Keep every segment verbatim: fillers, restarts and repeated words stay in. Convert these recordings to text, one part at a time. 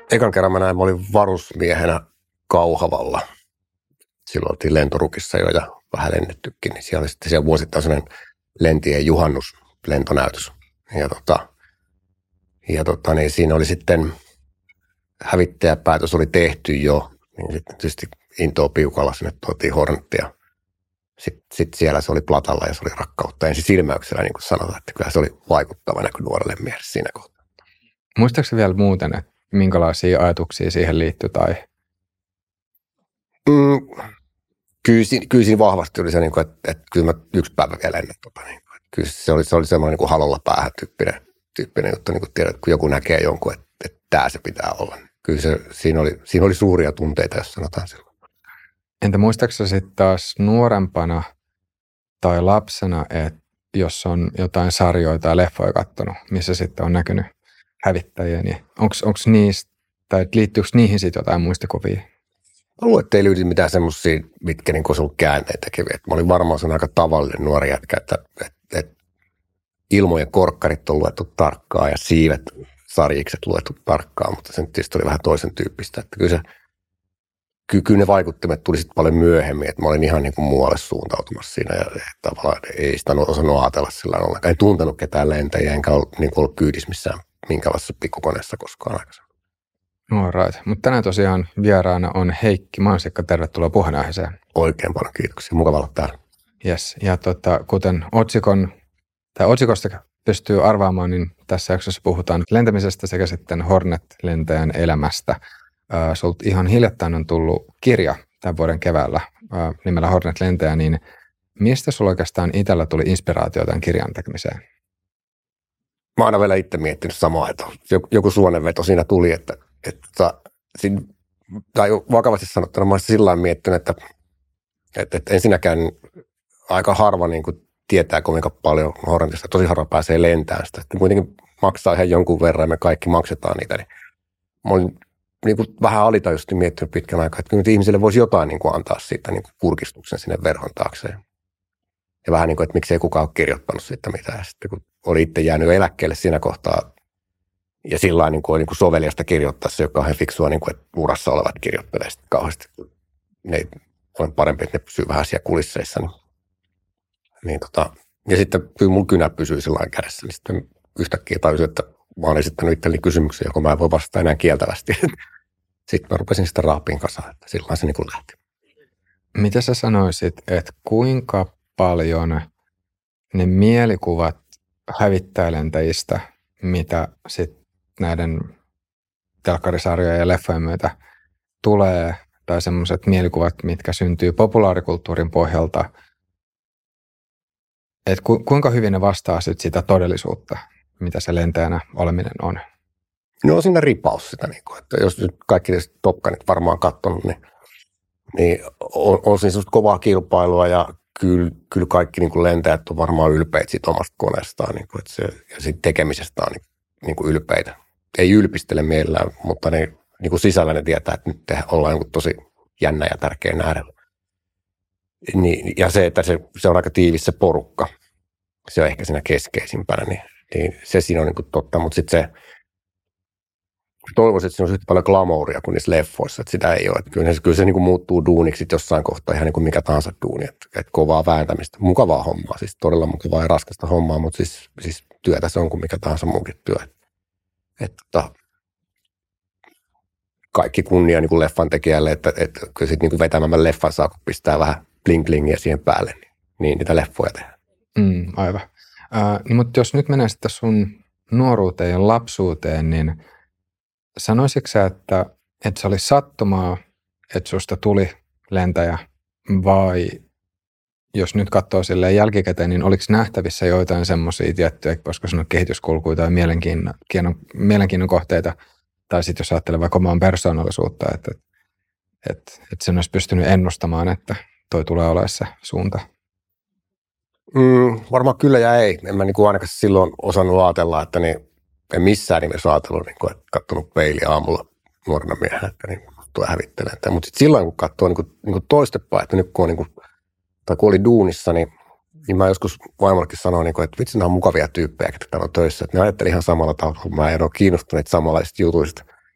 Ekan kerran mä näin, mä olin varusmiehenä Kauhavalla. Silloin oltiin lentorukissa jo ja vähän lennettykin, niin siellä oli sitten siellä vuosittain sellainen lentien juhannuslentonäytös. Ja, tota, ja tota, niin siinä oli sitten hävittäjäpäätös oli tehty jo, niin sitten tietysti intoa piukalla sinne tuotiin Hornetia. Sitten sit siellä se oli platalla ja se oli rakkautta ensin silmäyksellä, niin kuin sanotaan, että kyllä se oli vaikuttava näkö nuorelle miehelle siinä kohtaa. Muistaakseni vielä muuten, että minkälaisia ajatuksia siihen liittyy tai? Mm, kyllä, siinä, kyllä siinä vahvasti oli se, että, että kyllä mä yksi päivä vielä ennen. Tota, niin, kyllä se oli, se oli semmoinen niin kuin halolla päähän tyyppinen, tyyppinen juttu, niin kuin tiedät, kun joku näkee jonkun, että, että tämä se pitää olla. Kyllä se, siinä, oli, siinä oli suuria tunteita, jos sanotaan silloin. Entä muistaakseni sitten taas nuorempana tai lapsena, että jos on jotain sarjoja tai leffoja katsonut, missä sitten on näkynyt hävittäjiä, niin onko niistä, tai liittyykö niihin sitten jotain muistikuvia? Mä luulen, että ei löydy mitään semmoisia, mitkä niin kuin käänteitä tekeviä. Mä olin varmaan sen aika tavallinen nuori jätkä, että, että, että ilmojen korkkarit on luettu tarkkaan ja siivet, sarjikset luettu tarkkaan, mutta se tietysti oli vähän toisen tyyppistä. Että kyllä, se, kyllä ne vaikuttimet tuli sitten paljon myöhemmin, että mä olin ihan niin kuin muualle suuntautumassa siinä ja tavallaan ei sitä osannut ajatella sillä ollenkaan. En tuntenut ketään lentäjiä, enkä ollut, niin kuin ollut kyydissä missään minkälaisessa pikkukoneessa koskaan aikaisemmin. No right. Mutta tänään tosiaan vieraana on Heikki Mansikka. Tervetuloa puheenaiheeseen. Oikein paljon kiitoksia. Mukava olla täällä. Yes. Ja tota, kuten otsikon, tai otsikosta pystyy arvaamaan, niin tässä jaksossa puhutaan lentämisestä sekä sitten Hornet-lentäjän elämästä. Äh, sulta ihan hiljattain on tullut kirja tämän vuoden keväällä äh, nimellä Hornet-lentäjä, niin mistä sulla oikeastaan itsellä tuli inspiraatio tämän kirjan tekemiseen? Mä oon aina vielä itse miettinyt samaa, että joku suonenveto siinä tuli, että, että siinä, tai vakavasti sanottuna mä olisin sillä lailla miettinyt, että, että, että ensinnäkään aika harva niin kuin tietää kovinkaan paljon Hornetista, tosi harva pääsee lentämään sitä, että kuitenkin maksaa ihan jonkun verran ja me kaikki maksetaan niitä, niin mä olin niin kuin vähän alitajuisesti miettinyt pitkän aikaa, että kyllä ihmisille voisi jotain niin kuin antaa siitä niin kuin kurkistuksen sinne verhon taakse. Ja vähän niin kuin, että miksei kukaan ole kirjoittanut siitä mitään. Ja sitten kun oli itse jäänyt eläkkeelle siinä kohtaa, ja sillä lailla niin kuin, niin kuin soveliasta kirjoittaa se, joka on fiksua, niin kuin, että urassa olevat kirjoittelee sitten kauheasti. Ne on parempi, että ne pysyy vähän siellä kulisseissa. Niin, niin tota, ja sitten kyllä mun kynä pysyy sillä lailla kädessä. Niin sitten yhtäkkiä tajusin, että mä oon esittänyt itselleni kysymyksiä, joko mä en voi vastata enää kieltävästi. Sitten mä rupesin sitä raapiin kasaan, että sillä lailla se niin kuin lähti. Mitä sä sanoisit, että kuinka paljon ne mielikuvat hävittäjälentäjistä, mitä sitten näiden telkkarisarjojen ja leffojen myötä tulee, tai semmoiset mielikuvat, mitkä syntyy populaarikulttuurin pohjalta, että ku, kuinka hyvin ne vastaa sit sitä todellisuutta, mitä se lentäjänä oleminen on? No on siinä ripaus sitä, niin kuin, että jos nyt kaikki Top Gunit varmaan katsonut, niin, niin on, on siinä semmoista kovaa kilpailua ja Kyllä, kyllä kaikki niin kuin lentäjät on varmaan ylpeitä siitä omasta koneestaan niin kuin, että se, ja siitä tekemisestä on niin, niin kuin ylpeitä. Ei ylpistele mielellään, mutta ne, niin kuin sisällä ne tietää, että nyt ollaan niin kuin tosi jännä ja tärkeä äärellä. Niin, ja se, että se, se on aika tiivis se porukka, se on ehkä siinä keskeisimpänä, niin, niin se siinä on niin kuin totta, mutta sitten se toivoisin, että siinä on yhtä paljon glamouria kuin niissä leffoissa, että sitä ei ole. Että kyllä se, kyllä se niin kuin muuttuu duuniksi jossain kohtaa ihan niin kuin mikä tahansa duuni, että, että kovaa vääntämistä, mukavaa hommaa, siis todella mukavaa ja raskasta hommaa, mutta siis, siis työtä se on kuin mikä tahansa muukin työ. Että, että kaikki kunnia niin kuin leffan tekijälle, että, että kyllä sitten niin vetämällä leffan saa, kun pistää vähän bling-blingiä siihen päälle, niin, niin niitä leffoja tehdään. Mm, aivan. Äh, niin, mutta jos nyt menee sitten sun nuoruuteen ja lapsuuteen, niin sanoisitko sä, että, että se oli sattumaa, että susta tuli lentäjä, vai jos nyt katsoo silleen jälkikäteen, niin oliko nähtävissä joitain semmoisia tiettyjä, koska sanoa kehityskulkuja tai mielenkiinnon, mielenkiinnon kohteita, tai sitten jos ajattelee vaikka omaan persoonallisuutta, että, että, että sen olisi pystynyt ennustamaan, että toi tulee olemaan se suunta? Mm, varmaan kyllä ja ei. En mä niin kuin ainakaan silloin osannut ajatella, että niin en missään nimessä ajatellut, niin kuin, että katsonut peiliä aamulla nuorena miehenä, että niin tulee hävittelemään. Mutta sitten silloin, kun katsoo niin kuin, niin kuin toistepäin, että nyt kun, on, niin kuin, tai kun oli duunissa, niin, niin mä joskus vaimollekin sanoin, niin kuin, että vitsi, nämä on mukavia tyyppejä, ketkä täällä on töissä. Että ne ajatteli ihan samalla tavalla, kun mä en ole kiinnostunut samanlaisista jutuista.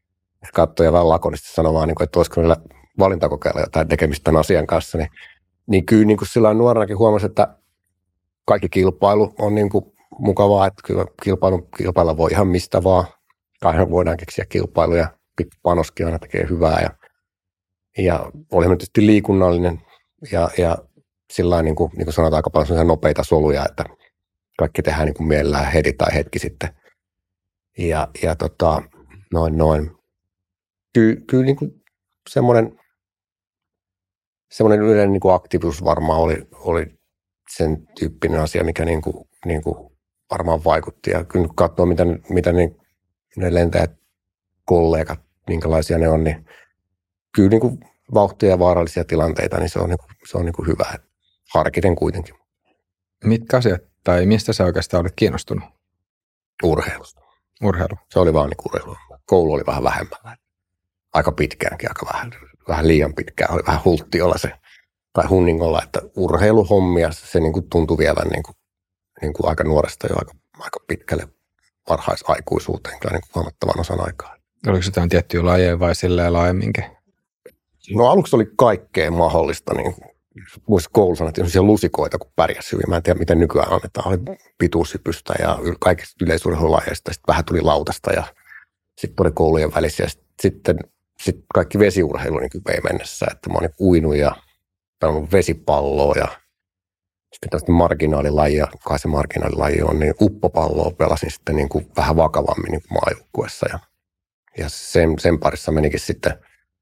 katsoi ja vähän lakonisesti sanoi vaan, niin kuin, että olisiko niillä valintakokeilla jotain tekemistä tämän asian kanssa, niin, niin kyllä niin kuin sillä nuorenakin huomasi, että kaikki kilpailu on niin kuin mukavaa, että kyllä kilpailu, kilpailla voi ihan mistä vaan. Aina voidaan keksiä kilpailuja, pikku panoskin aina tekee hyvää ja, ja oli tietysti liikunnallinen ja, ja sillä niin kuin, niin kuin sanotaan aika paljon nopeita soluja, että kaikki tehdään niin kuin mielellään heti tai hetki sitten. Ja, ja tota, noin noin. Ky, kyllä niin kuin semmoinen, semmoinen yleinen niin kuin aktiivisuus varmaan oli, oli sen tyyppinen asia, mikä niin kuin, niin kuin varmaan vaikutti. Ja kyllä kun katsoo, mitä, mitä ne, ne lentäjät, kollegat, minkälaisia ne on, niin kyllä niin kuin vauhtia ja vaarallisia tilanteita, niin se on, niin kuin, se on niin kuin hyvä. Harkiten kuitenkin. Mitkä asiat, tai mistä sä oikeastaan olet kiinnostunut? Urheilusta. Urheilu. Se oli vaan niin kuin urheilu. Koulu oli vähän vähemmän. Aika pitkäänkin, aika vähän, vähän liian pitkään. Oli vähän hulttiolla se, tai hunningolla, että urheiluhommia, se niin kuin tuntui vielä niin kuin, niin kuin aika nuoresta jo aika, aika pitkälle varhaisaikuisuuteen, kyllä niin kuin huomattavan osan aikaa. Oliko jotain tiettyjä lajeja vai silleen laajemminkin? No aluksi oli kaikkea mahdollista, niin muissa koulussa annettiin sellaisia lusikoita, kun pärjäsi hyvin. Mä en tiedä, miten nykyään annetaan. Oli pituushypystä ja kaikista yleisurheilulajeista. Sitten vähän tuli lautasta ja sitten oli koulujen välissä. Ja sitten sit kaikki vesiurheilu niin vei mennessä. Että mä olin uinut ja pelannut vesipalloa ja sitten tällaista marginaalilajia, kai se marginaalilaji on, niin uppopalloa pelasin sitten niin kuin vähän vakavammin niin kuin maajoukkuessa. Ja, ja sen, sen parissa menikin sitten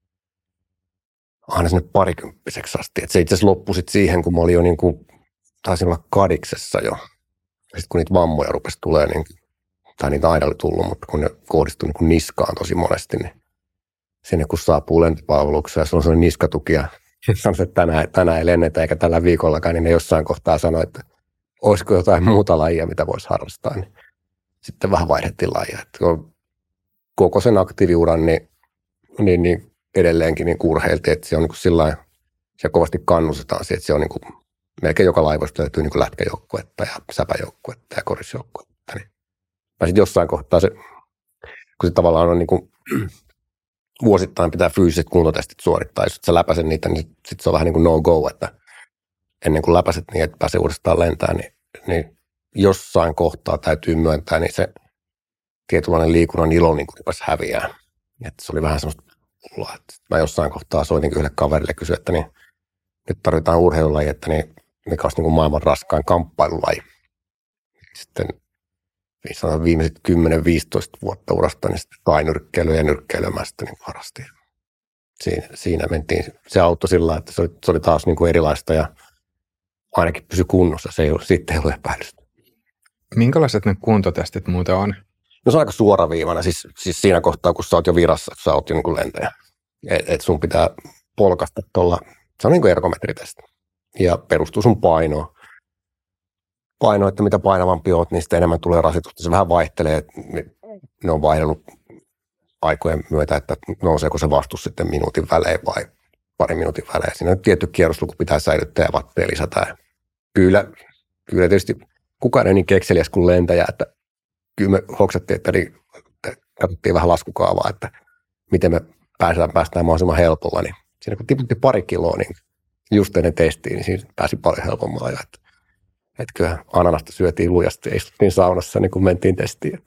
aina sinne parikymppiseksi asti. Et se itse asiassa loppui sitten siihen, kun mä olin jo niin kuin, taisin olla kadiksessa jo. Sitten kun niitä vammoja rupesi tulee, niin, tai niitä aina oli tullut, mutta kun ne kohdistui niin kuin niskaan tosi monesti, niin sinne kun saapuu lentopalvelukseen ja sulla on sellainen niskatuki ja sanoi, että tänään, tänään ei lennetä eikä tällä viikollakaan, niin ne jossain kohtaa sanoi, että olisiko jotain muuta lajia, mitä voisi harrastaa. Niin sitten vähän vaihdettiin lajia. Että koko sen aktiiviuran, niin, niin, niin edelleenkin niin urheiltiin, että se on niin kuin sillain, se kovasti kannustetaan siihen, että se on niin kuin, melkein joka laivoista löytyy niin kuin lätkäjoukkuetta ja säpäjoukkuetta ja korisjoukkuetta. Niin. Ja sitten jossain kohtaa se, kun se tavallaan on niin kuin, vuosittain pitää fyysiset kuntotestit suorittaa, jos et sä läpäiset niitä, niin sitten se on vähän niin kuin no go, että ennen kuin läpäiset niin, että pääsee uudestaan lentämään, niin, niin jossain kohtaa täytyy myöntää, niin se tietynlainen liikunnan ilo niin kuin rupesi häviää. Että se oli vähän semmoista pullaa. Mä jossain kohtaa soitin yhdelle kaverille kysyä, että niin, nyt tarvitaan urheilulaji, että niin, mikä olisi niin kuin maailman raskain kamppailulaji. Sitten viimeiset kymmenen viisitoista vuotta urasta, niin sitten tainyrkkeilyä ja nyrkkeilyä mä sitten niin harrastin. Siinä, siinä mentiin. Se auttoi sillä, että se oli, se oli taas niin kuin erilaista ja ainakin pysyi kunnossa. Se ei ollut, sitten ei ollut epäilystä. Minkälaiset ne kuntotestit muuten on? No se on aika suoraviivana, siis, siis siinä kohtaa, kun sä oot jo virassa, kun sä oot jo niin kuin lentäjä. Että et sun pitää polkasta tuolla, se on niin kuin ergometritesti. Ja perustuu sun painoon. Paino, että mitä painavampi oot, niin sitten enemmän tulee rasitusta. Se vähän vaihtelee, että ne on vaihdellut aikojen myötä, että nouseeko se vastus sitten minuutin välein vai pari minuutin välein. Siinä on tietty kierrosluku pitää säilyttää ja vatteja lisätään. Kyllä, kyllä tietysti kukaan ei niin kekseliäs kuin lentäjä, että kyllä me hoksattiin, että, niin, että katsottiin vähän laskukaavaa, että miten me päästään, päästään mahdollisimman helpolla. Niin siinä kun tiputti pari kiloa, niin just ennen testiin, niin siinä pääsi paljon helpommalla. Että, että kyllä ananasta syötiin lujasti ja istuttiin saunassa, niin kun mentiin testiin.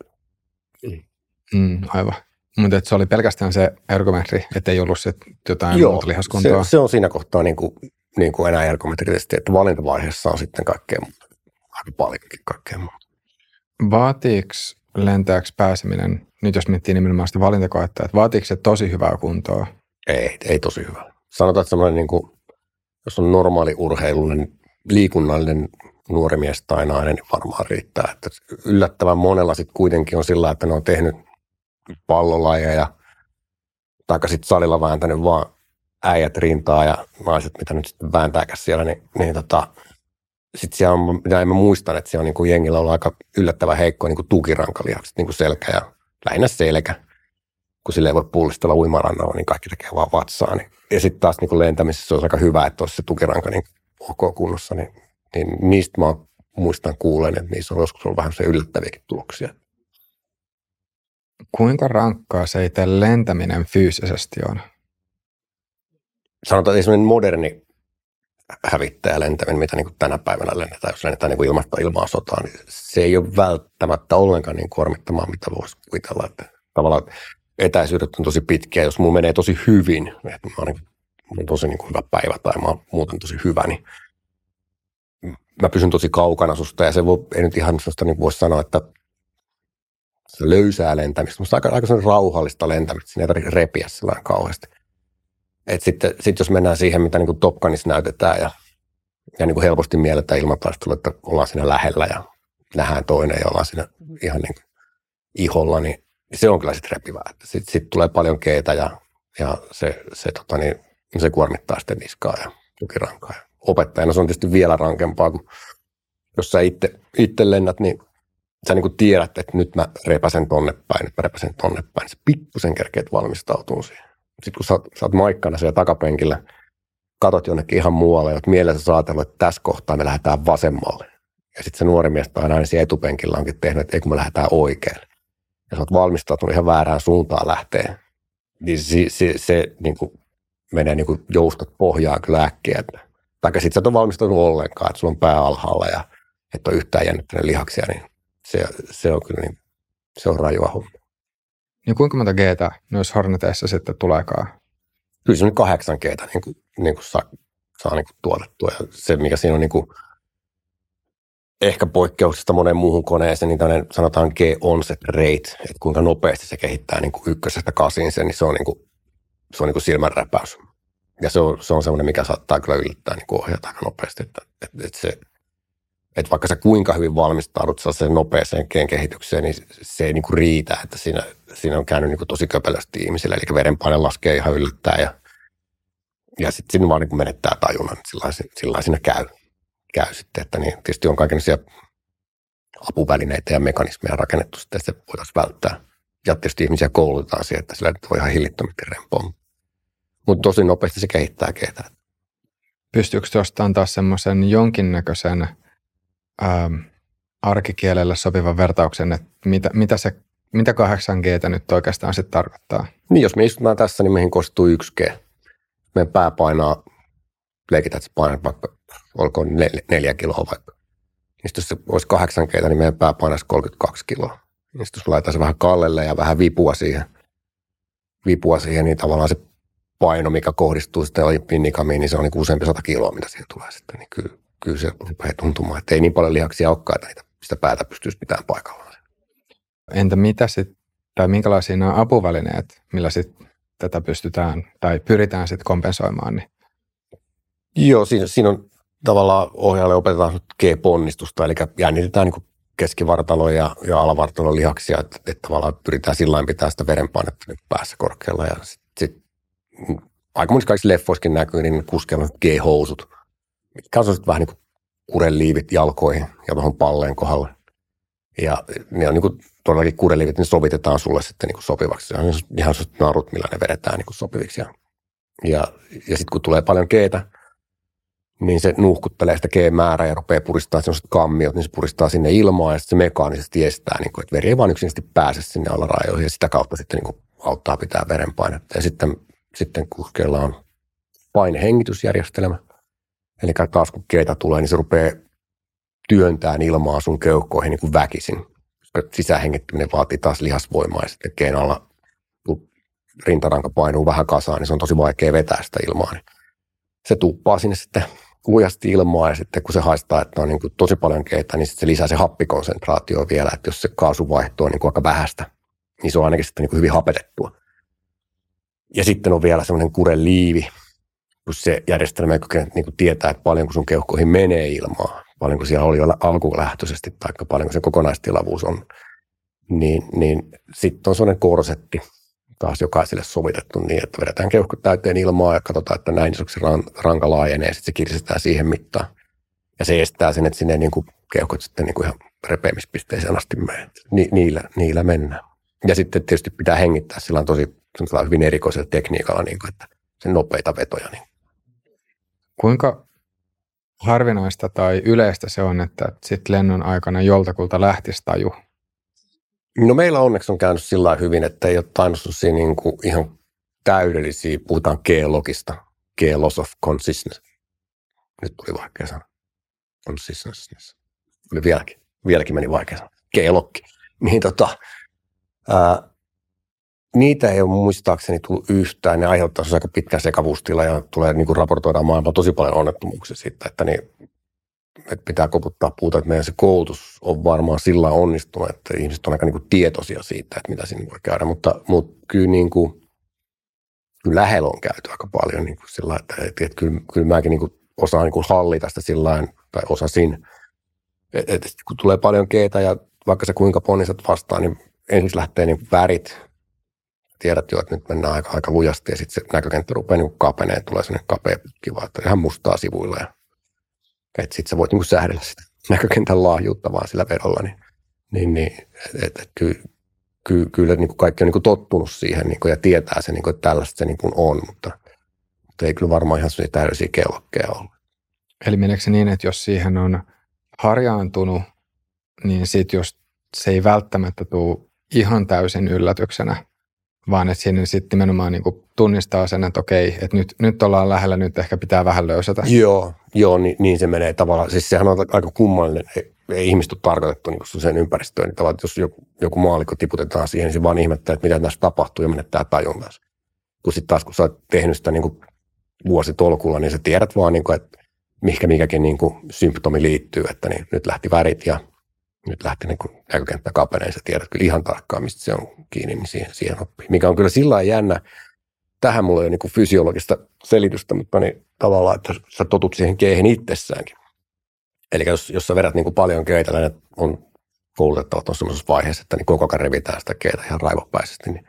Mm, aivan. Mutta se oli pelkästään se ergometri, ettei ollut se jotain Joo, muuta lihaskuntoa. Se, se on siinä kohtaa niin kuin, niin kuin enää ergometritesti, että valintavaiheessa on sitten kaikkea muuta. Aika paljonkin kaikkea muuta. Vaatiiko lentääksi pääseminen, nyt jos miettii nimenomaan sitä valintakoetta, että vaatiiko se tosi hyvää kuntoa? Ei, ei tosi hyvää. Sanotaan, että semmoinen, niin kuin, jos on normaali urheilullinen, liikunnallinen nuori mies tai nainen, niin varmaan riittää. Että yllättävän monella sitten kuitenkin on sillä, että ne on tehnyt pallolajeja, taikka sitten salilla vääntänyt vaan äijät rintaa ja naiset, mitä nyt sitten vääntääkään siellä, niin, niin tota, sitten siellä on, mitä en mä muistan, että siellä on niin kuin jengillä ollut aika yllättävän heikko niin kuin tukirankalihakset, niin kuin selkä ja lähinnä selkä. Kun sille ei voi pullistella uimarannalla, niin kaikki tekee vaan vatsaa. Niin. Ja sitten taas niin kuin lentämisessä se olisi aika hyvä, että olisi se tukiranka niin ok kunnossa. Niin, niin niistä mä muistan kuulen, että niissä on joskus ollut vähän se yllättäviäkin tuloksia. kuinka rankkaa se itse lentäminen fyysisesti on? Sanotaan, että sellainen moderni hävittäjälentäminen, mitä niin kuin tänä päivänä lennetään, jos lennetään niin kuin ilmasta ilmaa sotaan, niin se ei ole välttämättä ollenkaan niin kuormittamaan, mitä voisi kuvitella. Että tavallaan etäisyydet on tosi pitkiä, jos mulla menee tosi hyvin, että mä oon, niin, mulla on tosi niin kuin hyvä päivä tai mä oon muuten tosi hyvä, niin mä pysyn tosi kaukana susta ja se voi, ei nyt ihan sellaista niin voisi sanoa, että se löysää lentämistä, mutta aika, aika rauhallista lentämistä, siinä ei tarvitse repiä sellainen kauheasti. Että sitten sit jos mennään siihen, mitä niin kuin Top Gunissa näytetään ja, ja niin kuin helposti mielletään ilmataistelua, että ollaan siinä lähellä ja nähdään toinen ja ollaan siinä ihan niin kuin iholla, niin se on kyllä sitten repivää. Sitten sit tulee paljon keitä ja, ja se, se, tota niin, se kuormittaa sitten niskaa ja tukirankaa. Opettajana se on tietysti vielä rankempaa, kun jos sä itse, itse lennät, niin sä niin kuin tiedät, että nyt mä repäsen tonne päin, nyt mä repäsen tonne päin, niin sä pikkusen kerkeet valmistautuu siihen. Sitten kun sä, sä oot maikkana siellä takapenkillä, katot jonnekin ihan muualle ja oot mielessä saatellut, että tässä kohtaa me lähdetään vasemmalle. Ja sitten se nuori mies tai nainen siellä etupenkillä onkin tehnyt, että ei kun me lähdetään oikealle. Ja sä oot valmistautunut ihan väärään suuntaan lähteen. Niin se, se, se niin kuin menee niin kuin joustot pohjaan kyllä äkkiä. Taikka sitten sä et ole valmistautunut ollenkaan, että sulla on pää alhaalla ja et ole yhtään jännittänyt lihaksia, niin se, se on kyllä niin, se on rajua homma. Niin kuinka monta G:tä noissa Horneteissa sitten tuleekaan? Kyllä se on kahdeksan G:tä niin kuin, niin kuin saa, saa niin kuin tuotettua. Ja se, mikä siinä on niin kuin, ehkä poikkeuksesta moneen muuhun koneeseen, niin tämmöinen sanotaan G-onset rate, että kuinka nopeasti se kehittää niin kuin ykkösestä kasiin sen, niin se on, niin kuin, se on niin kuin silmänräpäys. Ja se on, se on semmoinen, mikä saattaa kyllä yllättää niin kuin ohjata aika nopeasti. Että, että, että, se, että vaikka sä kuinka hyvin valmistaudut sen nopeeseen kehitykseen, niin se ei niin kuin riitä, että siinä, siinä on käynyt niin kuin tosi köpelösti ihmisille. Eli verenpaine laskee ihan yllättää ja, ja sitten siinä vaan niin kuin menettää tajunnan. Sillä lailla siinä käy, käy sitten, että niin, tietysti on kaikenlaisia apuvälineitä ja mekanismeja rakennettu sitten, että se voitaisiin välttää. Ja tietysti ihmisiä koulutetaan siihen, että sillä nyt voi ihan hillittömästi rempoa. Mutta tosi nopeasti se kehittää keitä. Pystyykö tuosta antaa semmoisen jonkinnäköisen ähm, arkikielelle sopivan vertauksen, että mitä, mitä, se, mitä kahdeksan G:tä nyt oikeastaan sitten tarkoittaa? Niin, jos me istutaan tässä, niin meihin koostuu yksi G. Meidän pää painaa, leikitään, että se painaa vaikka, olkoon nel, neljä kiloa vaikka. Niin jos se olisi kahdeksan G:tä, niin meidän pää painaisi kolmekymmentäkaksi kiloa. Niin jos laitetaan se vähän kallelle ja vähän vipua siihen, vipua siihen, niin tavallaan se paino, mikä kohdistuu sitten pinnikamiin, niin se on niin useampi sata kiloa, mitä siihen tulee sitten. Niin kyllä, kyllä se rupeaa tuntumaan, että ei niin paljon lihaksia olekaan, että niitä, sitä päätä pystyisi pitämään paikallaan. Entä mitä sitten, tai minkälaisia nämä apuvälineet, millä sitten tätä pystytään tai pyritään sitten kompensoimaan? Niin? Joo, siinä, siinä on tavallaan ohjaajalle opetetaan G-ponnistusta, eli jännitetään niin keskivartalon ja, ja alavartalon lihaksia, että, että tavallaan pyritään sillä lailla pitää sitä verenpainetta niin päässä korkealla ja sitten sit, aika monissa kaikissa leffoissakin näkyy, niin kuskeilla on G-housut, mitkä on vähän niin kuin kureliivit jalkoihin ja tuohon palleen kohdalle. Ja ne on niin kuin todellakin kureliivit, ne sovitetaan sulle sitten niin kuin sopivaksi. Se on ihan sellaiset narut, millä ne vedetään niin kuin sopiviksi. Ja, ja, ja sitten kun tulee paljon G:tä, niin se nuuhkuttelee sitä G-määrää ja rupeaa puristaa sellaiset kammiot, niin se puristaa sinne ilmaa ja sitten se mekaanisesti estää, niin kuin, että veri ei vaan yksinkertaisesti pääse sinne alarajoihin ja sitä kautta sitten niin kuin auttaa pitää verenpainetta. Ja sitten, sitten kuskeilla on painehengitysjärjestelmä. Eli taas kun G:tä tulee, niin se rupeaa työntämään ilmaa sun keuhkoihin niin kuin väkisin. Koska sisähengittäminen vaatii taas lihasvoimaa ja sitten G:n alla, kun rintaranka painuu vähän kasaan, niin se on tosi vaikea vetää sitä ilmaa. Niin se tuuppaa sinne sitten lujasti ilmaa ja sitten kun se haistaa, että on niin kuin tosi paljon G:tä, niin sitten se lisää se happikonsentraatio vielä, että jos se kaasuvaihto on niin kuin aika vähäistä, niin se on ainakin sitten niin kuin hyvin hapetettua. Ja sitten on vielä semmoinen kureliivi, kun se järjestelmä niin kuin tietää, että paljonko sun keuhkoihin menee ilmaa, paljonko siellä oli alkulähtöisesti tai paljonko se kokonaistilavuus on, niin, niin sitten on semmoinen korsetti taas jokaiselle sovitettu niin, että vedetään keuhkot täyteen ilmaa ja katsotaan, että näin isoksi ranka laajenee ja sitten se kiristetään siihen mittaan. Ja se estää sen, että sinne niin kuin keuhkot sitten niin kuin ihan repeämispisteeseen asti menee. Ni, niillä, niillä mennään. Ja sitten tietysti pitää hengittää sillä on tosi hyvin erikoisella tekniikalla, niin kuin, että sen nopeita vetoja. Niin. Kuinka harvinaista tai yleistä se on, että sitten lennon aikana joltakulta lähtisi taju? No meillä onneksi on käynyt sillä lailla hyvin, että ei ole tainnut niin kuin ihan täydellisiä, puhutaan G-logista, G-loss of consciousness. Nyt tuli vaikea sana. Consciousness. Oli vieläkin, vieläkin meni vaikea sana. G-lokki. Niin tota, ää, niitä ei ole muistaakseni tullut yhtään. Ne aiheuttaa aika pitkän sekavuustila ja tulee niin kuin raportoidaan maailmaan tosi paljon onnettomuuksia siitä, että, niin, että pitää koputtaa puuta, että meidän se koulutus on varmaan sillä onnistunut, että ihmiset on aika niin kuin tietoisia siitä, että mitä siinä voi käydä, mutta, mutta kyllä, niin kuin, kyllä lähellä on käyty aika paljon niin kuin sillä että, että, että kyllä, kyllä mäkin niin kuin osaan niin kuin hallita sitä sillä tai osasin, että, että kun tulee paljon keitä ja vaikka se kuinka ponnisat vastaan, niin ensiksi lähtee niin kuin värit. Tiedät jo, että nyt mennään aika, aika lujasti ja sitten se näkökenttä rupeaa niin kapeneen, tulee sellainen kapea kiva, että ihan mustaa sivuilla. Ja, että sitten sä voit niin sähdellä sitä näkökentän laajuutta vaan sillä vedolla. Niin, niin, niin että et, kyllä, kyllä, kyllä niin kaikki on niin tottunut siihen niin ja tietää se, niin kuin, että tällaista se niin on, mutta, mutta ei kyllä varmaan ihan sellaisia täydellisiä kellokkeja ollut. Eli meneekö se niin, että jos siihen on harjaantunut, niin sitten just se ei välttämättä tule ihan täysin yllätyksenä, vaan että siinä sitten nimenomaan niin kuin tunnistaa sen, että okei, että nyt, nyt ollaan lähellä, nyt ehkä pitää vähän löysätä. Joo, joo niin, niin se menee tavallaan. Siis sehän on aika kummallinen, ei, ei ihmiset ole tarkoitettu niin sen ympäristöön. Niin tavallaan, että jos joku, joku maalikko tiputetaan siihen, niin se vaan ihmettää, että mitä tässä tapahtuu ja menettää tajuntansa. Kun sitten taas, kun sä oot tehnyt sitä niin kuin vuositolkulla, niin sä tiedät vaan, niin kuin, että mihinkä mikäkin niin kuin symptomi liittyy, että niin, nyt lähti värit ja nyt lähti niin kuin näkökenttä kapeneen, sä tiedät kyllä ihan tarkkaan, mistä se on kiinni, niin siihen, siihen oppii. Mikä on kyllä sillä lailla jännä. Tähän mulla ei ole niin kuin fysiologista selitystä, mutta niin tavallaan, että sä totut siihen keihin itsessäänkin. Eli jos, jos sä vedät niin kuin paljon keitä, niin on koulutettavat on semmoisessa vaiheessa, että niin koko ajan revitään sitä keitä ihan raivopäisesti, niin,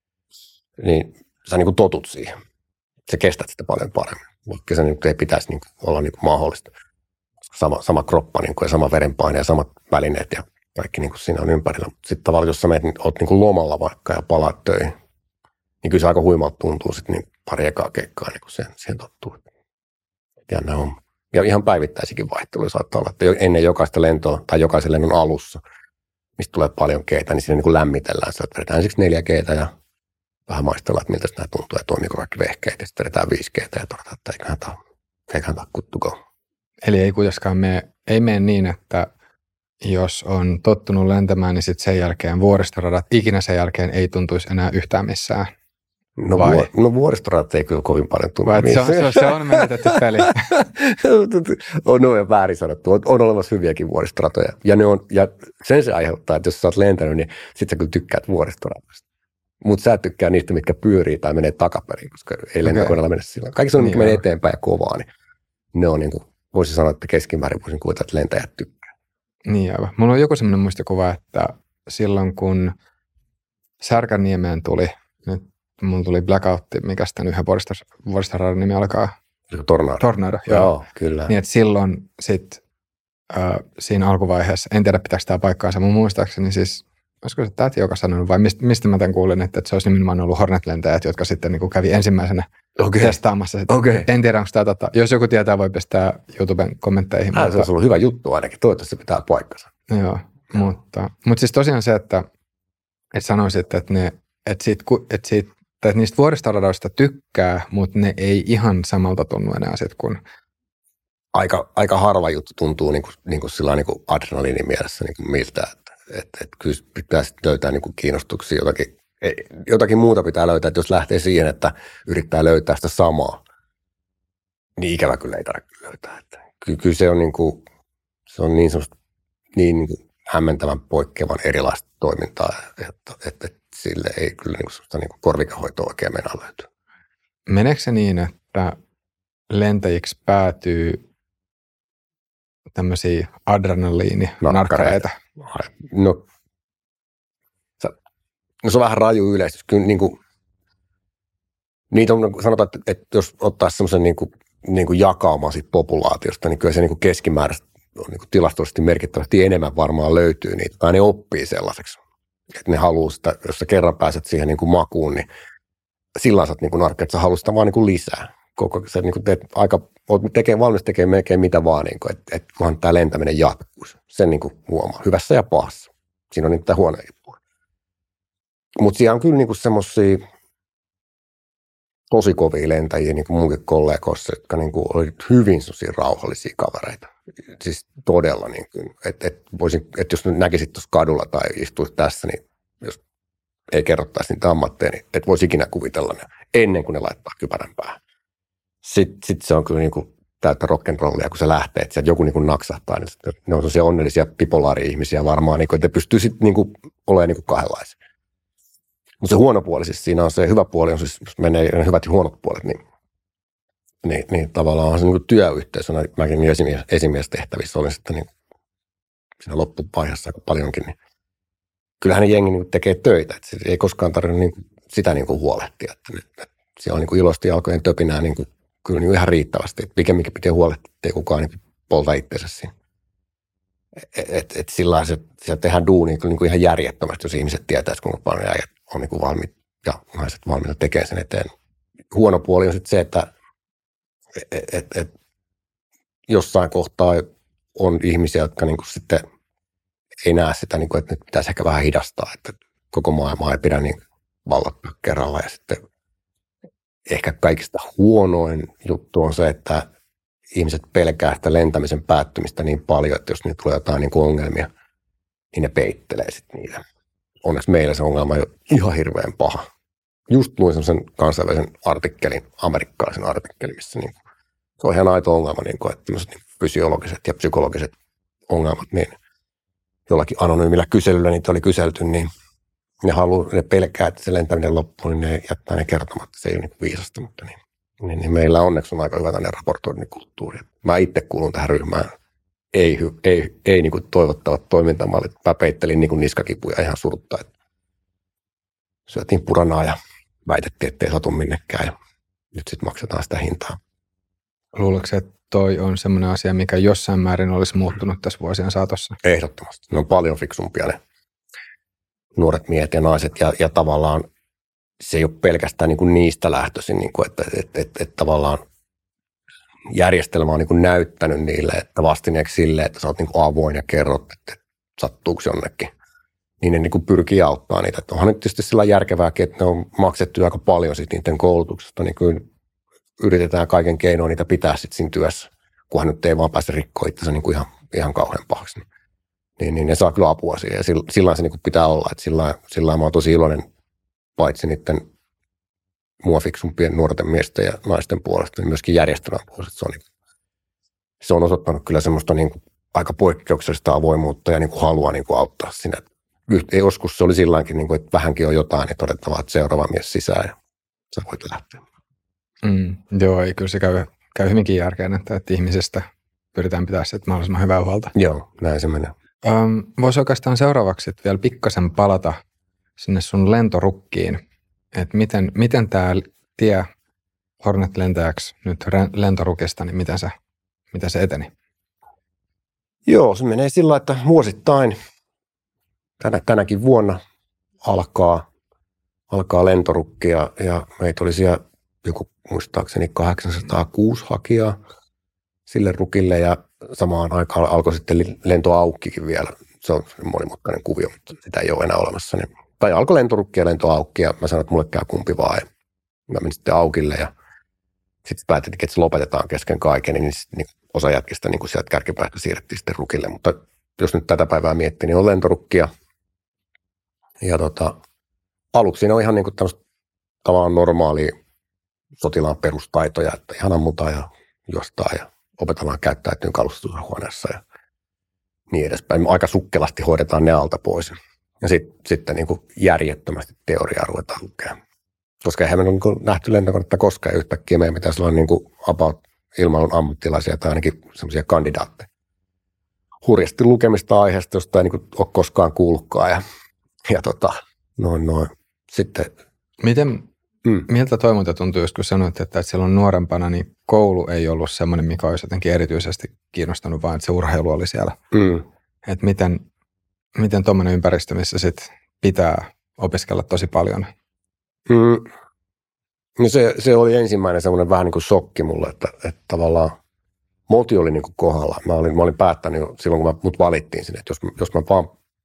niin sä niin kuin totut siihen. Sä kestät sitä paljon paremmin, vaikka se niin ei pitäisi niin kuin olla niin kuin mahdollista. Sama, sama kroppa niin kuin, ja sama verenpaine ja samat välineet ja kaikki niin kuin siinä on ympärillä. Sitten tavallaan, jos sä menet, niin oot niin kuin lomalla vaikka ja palaat töihin, niin kyllä se aika huimalta tuntuu sitten niin pari ekaa keikkaa, niin kuin siihen, siihen tottuu. Jännä on. Ja ihan päivittäisikin vaihteluja saattaa olla, että ennen jokaista lentoa tai jokaisen lennon alussa, mistä tulee paljon keitä, niin siinä niin kuin lämmitellään. Sä vedetään ensiksi neljä keitä ja vähän maistellaan, että miltä nämä tuntuu ja toimiiko kaikki vehkeet. Ja sitten vedetään viisi keitä ja todetaan, että eiköhän tämä, eiköhän tämä kuttuko. Eli ei kuitenkaan mene, ei mene niin, että jos on tottunut lentämään, niin sitten sen jälkeen vuoristoradat ikinä sen jälkeen ei tuntuisi enää yhtään missään. No, vuor, no vuoristoradat ei kyllä kovin paljon tunnu missään. Se on, se on menetetty peli. on no, väärin sanottu. On, on olemassa hyviäkin vuoristoratoja. Ja, ne on, ja sen se aiheuttaa, että jos sä oot lentänyt, niin sit sä kyllä tykkäät vuoristoradasta. Mutta sä et tykkää niistä, mitkä pyörii tai menee takaperin, koska ei lentokoneella mennä sillä. Kaikki se on, mitkä niin menee eteenpäin ja kovaa, niin ne on niin kuin, voisi sanoa, että keskimäärin voisin kuvata, että lentäjät tykkää. Niin aivan. Mulla on joku semmoinen muistikuva, että silloin kun Särkänniemeen tuli, nyt mulla tuli blackoutti, mikä sitten yhden vuoristoradan nimi alkaa. Tornado. Tornado, joo. joo kyllä. Niin, että silloin sitten äh, siinä alkuvaiheessa, en tiedä pitääkö tämä paikkaansa, mun muistaakseni siis, olisiko se täti, joka sanonut, vai mistä, mistä mä tämän kuulin, että, että se olisi nimenomaan ollut Hornet-lentäjät, jotka sitten niin kuin kävi ensimmäisenä okay. testaamassa. Okay. En tiedä, onko tämä totta. Jos joku tietää, voi pistää YouTuben kommentteihin. Ah, mutta... Se olisi ollut hyvä juttu ainakin. Toivottavasti se pitää paikkansa. Joo, mutta, mutta siis tosiaan se, että, että sanoisit, että, ne, että, siitä, että, siitä, että niistä vuoristoradoista tykkää, mutta ne ei ihan samalta tunnu enää sitten, kun... Aika, aika harva juttu tuntuu niin kuin, niin kuin sillä niin kuin adrenaliinin mielessä niin kuin miltä, että, että, että kyllä pitää löytää niin kuin kiinnostuksia, jotakin, jotakin muuta pitää löytää, että jos lähtee siihen, että yrittää löytää sitä samaa, niin ikävä kyllä ei tarvitse löytää. Että kyllä, kyllä se on niin kuin, se on niin semmoista niin, niin kuin hämmentävän poikkeavan erilaista toimintaa, että, että, että sille ei kyllä niin kuin niin kuin korvikehoitoa oikein mennä löytyy. Meneekö se niin, että lentäjiksi päätyy tämmöisiä adrenaliininarkkareita? No, no se on vähän raju yleistys. Kyllä niin kuin, niitä on, sanotaan, että, että jos ottaa semmoisen niin kuin, niin kuin jakauman siitä populaatiosta, niin kyllä se niin kuin keskimääräisesti on niin kuin tilastollisesti merkittävästi enemmän varmaan löytyy niitä, tai ne oppii sellaiseksi. Että ne haluaa sitä, jos sä kerran pääset siihen niin kuin makuun, niin silloin sä oot niin kuin narkka, että sä haluat sitä vaan niin kuin lisää. Koko, sä niin kuin teet aika, oot tekee, valmis tekemään melkein mitä vaan, niin kuin, että, että kunhan tämä lentäminen jatkuisi. Sen niin kuin huomaa, hyvässä ja pahassa. Siinä on niitä huonoja puolia. Mutta siellä on kyllä niinku semmoisia tosi kovia lentäjiä, niin kuin munkin kollegoissa, jotka niinku oli hyvin semmoisia rauhallisia kavereita. Siis todella, niin että et et jos nyt näkisit tuossa kadulla tai istuisit tässä, niin jos ei kerrottaisi niitä ammatteja, niin et voisi ikinä kuvitella ne ennen kuin ne laittaa kypärän päähän. Sitten sit se on kyllä niinku täyttä rock'n'rollia, kun se lähtee, että sieltä joku niinku naksahtaa. Niin ne on sellaisia onnellisia bipolaari-ihmisiä varmaan, niinku, että ne pystyy sitten niinku olemaan niinku kahdenlaisia. Mutta se huono puoli siis siinä on se hyvä puoli, on siis, jos menee ne hyvät ja huonot puolet, niin, niin, niin tavallaan on se niin työyhteisönä. Mäkin esimies, esimiestehtävissä olin sitten niin siinä loppuvaiheessa aika paljonkin, niin kyllähän ne jengi niin tekee töitä, että se ei koskaan tarvitse niin sitä niin huolehtia. Että nyt, että siellä on niin ilosti jalkojen töpinää niin kuin, kyllä niin ihan riittävästi, että pikemminkin pitää huolehtia, ettei kukaan niin polta itsensä siinä. Että et, et sillä lailla se, se tehdään duunia niin kuin ihan järjettömästi, jos ihmiset tietäisi, kuinka paljon äijät on niin kuin valmiit ja naiset valmiita tekemään sen eteen. Huono puoli on sitten se, että et, et, et, jossain kohtaa on ihmisiä, jotka niin kuin sitten ei näe sitä, niin kuin, että nyt pitäisi ehkä vähän hidastaa, että koko maailma ei pidä niin vallattaa kerralla. Ja sitten ehkä kaikista huonoin juttu on se, että ihmiset pelkää sitä lentämisen päättymistä niin paljon, että jos niitä tulee jotain niin kuin ongelmia, niin ne peittelee sitten niitä. Onneksi meillä se ongelma ei ole ihan hirveän paha. Just luin semmoisen kansainvälisen artikkelin, amerikkalaisen artikkelin, missä niin, se on ihan aito ongelma, niin kuin, että tämmöiset niin fysiologiset ja psykologiset ongelmat, niin jollakin anonyymillä kyselyllä niitä oli kyselty, niin ne haluaa, ne pelkää, että se lentäminen loppuu, niin ne jättää ne kertomatta. Se ei ole niin viisasta, mutta niin, niin, niin meillä onneksi on aika hyvä tämmöinen raportoinnin kulttuuri. Mä itse kuulun tähän ryhmään. Ei, ei, ei niin kuin toivottavat toimintamallit. Mä peittelin niin kuin niskakipuja ihan surutta. Syötiin puranaa ja väitettiin, ettei satu minnekään. Ja nyt sitten maksetaan sitä hintaa. Luuletko, että toi on semmoinen asia, mikä jossain määrin olisi muuttunut tässä vuosien saatossa? Ehdottomasti. Ne on paljon fiksumpia ne nuoret miehet ja naiset. Ja, ja tavallaan se ei ole pelkästään niin kuin niistä lähtöisin, niin kuin, että, että, että, että, että tavallaan järjestelmä on niin kuin näyttänyt niille, että vastineeksi sille, että sä oot niin kuin avoin ja kerrot, että sattuuko jonnekin. Niin ne niin kuin pyrkii auttaa niitä. Että onhan nyt tietysti sillä järkevääkin, että ne on maksettu aika paljon sitten niiden koulutuksesta, niin kyllä yritetään kaiken keinoin niitä pitää sitten siinä työssä, kunhan nyt ei vaan pääse rikkoa itsensä niin kuin ihan, ihan kauhean pahaksi. Niin, niin ne saa kyllä apua siihen ja sillä se niin kuin pitää olla. Että sillä, sillä mä oon tosi iloinen paitsi niiden mua fiksumpien nuorten miesten ja naisten puolesta, niin myöskin järjestelmän puolesta. Se on, niin, se on osoittanut kyllä semmoista niin kuin aika poikkeuksellista avoimuutta ja niin kuin halua niin kuin auttaa siinä. Ei joskus se oli silläkin, niin kuin, että vähänkin on jotain, niin todettavaa, että seuraava mies sisään ja sä voit lähteä. Mm, joo, ei kyllä se käy, käy hyvinkin järkeen, että, että ihmisestä pyritään pitää sitten mahdollisimman hyvää huolta. Joo, näin se menee. Um, Voisi oikeastaan seuraavaksi vielä pikkasen palata sinne sun lentorukkiin, että miten, miten tämä tie Hornet-lentäjäksi nyt lentorukista, niin miten se, miten se eteni? Joo, se menee sillä, että vuosittain tänä, tänäkin vuonna alkaa, alkaa lentorukki ja, ja meitä oli siellä joku muistaakseni kahdeksansataakuusi hakijaa sille rukille ja samaan aikaan alkoi sitten lentoaukkikin vielä. Se on monimutkainen kuvio, mutta sitä ei ole enää olemassa. Niin, tai alkoi lentorukki ja lentoaukki ja mä sanoin, että mulle käy kumpi vaan. Ja mä menin sitten aukille ja sitten päätettiin, että se lopetetaan kesken kaiken. Niin, niin osa jätkistä niin sieltä kärkipäästä siirrettiin sitten rukille. Mutta jos nyt tätä päivää miettii, niin on lentorukki ja, ja tota, aluksi siinä on ihan niin kuin tämmöistä tavallaan normaalia sotilaan perustaitoja, että ihan ammutaan ja juostaan ja opetellaan käyttäytyyn kalustushuoneessa ja niin edespäin. Aika sukkelasti hoidetaan ne alta pois. Ja sit, sitten niin kuin järjettömästi teoriaa ruvetaan lukemaan. Koska eihän me niin kuin nähty lentokonetta koskaan yhtäkkiä. Meidän pitäisi olla niin kuin about ilmailun ammattilaisia tai ainakin semmoisia kandidaatteja. Hurjasti lukemista aiheesta, josta ei niin kuin ole koskaan kuullutkaan. Ja, ja tota, noin noin. Sitten... Miten... Mm. Miltä toi muuta tuntuu, jos kun sanoit, että, että silloin nuorempana niin koulu ei ollut semmoinen, mikä olisi jotenkin erityisesti kiinnostanut, vaan että se urheilu oli siellä. Mm. Että miten, miten tuommoinen ympäristö, missä sit pitää opiskella tosi paljon? Mm. No se, se oli ensimmäinen semmoinen vähän niin kuin shokki mulle, että, että tavallaan moti oli niin kuin kohdalla. Mä olin, mä olin päättänyt jo silloin, kun mä, mut valittiin sinne, että jos, jos mä vaan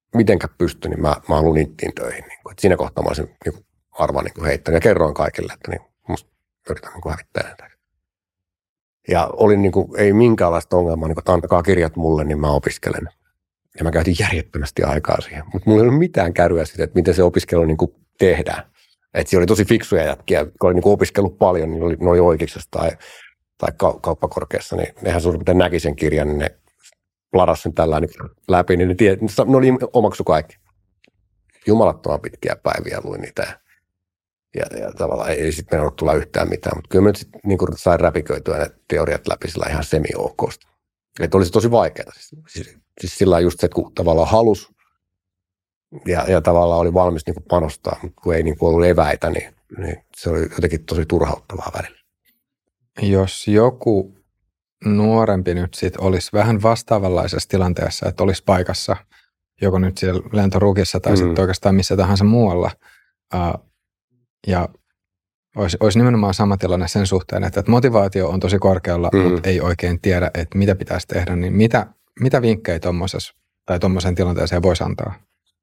mitenkä pystyn, niin mä, mä haluan inttiin töihin. Niin kuin, että siinä kohtaa mä olisin niin arvan niin heittänyt ja kerroin kaikille, että niin, musta yritän niin hävittää näitä. Ja olin niin kuin, ei minkäänlaista ongelmaa, niin kuin, että antakaa kirjat mulle, niin mä opiskelen. Ja mä käytin järjettömästi aikaa siihen. Mutta mulla ei ollut mitään käryä siitä, että miten se opiskelu niin kuin tehdään. Että siellä oli tosi fiksuja jätkiä, kun oli niin kuin opiskellut paljon, niin oli, ne oli oikeuksessa tai, tai kauppakorkeassa. Niin nehän suurin piirtein näki sen kirjan, niin ne ladasi sen tällä niin läpi, niin ne, tie, ne oli omaksu kaikki. Jumalattoman pitkiä päiviä luin niitä. Ja, ja tavallaan ei sitten mennyt tulla yhtään mitään. Mutta kyllä mä nyt sitten niin sain räpiköityä ne teoriat läpi sillä ihan semi-okosta. Että olisi tosi vaikeaa. Siis, siis sillä just se, että kun tavallaan halusi ja, ja tavallaan oli valmis niin kuin panostaa, mutta kun ei niin kuin ollut eväitä, niin, niin se oli jotenkin tosi turhauttavaa välillä. Jos joku nuorempi nyt sit olisi vähän vastaavanlaisessa tilanteessa, että olisi paikassa, joko nyt siellä lentorukissa tai mm. sitten oikeastaan missä tahansa muualla, uh, ja olisi, olisi nimenomaan sama tilanne sen suhteen, että, että motivaatio on tosi korkealla, mm. mutta ei oikein tiedä, että mitä pitäisi tehdä, niin mitä, mitä vinkkejä tuommoisessa tai tuommoiseen tilanteeseen voisi antaa?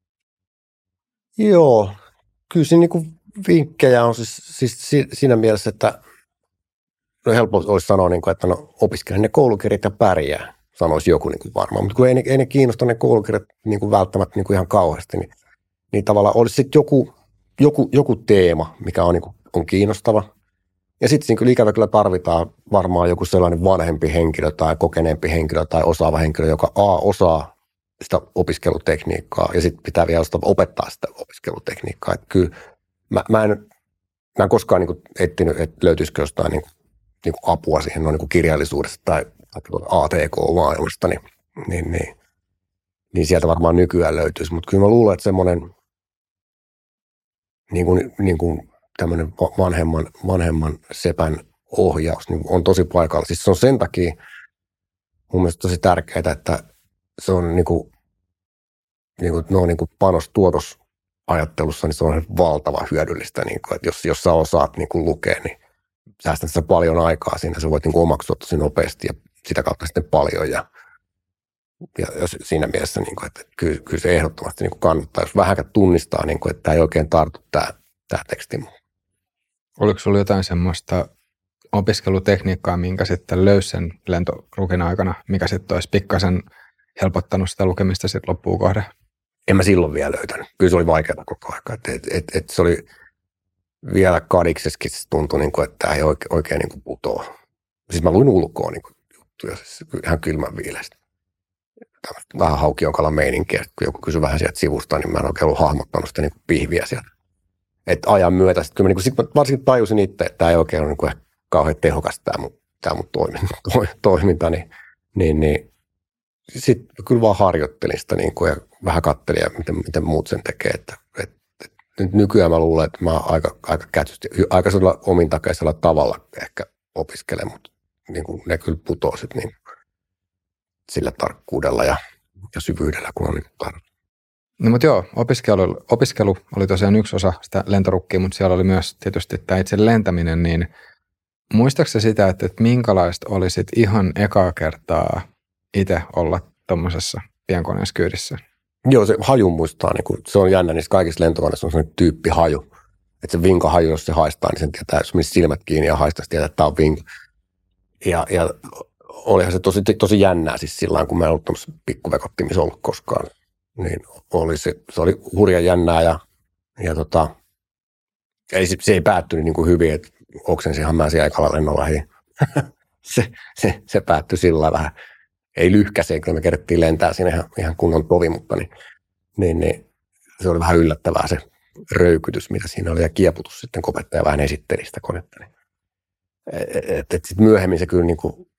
Joo, kyllä siinä niinku vinkkejä on siis, siis siinä mielessä, että no helppo olisi sanoa, niin kuin, että no opiskele ne koulukirjat ja pärjää, sanoisi joku niin kuin varmaan. Mutta kun ei ne, ei ne kiinnosta ne koulukirjat niin kuin välttämättä niin kuin ihan kauheasti, niin, niin tavallaan olisi sitten joku, joku, joku teema, mikä on, niin kuin, on kiinnostava. Ja sitten siinä kyllä ikävä kyllä tarvitaan varmaan joku sellainen vanhempi henkilö tai kokeneempi henkilö tai osaava henkilö, joka A osaa sitä opiskelutekniikkaa ja sitten pitää vielä opettaa sitä opiskelutekniikkaa. Että kyllä mä, mä, en, mä en koskaan niin kuin etsinyt, että löytyisikö jostain niin kuin, niin kuin apua siihen no, niin kuin kirjallisuudesta tai, tai A T K-maailmasta, niin, niin, niin, niin sieltä varmaan nykyään löytyisi. Mutta kyllä mä luulen, että semmoinen niin kuin, niin kuin tämmöinen vanhemman, vanhemman sepän ohjaus niin on tosi paikalla. Siis se on sen takia mun mielestä tosi tärkeää, että se on niin kuin, niin kuin, no, niin kuin panos-tuotos-ajattelussa, niin se on valtavan hyödyllistä. Niin kuin, että jos, jos sä osaat niin kuin lukea, niin säästät sä paljon aikaa siinä. Sä voit niin kuin omaksua tosi nopeasti ja sitä kautta sitten paljon. Ja, ja, ja siinä mielessä, niin kuin, että kyllä, kyllä se ehdottomasti niin kuin kannattaa, jos vähänkään tunnistaa, niin kuin, että tämä ei oikein tartu tämä, tämä teksti. Oliko sulla jotain semmoista opiskelutekniikkaa, minkä sitten löysi sen lentorukin aikana, mikä sitten olisi pikkasen helpottanut sitä lukemista sitten loppuun kohden? En mä silloin vielä löytänyt. Kyllä se oli vaikeaa koko ajan. Et, et, et, et se oli vielä kadiksessakin se tuntui, niin kuin, että tämä ei oikein, oikein niin kuin putoa. Siis mä luin ulkoa niin kuin juttuja, siis ihan kylmän viileistä. Vähän haukionkalan meininkiä. Kun joku kysyi vähän sieltä sivusta, niin mä en oikein ollut hahmottanut sitä niin kuin pihviä sieltä. Että ajan myötä, sitten kyllä mä, niin kuin, sit mä varsinkin tajusin itse, että tämä ei oikein ole niin kuin kauhean tehokas tämä mun, tämä mun toiminta, toiminta niin, niin, niin sitten kyllä vaan harjoittelin sitä niin kuin, ja vähän kattelin, ja miten, miten muut sen tekee. Että, et, et, nyt nykyään mä luulen, että mä aika, aika kätsysti, aika sellaisella omintakeisella tavalla ehkä opiskelen, mutta niin kuin ne kyllä putoo sitten niin sillä tarkkuudella ja, ja syvyydellä, kun on niin tarvittu. No mutta joo, opiskelu, opiskelu oli tosiaan yksi osa sitä lentorukkia, mutta siellä oli myös tietysti tämä itse lentäminen, niin muistaaksä sitä, että, että minkälaista oli sit ihan ekaa kertaa itse olla tuommoisessa pienkoneessa kyydissä? Joo, se haju muistaa, niin kun, se on jännä, niissä kaikissa lentokoneissa on sellainen tyyppi haju. Että se vinkahaju, jos se haistaa, niin sen tietää, jos menisi silmät kiinni ja haistaisi, tietää, että tämä on vinka. Ja, ja olihan se tosi, tosi jännää siis sillä kun mä en ollut tuollaisessa pikkuvekottimissa ollut koskaan. Niin oli se, se oli hurja jännää ja, ja tota, ei, se ei päättynyt niin kuin hyvin, että oksensinhan mä siellä ekalla lennolla. se, se, se päättyi sillä vähän. Ei lyhkäiseen, kun me kerettiin lentää siinä ihan, ihan kunnon tovi, mutta niin, niin, niin, se oli vähän yllättävää se röykytys, mitä siinä oli, ja kieputus sitten, kun opettaja vähän esitteli sitä konetta. Niin. Et, et sitten myöhemmin se kyllä niin kuin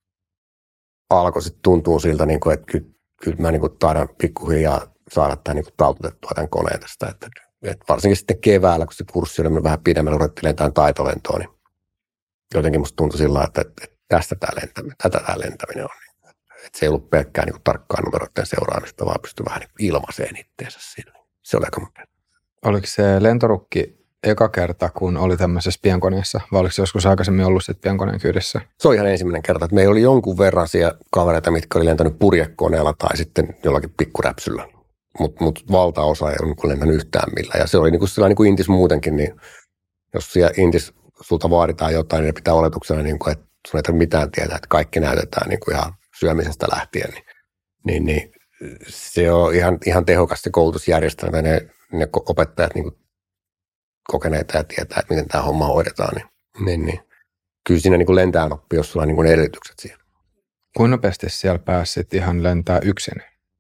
alkoi sitten tuntua siltä, niin kuin, että kyllä, kyllä mä niin kuin taidan pikkuhiljaa saada tämän niin kuin taltutettua tämän koneen tästä. Että, et varsinkin sitten keväällä, kun se kurssi oli vähän pidemmällä, ruvettiin lentämään taitolentoon, niin jotenkin musta tuntui sillä että, että tästä tämä lentäminen, tätä tämä lentäminen on. Että se ei ollut pelkkää niin tarkkaan numeroiden seuraamista, vaan pystyi vähän niin ilmaiseen itteensä siinä. Se oli aika mukava. Oliko se lentorukki eka kerta, kun oli tämmöisessä pienkoneessa, vai oliko se joskus aikaisemmin ollut sitten pienkoneen kyydissä? Se oli ihan ensimmäinen kerta, että meillä oli jonkun verran siellä kavereita, mitkä oli lentänyt purjekoneella tai sitten jollakin pikkuräpsyllä. mutta mut valtaosa ei ole niin lentänyt yhtään millään. Ja se oli niin kuin, sillä niin kuin Intis muutenkin, niin jos siellä Intis sulta vaaditaan jotain, niin pitää oletuksena, niin kuin, että sun ei tarvitse mitään tietää, että kaikki näytetään niin kuin ihan syömisestä lähtien. Niin, niin, niin se on ihan, ihan tehokas se koulutusjärjestelmä. Ne, ne opettajat niin kuin kokeneita ja tietää, että miten tämä homma hoidetaan. Niin, niin, niin. Kyllä siinä niin kuin lentään oppi, jos sulla on niin kuin edellytykset siihen. Kuinka nopeasti siellä pääsit ihan lentää yksin?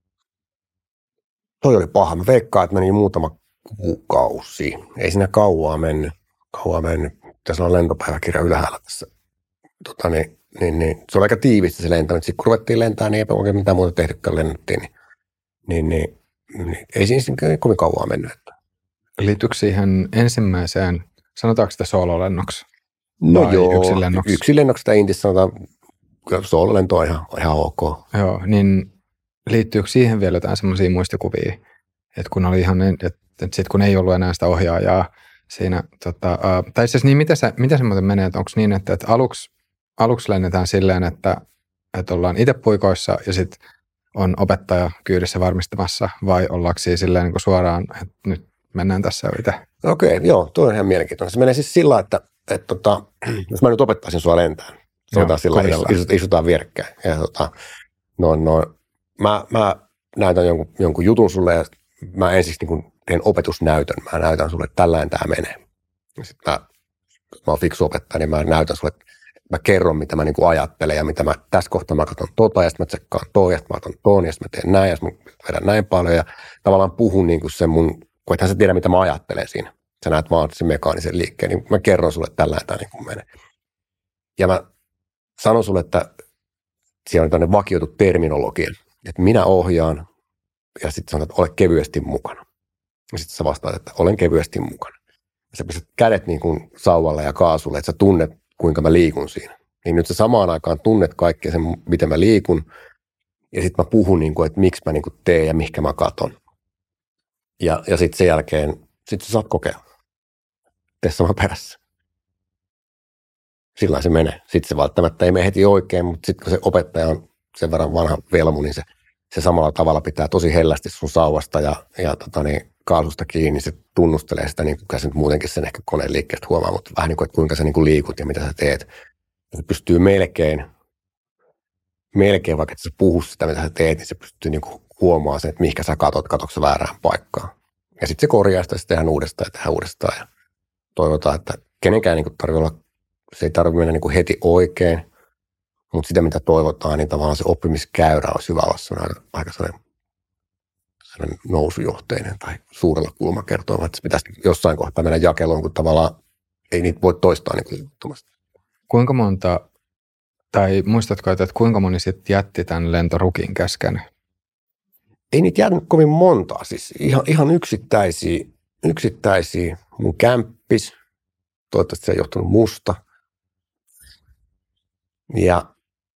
Toi oli paha. Mä veikkaan, että meni muutama kuukausi. Ei siinä kauaa mennyt. Kauaa mennyt. Tässä on lentopäiväkirja ylhäällä tässä. Tota, niin, niin, niin. Se oli aika tiivistä se lento. Sitten kun ruvettiin lentää, niin ei oikein mitään muuta tehdykään lennettiin. Niin, niin, niin, niin. Ei siinä kovin kauaa mennyt. Liittyykö siihen ensimmäiseen, sanotaanko sitä soololennoksi? No vai joo, yksinlennoksi? yksinlennoksi tai Intis sanotaan, soololento on ihan, ihan ok. Joo, niin liittyykö siihen vielä jotain semmoisia muistikuvia, että kun oli ihan, että, että sitten kun ei ollut enää sitä ohjaajaa siinä, tota, uh, tai siis niin, miten se, miten se muuten menee, että onko niin, että, että aluksi, aluksi lennetään silleen, että, että ollaan itse puikoissa ja sitten on opettaja kyydissä varmistamassa, vai ollaanko siinä silleen niin kuin suoraan, että nyt mennään tässä itse? Okei, okay, joo, tuo on ihan mielenkiintoinen. Se menee siis sillä, että, että tota, jos mä nyt opettaisin sua lentään, sanotaan sillä tavalla, istutaan vierekkäin. Ja tota, no, no, mä, mä näytän jonkun, jonkun jutun sulle ja mä ensiksi niin teen opetusnäytön. Mä näytän sulle, että tällainen tämä menee. Ja sitten mä, mä oon fiksu opettaja, niin mä näytän sulle, että mä kerron, mitä mä niin kuin ajattelen ja mitä mä tässä kohtaa mä katson tota ja sitten mä tsekkaan toi ja sitten mä katson ton ja sitten mä teen näin ja sitten mä vedän näin paljon ja tavallaan puhun niin kuin sen mun, kun ethän sä tiedä, mitä mä ajattelen siinä. Sä näet vaan sen mekaanisen liikkeen, niin mä kerron sulle, että tällainen tämä niin kuin menee. Ja mä sanon sulle, että siellä on tämmöinen vakioitu terminologia, että minä ohjaan ja sitten sanotaan, että ole kevyesti mukana. Ja sitten sä vastaat, että olen kevyesti mukana. Ja sä pistät kädet niin kuin sauvalle ja kaasulle, että sä tunnet, kuinka mä liikun siinä. Niin nyt sä samaan aikaan tunnet kaikkea sen, miten mä liikun. Ja sitten mä puhun, niin kuin, että miksi mä niin kuin teen ja mihinkä mä katon. Ja, ja sitten sen jälkeen, sit sä saat kokea. Tee sama perässä. Sillä se menee. Sitten se välttämättä ei mene heti oikein, mutta sitten kun se opettaja on sen verran vanha velmu, niin se, se samalla tavalla pitää tosi hellästi sun sauvasta ja, ja tota niin, kaasusta kiinni. Se tunnustelee sitä, niin kuin se nyt muutenkin sen ehkä koneen liikkeestä huomaa, mutta vähän niin kuin, että kuinka sä niin kuin liikut ja mitä sä teet. Se pystyy melkein, melkein vaikka että sä puhu sitä, mitä sä teet, niin se pystyy niin kuin huomaamaan sen, että mihinkä sä katot, katotko sä väärään paikkaan. Ja sitten se korjaa sitä, sitten tehdään uudestaan ja tehdään uudestaan. Ja toivotaan, että kenenkään niin kuin tarvitse olla, se ei tarvitse mennä niin kuin heti oikein, mutta sitä, mitä toivotaan, niin tavallaan se oppimiskäyrä olisi hyvä olla sellainen, aika sellainen, sellainen nousujohteinen tai suurella kulmakertoilla, että se pitäisi jossain kohtaa mennä jakeluun, kun tavallaan ei niitä voi toistaa niin kuin juttumasta. Kuinka monta, tai muistatko, että kuinka moni sitten jätti tämän lentorukin kesken? Ei niitä jäänyt kovin montaa, siis ihan, ihan yksittäisiä, yksittäisiä mun kämppis, toivottavasti se ei johtunut musta. Ja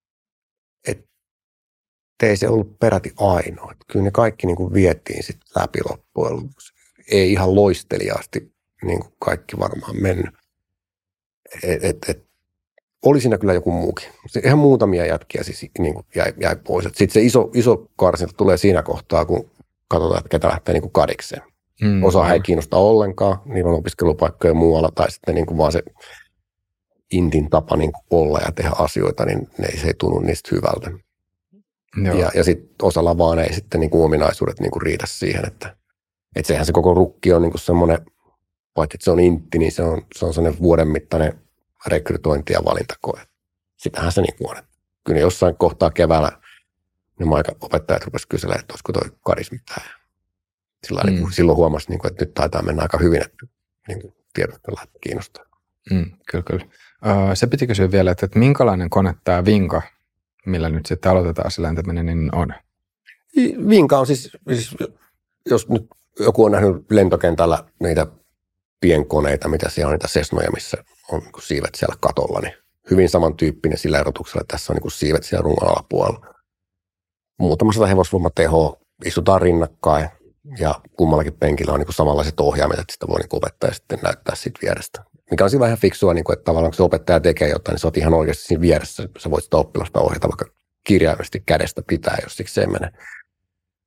ei se ollut peräti ainoa. Kyllä ne kaikki niin kuin vietiin sitten läpi loppujen lopuksi. Ei ihan loisteliaasti niin kuin kaikki varmaan mennyt. Et, et, et, oli siinä kyllä joku muukin. Se ihan muutamia jätkiä siis niin kuin jäi, jäi pois. Sitten se iso, iso karsinta tulee siinä kohtaa, kun katsotaan, että ketä lähtee niin kuin kadikseen. Mm, Osa ei kiinnosta ollenkaan. Niillä on opiskelupaikkoja muualla tai sitten niin kuin vaan se intin tapa niin kuin olla ja tehdä asioita, niin ne ei, se ei tunnu niistä hyvältä. Joo. Ja, ja sitten osalla vaan ei sitten niin kuin ominaisuudet niin kuin riitä siihen, että, että sehän se koko rukki on niin kuin semmoinen, paitsi että se on intti, niin se on, se on semmoinen vuoden mittainen rekrytointi- ja valintakoe. Sitähän se niin kuin on. Kyllä jossain kohtaa keväällä ne opettajat rupesivat kyselemään, että olisiko toi kadis mitään. Sillä mm. niin kuin, silloin huomasi, niin kuin, että nyt taitaa mennä aika hyvin, että niin kuin tiedotella, että kiinnostaa. Mm, kyllä, kyllä. Uh, se piti kysyä vielä, että, että minkälainen kone tämä Vinka, millä nyt sitten aloitetaan se lentäminen, niin on? Vinka on siis, siis, jos nyt joku on nähnyt lentokentällä niitä pienkoneita, mitä siellä on, niitä Cessnoja, missä on niin kuin siivet siellä katolla, niin hyvin samantyyppinen sillä erotuksella, että tässä on niin kuin siivet siellä rungon alapuolella. Muutama sata hevosvoimatehoa, istutaan rinnakkain ja kummallakin penkillä on niin kuin samanlaiset ohjaimet, että sitä voi niin kuin opettaja sitten näyttää siitä vierestä. Mikä on siinä vähän fiksua, niin kuin, että tavallaan kun se opettaja tekee jotain, niin sä oot ihan oikeasti siinä vieressä. Sä voit sitä oppilasta ohjata vaikka kirjaimellisesti kädestä pitää, jos siksi se menee.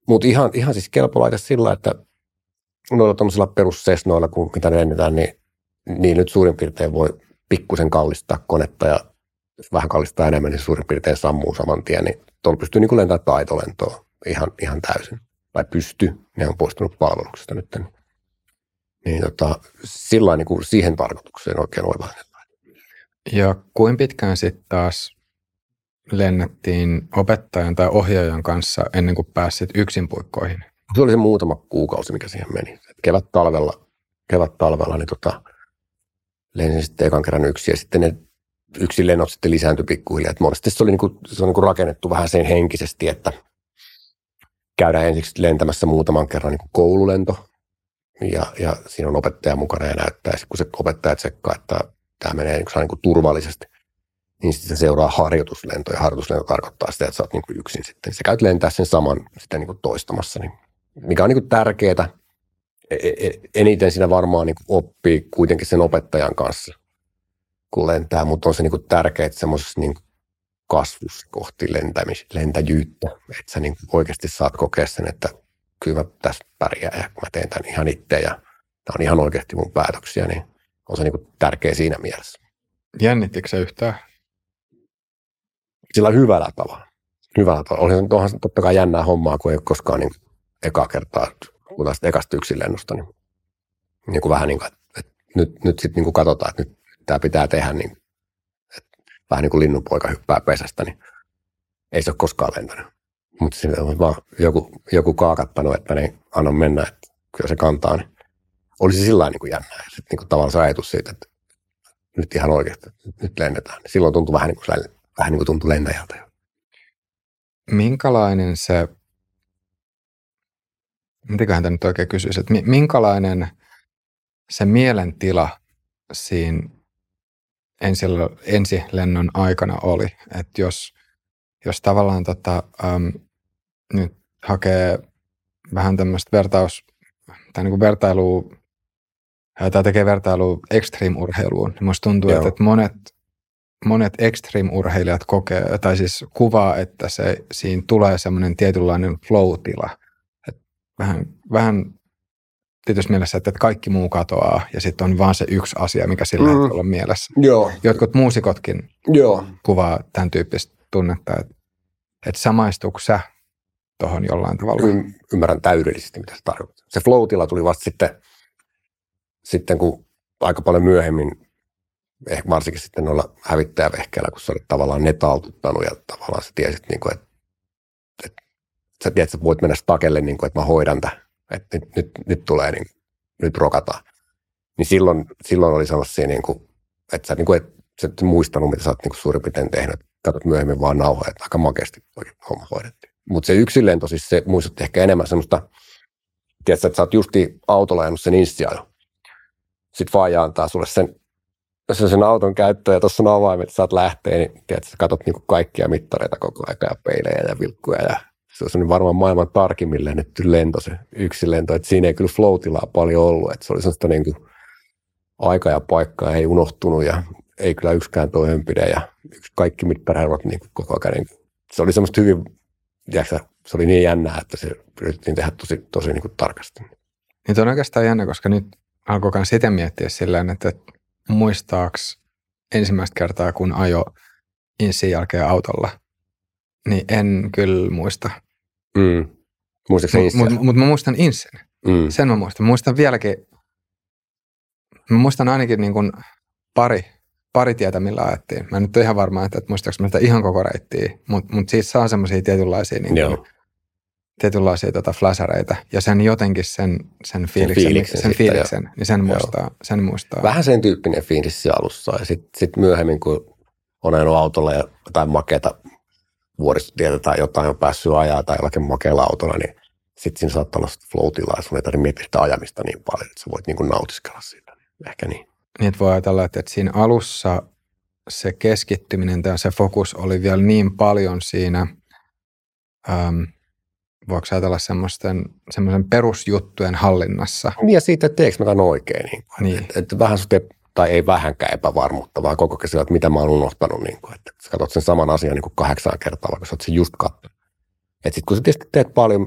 Mutta ihan, ihan siis kelpo laite sillä, että noilla tuollaisilla perussesnoilla, kun mitä ne lennetään, niin, niin nyt suurin piirtein voi pikkusen kallistaa konetta ja jos vähän kallistaa enemmän, niin suurin piirtein sammuu saman tien, niin tuolla pystyy niin kuin lentämään taitolentoa ihan, ihan täysin. Tai pystyy, ne on poistunut palveluksesta nyt. Niin, niin tota, sillä niin kuin siihen tarkoitukseen oikein oivainen. Ja kuinka pitkään sitten taas lennettiin opettajan tai ohjaajan kanssa ennen kuin pääsit yksin puikkoihin? Se oli se muutama kuukausi, mikä siihen meni. Kevät talvella, kevät talvella niin tota, lensin sitten ekan kerran yksin ja sitten ne yksin lennot sitten lisääntyi pikkuhiljaa. Et monesti se, oli niinku, se on niinku rakennettu vähän sen henkisesti, että käydään ensiksi lentämässä muutaman kerran niinku koululento ja, ja siinä on opettaja mukana ja näyttää. Ja kun se opettaja tsekkaa, että tämä menee niinku, niinku turvallisesti, niin sitten se seuraa harjoituslento ja harjoituslento tarkoittaa sitä, että sä oot niinku yksin sitten. Sä käyt lentää sen saman sitten niinku toistamassa, niin, mikä on niinku tärkeää. Eniten siinä varmaan niinku oppii kuitenkin sen opettajan kanssa, kun lentää, mutta on se niinku tärkeää semmoisessa niinku kasvussa kohti lentämis, lentäjyyttä, että sä niinku oikeasti saat kokea sen, että kyllä mä tässä pärjää ja mä teen tämän ihan itse ja tämä on ihan oikeasti mun päätöksiä, niin on se niinku tärkeä siinä mielessä. Jännittikö se yhtään? Sillä hyvällä tavalla. Hyvällä tavalla. Onhan se totta kai jännää hommaa, kun ei ole koskaan niin ekaa kertaa, kun taas ekasta yksin lennosta, niin, niin kuin vähän niin kuin, että nyt, nyt sitten niin katsotaan, että nyt tämä pitää tehdä, niin, että vähän niin kuin linnunpoika hyppää pesästä, niin ei se ole koskaan lentänyt. Mutta siinä on vaan joku, joku kaakattanut, että ne anna mennä, että kyllä se kantaa, niin olisi sillä lailla niin jännää. Ja sitten niin tavallaan se ajatus siitä, että nyt ihan oikeasti, että nyt lennetään. Silloin tuntui vähän niin kuin, vähän niin kuin tuntui lennäjältä. Minkälainen se, mitenköhän tämä nyt oikein kysyisi, että minkälainen se mielentila siinä ensilennon aikana oli? Että jos, jos tavallaan tota, äm, nyt hakee vähän tämmöistä vertaus, tai niin kuin vertailua, tai tekee vertailua extreme-urheiluun, niin musta tuntuu, että, että monet, monet extreme-urheilijat kokee, tai siis kuvaa, että se, siinä tulee semmoinen tietynlainen flow-tila. Että vähän, vähän tietysti mielessä, että kaikki muu katoaa, ja sitten on vaan se yksi asia, mikä sillä mm. olla mielessä. Joo. Jotkut muusikotkin Joo. kuvaa tämän tyyppistä tunnetta, että, että samaistuuko sä tuohon jollain tavalla? Y- ymmärrän täydellisesti, mitä se tarkoittaa. Se flow-tila tuli vasta sitten, sitten kun aika paljon myöhemmin, ehkä varsinkin sitten noilla hävittäjävehkeillä, kun sä olet tavallaan netaltuttanut ja tavallaan sä tiesit, niin kuin, että, että sä tiedät, että sä voit mennä stakelle, niin kuin, että mä hoidan tämän, että nyt, nyt, nyt tulee, niin, nyt rokataan. Niin silloin, silloin oli sellaisia, niin kuin, että sä, niin kuin, et, sä et muistanut, mitä sä oot niin kuin suurin piirtein tehnyt. Katsot myöhemmin vaan nauhoja, että aika makeasti homma hoidettiin. Mutta se yksilento, siis se muistutti ehkä enemmän semmoista, tiedätkö, että sä oot justi autolla ajanut sen inssiajo. Sitten faija antaa sulle sen, sen auton käyttöön ja tuossa on avaimet, saat lähteä, niin tiedätkö, sä katsot niinku kaikkia mittareita koko ajan ja peilejä ja vilkkuja. Ja se on varmaan maailman tarkimmin lennetty lento, se yksilento. Että siinä ei kyllä flow-tilaa paljon ollut. Että se oli sellaista niinku aika ja paikkaa ei unohtunut ja ei kyllä yksikään toimenpide ja kaikki mittareirot niinku koko ajan. Niin se oli semmoista hyvin, tiedätkö, se oli niin jännää, että se yritettiin tehdä tosi, tosi niinku tarkasti. Niin on oikeastaan jännä, koska nyt alkoi myös sitä miettiä silleen, että muistaaks ensimmäistä kertaa, kun ajo inssin jälkeen autolla, niin en kyllä muista. Mm. Muistatko inssin? Mutta mut mä muistan inssin. Mm. Sen mä muistan. Mä muistan vieläkin, mä muistan ainakin niin kuin pari, pari tietä, millä ajettiin. Mä en nyt ole ihan varma, että, että muistaaks mä sitä ihan koko reittiä, mutta mut siitä saa semmoisia tietynlaisia niin kuin, tietynlaisia tota flashereita ja sen jotenkin sen, sen fiiliksen, sen fiiliksen, sen sitten, fiiliksen niin sen muistaa, sen muistaa. Vähän sen tyyppinen fiilis alussa ja sitten sit myöhemmin, kun on ajanut autolla ja jotain makeata vuoristotietä tai jotain on päässyt ajaa tai jollakin makealla autolla, niin sitten siinä saattaa olla flow-tilaa ja sun ei tarvitse miettiä sitä ajamista niin paljon, että sä voit niin kuin nautiskella siitä. Ehkä niin. Niin, että voi ajatella, että siinä alussa se keskittyminen tai se fokus oli vielä niin paljon siinä, ähm, voiko ajatella semmoisten, semmoisen perusjuttujen hallinnassa. Ja siitä, että teekö mä tämän oikein. Niin niin. Että, että vähän sut, tai ei vähänkään epävarmuutta, vaan koko kesä, että mitä mä oon unohtanut. Niin kuin, että sä katsot sen saman asian niin kuin kahdeksan kertaa, vaikka sä oot sen just katsonut. Että sitten kun sä tietysti teet paljon,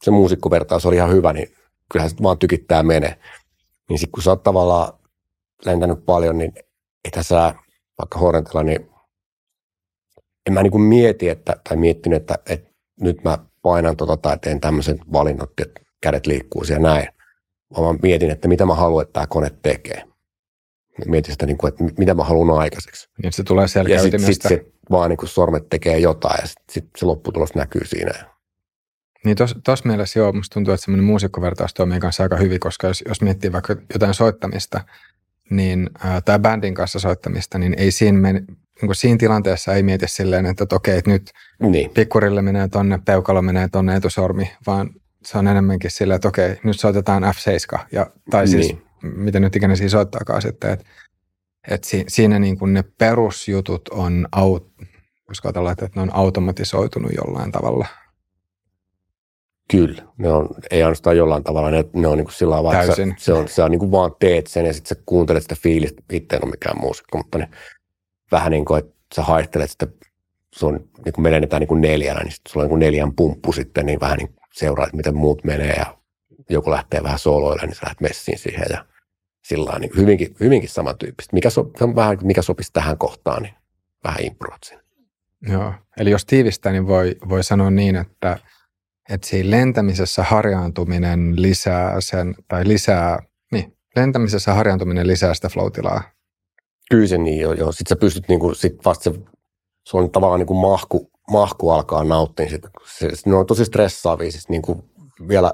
se muusikkovertaus oli ihan hyvä, niin kyllähän se vaan tykittää menee. Niin sitten kun sä oot tavallaan lentänyt paljon, niin ethän sä vaikka Hornetilla, niin en mä niin kuin mieti, että, tai miettinyt, että, että nyt mä painan tota tai teen tämmöisen valinnot, että kädet liikkuu siellä näin. Vaan mä mietin, että mitä mä haluan, että tämä kone tekee. Mietin sitä, niin kuin, että mitä mä haluan aikaiseksi. Niin se tulee selkäytimestä. Ja sitten sit vaan niin kuin sormet tekee jotain ja sitten sit se lopputulos näkyy siinä. Niin tuossa mielessä joo, musta tuntuu, että semmoinen muusikkovertaus toimii kanssa aika hyvin, koska jos, jos miettii vaikka jotain soittamista, niin, ää, tai bändin kanssa soittamista, niin ei siinä, meni, niin kuin siinä tilanteessa ei mieti silleen, että okei, että nyt niin. pikkurille menee tonne, peukalo menee tonne, etusormi, vaan se on enemmänkin silleen, että okei, nyt soitetaan F seitsemän, ja, tai siis niin. miten nyt ikinä siinä soittaakaan sitten, että, että si, siinä niin kuin ne perusjutut on, aut, koska ajatellaan, että ne on automatisoitunut jollain tavalla. Kyllä, ne on, ei ainoastaan jollain tavalla, ne, ne on niin kuin sillä tavalla, että sä, se on, sä niin kuin vaan teet sen ja sitten sä kuuntelet sitä fiilistä, itse en ole mikään muusikko, mutta ne, vähän niin kuin, että sä haistelet sitä, se on niin kuin me lennetään niin kuin neljänä, niin sitten sulla on niin kuin neljän pumppu sitten, niin vähän niin seuraat, miten muut menee ja joku lähtee vähän sooloille, niin sä lähdet messiin siihen ja sillä niin hyvinkin, hyvinkin samantyyppistä. Mikä, so, se on vähän, mikä sopisi tähän kohtaan, niin vähän improat siinä. Joo, eli jos tiivistää, niin voi, voi sanoa niin, että että siinä lentämisessä harjaantuminen lisää sen, tai lisää, niin, lentämisessä harjaantuminen lisää sitä flow-tilaa. Kyllä se niin, joo, joo. Sitten sä pystyt, niinku, sit vasta se, se on tavallaan niinku mahku, mahku alkaa nauttia. Sit, se, ne on tosi stressaavia, siis niinku vielä,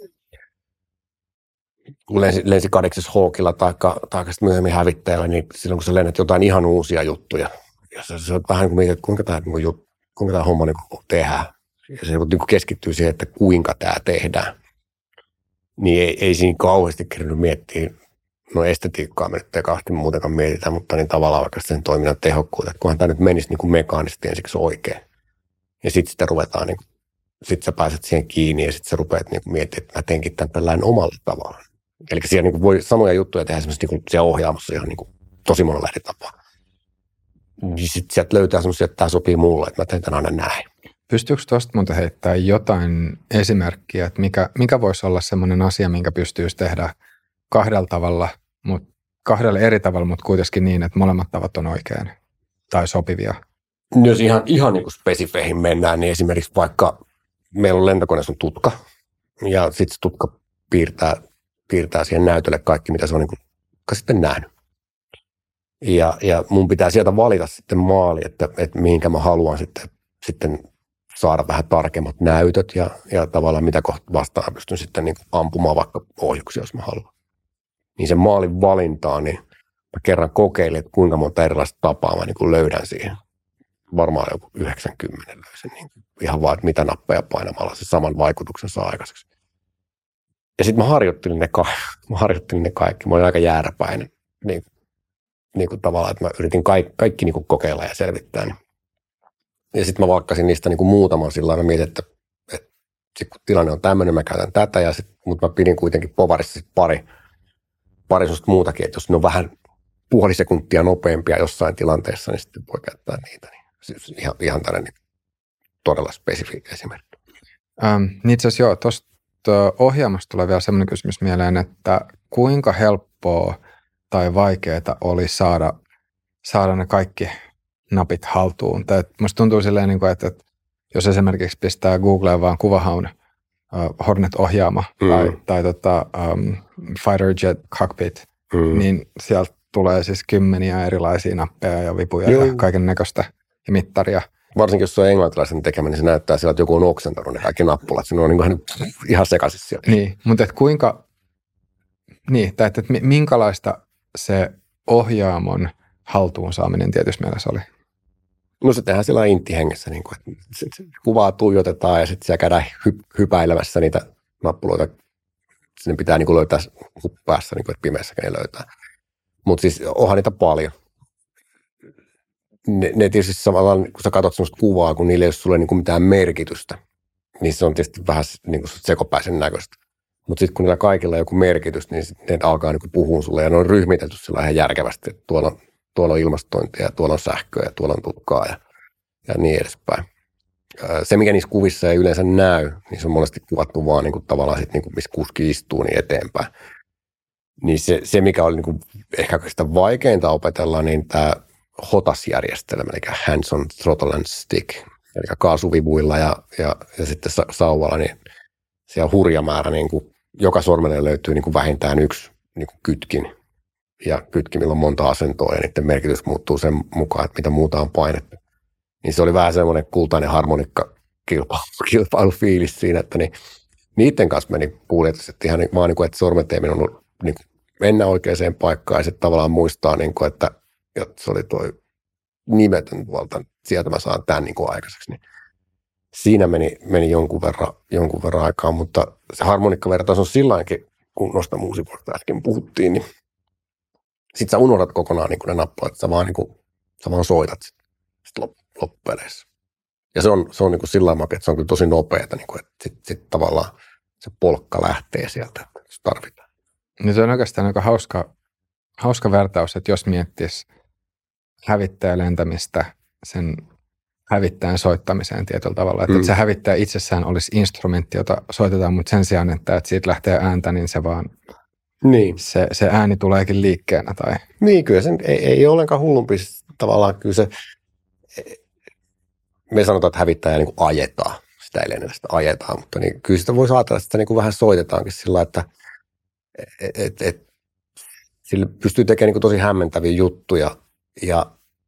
kun lensi, lensi kadeksissa Hawkilla tai sitten myöhemmin hävittäjällä, niin silloin kun sä lennät jotain ihan uusia juttuja, ja se, se on vähän niin kuin, että kuinka tämä, niinku, kuinka tämä homma niinku tehdään. Ja se niin keskittyy siihen, että kuinka tämä tehdään. Niin ei, ei siinä kauheasti kerran miettiä, no estetiikkaa me nyt ekasti muutenkaan mietitään, mutta niin tavallaan vaikka sen toiminnan tehokkuutta, että kunhan tämä nyt menisi niin kuin mekaanisesti ensiksi oikein. Ja sitten sitä ruvetaan, niin sitten sä pääset siihen kiinni ja sitten sä rupeat niin miettimään, että mä teenkin tämän tällainen omalla tavalla. Eli siellä niin voi samoja juttuja tehdä esimerkiksi niin siellä ohjaamassa ihan niin kuin tosi monella eri tapaa. Niin sitten sieltä löytää semmoisia, että tämä sopii mulle, että mä teen tämän aina näin. Pystyykö tuosta monta heittää jotain esimerkkiä, että mikä, mikä voisi olla semmoinen asia, minkä pystyisi tehdä kahdella tavalla, mutta kahdella eri tavalla, mutta kuitenkin niin, että molemmat tavat on oikein tai sopivia? Jos ihan, ihan niin kuin spesifeihin mennään, niin esimerkiksi vaikka meillä on lentokoneessa on tutka, ja sitten se tutka piirtää, piirtää siihen näytölle kaikki, mitä se on niin kuin sitten nähnyt. Ja, ja mun pitää sieltä valita sitten maali, että, että mihinkä mä haluan sitten, sitten saada vähän tarkemmat näytöt ja, ja tavallaan mitä kohta vastaan pystyn sitten niin kuin ampumaan vaikka ohjuksia, jos mä haluan. Niin sen maalin valintaa, niin mä kerran kokeilin, että kuinka monta erilaista tapaa mä niin kuin löydän siihen. Varmaan joku yhdeksänkymmentä löysin. Niin ihan vaan, että mitä nappeja painamalla se saman vaikutuksen saa aikaiseksi. Ja sitten mä harjoittelin ne, ka- mä harjoittelin ne kaikki. Mä olin aika jääräpäinen. Niin, niin kuin tavallaan, että mä yritin kaikki, kaikki niin kuin kokeilla ja selvittää. Niin. Ja sitten mä valkkasin niistä niin kuin muutaman sillä lailla. Mä mietin, että, että sit kun tilanne on tämmöinen, mä käytän tätä. Ja sit, mutta mä pidin kuitenkin povarissa sit pari, pari sellaista muutakin, että jos ne on vähän puoli sekuntia nopeampia jossain tilanteessa, niin sitten voi käyttää niitä. Niin. Siis ihan, ihan tällainen todella spesifi esimerkki. Ähm, niin itse asiassa joo, tuosta ohjelmasta tulee vielä sellainen kysymys mieleen, että kuinka helppoa tai vaikeaa oli saada, saada ne kaikki napit haltuun. Tai musta tuntuu silleen, että, että jos esimerkiksi pistää Googleen vaan kuvahaun uh, Hornet-ohjaama mm. tai, tai tota, um, Fighter Jet Cockpit, mm. niin sieltä tulee siis kymmeniä erilaisia nappeja ja vipuja Joo. ja kaiken näköistä ja mittaria. Varsinkin jos se on englantilaisen tekemä, niin se näyttää sillä, että joku on oksentanut ne kaikki nappulat. Se on niin kuin ihan sekaisin siellä. Niin, mutta että kuinka, niin, tai että, että minkälaista se ohjaamon haltuun saaminen tietysti mielessä oli? No se tehdään sillä intti-hengessä, niin kuin, että se, se kuvaa tuijotetaan ja sitten siellä käydään hy- hypäilemässä niitä nappuloita. Sinne pitää niin kuin löytää päässä, niin kuin, että pimeässäkin ne löytää. Mutta siis onhan niitä paljon. Ne, ne tietysti samalla, kun sä katsot sellaista kuvaa, kun niillä ei ole sulle niin kuin mitään merkitystä, niin se on tietysti vähän niin kuin sekopäisen näköistä. Mutta sitten kun niillä kaikilla on joku merkitys, niin ne alkaa niin kuin puhua sulle ja ne on ryhmitetty sillä ihan järkevästi, että tuolla on, tuolla on ilmastointia ja tuolla on sähköä ja tuolla on tukkaa ja, ja niin edespäin. Se, mikä niissä kuvissa ei yleensä näy, niin se on monesti kuvattu vaan niin kuin tavallaan sit, niin kuin, missä kuski istuu niin eteenpäin. Niin se, se mikä oli niin kuin, ehkä sitä vaikeinta opetella, niin tämä HOTAS-järjestelmä, eli Hands on Throttle and Stick, eli kaasuvivuilla ja, ja, ja sitten sauvalla, niin siellä on hurja määrä, niin kuin, joka sormelle löytyy niin kuin vähintään yksi niin kuin kytkin, ja kytkimillä on monta asentoa, ja niiden merkitys muuttuu sen mukaan, että mitä muuta on painettu. Niin se oli vähän semmoinen kultainen harmonikka kilpailufiilis siinä, että niin, niiden kanssa meni kuljetus, että ihan vaan niin kuin, että sormet ei mennyt niin kuin, mennä oikeaan paikkaan, ja sitten tavallaan muistaa, niin kuin, että, että se oli toi nimetön tuolta, sieltä mä saan tämän niin kuin aikaiseksi. Niin siinä meni, meni jonkun, verran, jonkun verran aikaa, mutta se harmonikkavertaus on sillainkin, kun noista muusikoista äsken puhuttiin, niin sit sä unohdat kokonaan niin kuin ne nappaat, että sä vaan, niin kuin, sä vaan soitat sit, sit loppupeleissä. Ja se on, se on niin kuin sillä lailla, että se on kyllä tosi nopeata, niin kuin, että sitten sit tavallaan se polkka lähtee sieltä, jos tarvitaan. Niin se on oikeastaan aika hauska, hauska vertaus, että jos miettisi hävittäjä lentämistä sen hävittäjän soittamiseen tietyllä tavalla. Että, mm. että se hävittäjä itsessään olisi instrumentti, jota soitetaan, mutta sen sijaan, että, että siitä lähtee ääntä, niin se vaan niin. se, se ääni tuleekin liikkeenä. Tai... Niin, kyllä se ei, ei ole ollenkaan hullumpi tavallaan. Kyllä se, me sanotaan, että hävittäjä niin kuin ajetaan. Sitä ei lennetä, sitä ajetaan, mutta niin, kyllä sitä voi ajatella, että sitä niin kuin vähän soitetaankin sillä, että et, et, et, sillä pystyy tekemään niin kuin tosi hämmentäviä juttuja. Ja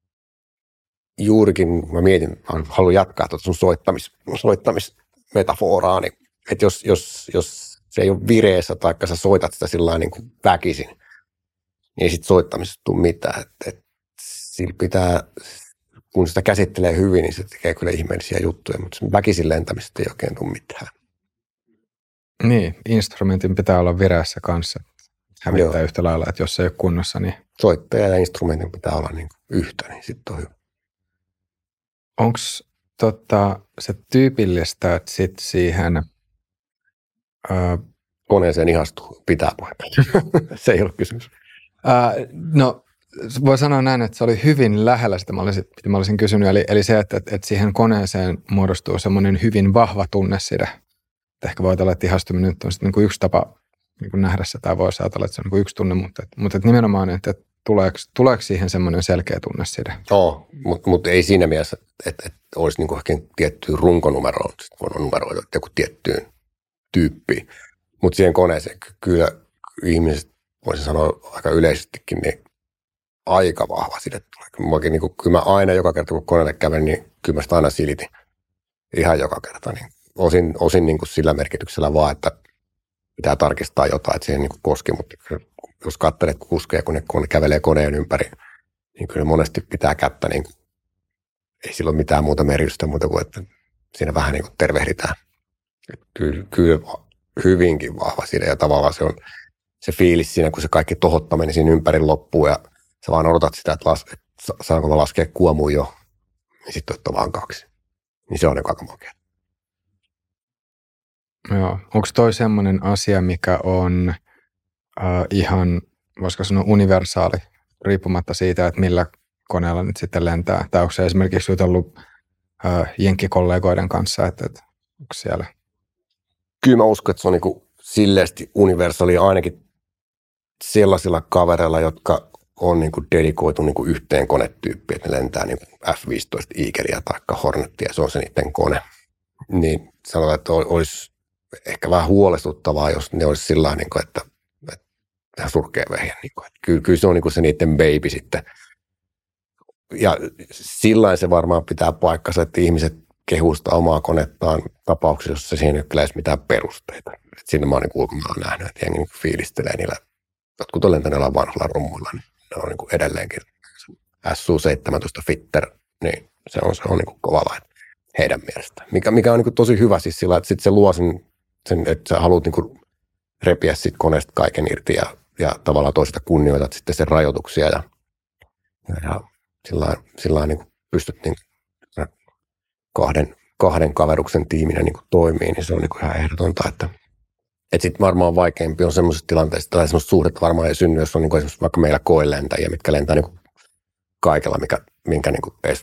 juurikin mä mietin, mä haluan jatkaa tuota sun soittamis, soittamismetaforaa, niin, että jos, jos, jos se ei ole vireessä tai sä soitat sitä sillä niin kuin väkisin, niin ei sit soittamisesta tule mitään. Et, et, sillä pitää, kun sitä käsittelee hyvin, niin se tekee kyllä ihmeellisiä juttuja, mutta väkisin lentämisestä ei oikein tule mitään. Niin, instrumentin pitää olla vireessä kanssa. Hävittää yhtä lailla, että jos se ei ole kunnossa, niin... Soittaja ja instrumentin pitää olla niin kuin yhtä, niin sitten on hyvä. Onko tota, se tyypillistä, että sit siihen... Ää, koneeseen ihastuu, pitää paikalla. Se ei ole kysymys. Ää, no, voi sanoa näin, että se oli hyvin lähellä sitä, mä olisin, mitä mä olisin kysynyt. Eli, eli se, että, että siihen koneeseen muodostuu semmoinen hyvin vahva tunneside. Ehkä voi ajatella, että ihastuminen nyt on sitten niin kuin yksi tapa niin kuin nähdä se, tai voisi ajatella, että se on niin kuin yksi tunne, mutta, mutta että nimenomaan, että tuleeko, tuleeko siihen semmoinen selkeä tunneside? Joo, mutta mut ei siinä mielessä, että, että olisi niin kuin ehkä tiettyä runkonumeroa, sitten voidaan numeroida joku tiettyyn tyyppiin. Mutta siihen koneeseen kyllä ihmiset, voisin sanoa aika yleisestikin, niin aika vahva side tulee. Niin kuin, kyllä mä aina joka kerta, kun koneelle kävin, niin kyllä mä sitä aina silitin. Ihan joka kerta. Niin osin osin niin kuin sillä merkityksellä vaan, että pitää tarkistaa jotain, että siihen niin kuin koski. Mutta jos katselet kuskeja, kun ne kone kävelee koneen ympäri, niin kyllä monesti pitää kättä. Niin kuin, ei sillä ole mitään muuta merkitystä muuta kuin, että siinä vähän niin kuin tervehditään. Kyllä, kyllä hyvinkin vahva side ja tavallaan se on se fiilis siinä, kun se kaikki tohottaminen siinä ympäri loppuu ja sä vaan odotat sitä, että, las, että saanko mä laskea kuomuun jo, niin sitten on vaan kaksi. Niin se on niin aika makea. Joo. Onko toi semmoinen asia, mikä on äh, ihan, voisiko sanoa universaali, riippumatta siitä, että millä koneella nyt sitten lentää? Tai onko se esimerkiksi jutellut äh, jenkkikollegoiden kanssa, että, että onko siellä? Kyllä mä uskon, että se on niin kuin silleesti universaali ainakin sellaisilla kavereilla, jotka on niin kuin dedikoitu niin kuin yhteen konetyyppiin, että ne lentää niin kuin F viisitoista Eagleä tai Hornetia, se on se niiden kone. Niin sanotaan, että olisi ehkä vähän huolestuttavaa, jos ne olisi sillä tavalla, niin kuin, että, että ihan surkea vehjä. Niin kuin, että kyllä, kyllä se on niin kuin se niiden baby sitten. Ja sillä se varmaan pitää paikkansa, että ihmiset kehuu sitä omaa konettaan tapauksessa, jossa siihen ei ole kyllä mitään perusteita. Et siinä mä oon niin ulkomailla nähnyt, että jengi niin fiilistelee niillä, jotkut on lentäneillä vanhalla rummuilla, niin ne on niin edelleenkin S U seitsemäntoista Fitter, niin se on, se on niin kova laite heidän mielestään. Mikä, mikä on niin tosi hyvä siis sillä, että sit se luo sen, sen että sä haluat niin repiä sit koneesta kaiken irti ja, ja tavallaan toisesta kunnioitat sitten sen rajoituksia ja, ja, ja sillä, sillä niin pystyt niin kahden, kahden kaveruksen tiiminä niin toimii, niin se on niin ihan ehdotonta, että et sitten varmaan vaikeampi on semmoisessa tilanteessa, tai semmoista suhdetta varmaan ei synny, jos on niin esimerkiksi vaikka meillä koelentäjiä, mitkä lentää niin kaikella, mikä, minkä niin edes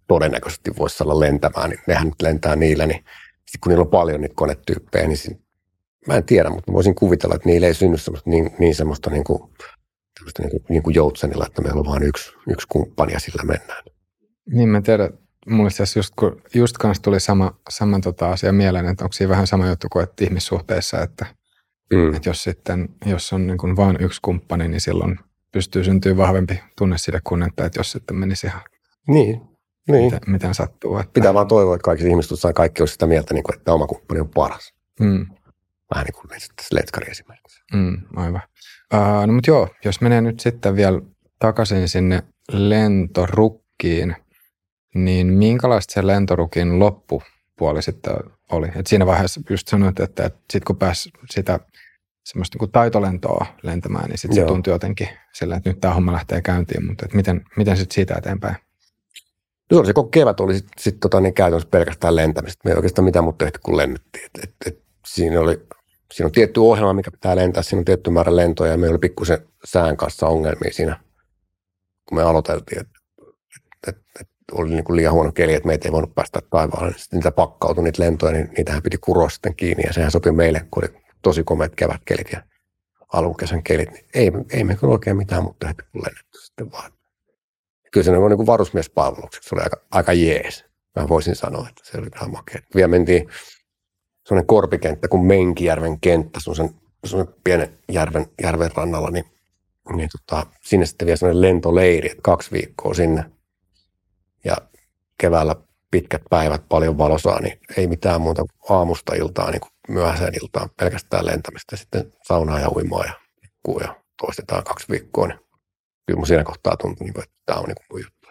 todennäköisesti voisi saada lentämään, niin nehän nyt lentää niillä, niin sitten kun niillä on paljon niitä konetyyppejä, niin siinä, mä en tiedä, mutta voisin kuvitella, että niillä ei synny semmoista niin, niin semmoista niin kuin, niin kuin, niin kuin joutsenilla, että meillä on vain yksi, yksi kumppani ja sillä mennään. Niin mä tiedän, mulle just, kun, just kanssa tuli sama, sama tota asia mieleen, että onko siinä vähän sama juttu kuin että ihmissuhteissa, että, mm. että jos sitten, jos on niin kuin vain yksi kumppani, niin silloin pystyy syntyä vahvempi tunne sille kuin, että, että jos sitten menisi ihan niin, niin. Miten, miten sattuu. Että... Pitää vaan toivoa, että kaikki ihmiset saa kaikki olisi sitä mieltä, niin kuin, että oma kumppani on paras. Mm. Vähän niin kuin tässä letkari esimerkiksi. Mm, aivan. Uh, no mutta joo, jos menee nyt sitten vielä takaisin sinne lentorukkiin, niin minkälaista se lentorukin loppupuoli sitten oli? Et siinä vaiheessa just sanoit, että, että sitten kun pääsi sitä semmoista niin kuin taitolentoa lentämään, niin sitten se tuntui jotenkin sillä, että nyt tämä homma lähtee käyntiin, mutta että miten, miten sitten siitä eteenpäin? No se, se koko kevät oli sitten sit, tota, niin käytännössä pelkästään lentämistä. Me ei oikeastaan mitään muuta tehty kuin lennettiin. Et, et, et, siinä, oli, siinä on tietty ohjelma, mikä pitää lentää, siinä on tietty määrä lentoja ja meillä oli pikkusen sään kanssa ongelmia siinä, kun me aloiteltiin. Et, et, et, et oli niin kuin liian huono keli, että meitä ei voinut päästä taivaalle. Sitten niitä pakkautui niitä lentoja, niin niitähän piti kuroa sitten kiinni ja sehän sopi meille, kun oli tosi komeat kevätkelit ja alkukesän kelit. Niin ei, ei me kyllä oikein mitään muuta tehty kuin lennetty sitten vaan. Kyllä se on niin kuin varusmiespalvelukseksi, se oli aika, aika jees. Mä voisin sanoa, että se oli ihan makea. Vielä mentiin sellainen korpikenttä kuin Menkijärven kenttä, sellaisen, sellainen pienen järven, järven rannalla, niin, niin tota, sinne sitten vielä sellainen lentoleiri, että kaksi viikkoa sinne. Ja keväällä pitkät päivät, paljon valosaa, niin ei mitään muuta aamusta iltaan, niin kuin myöhäiseen iltaan, pelkästään lentämistä. Sitten saunaa ja uimaa ja liikkuu ja toistetaan kaksi viikkoa, niin kyllä mun siinä kohtaa tuntui, että tämä on niin kuin mun juttu.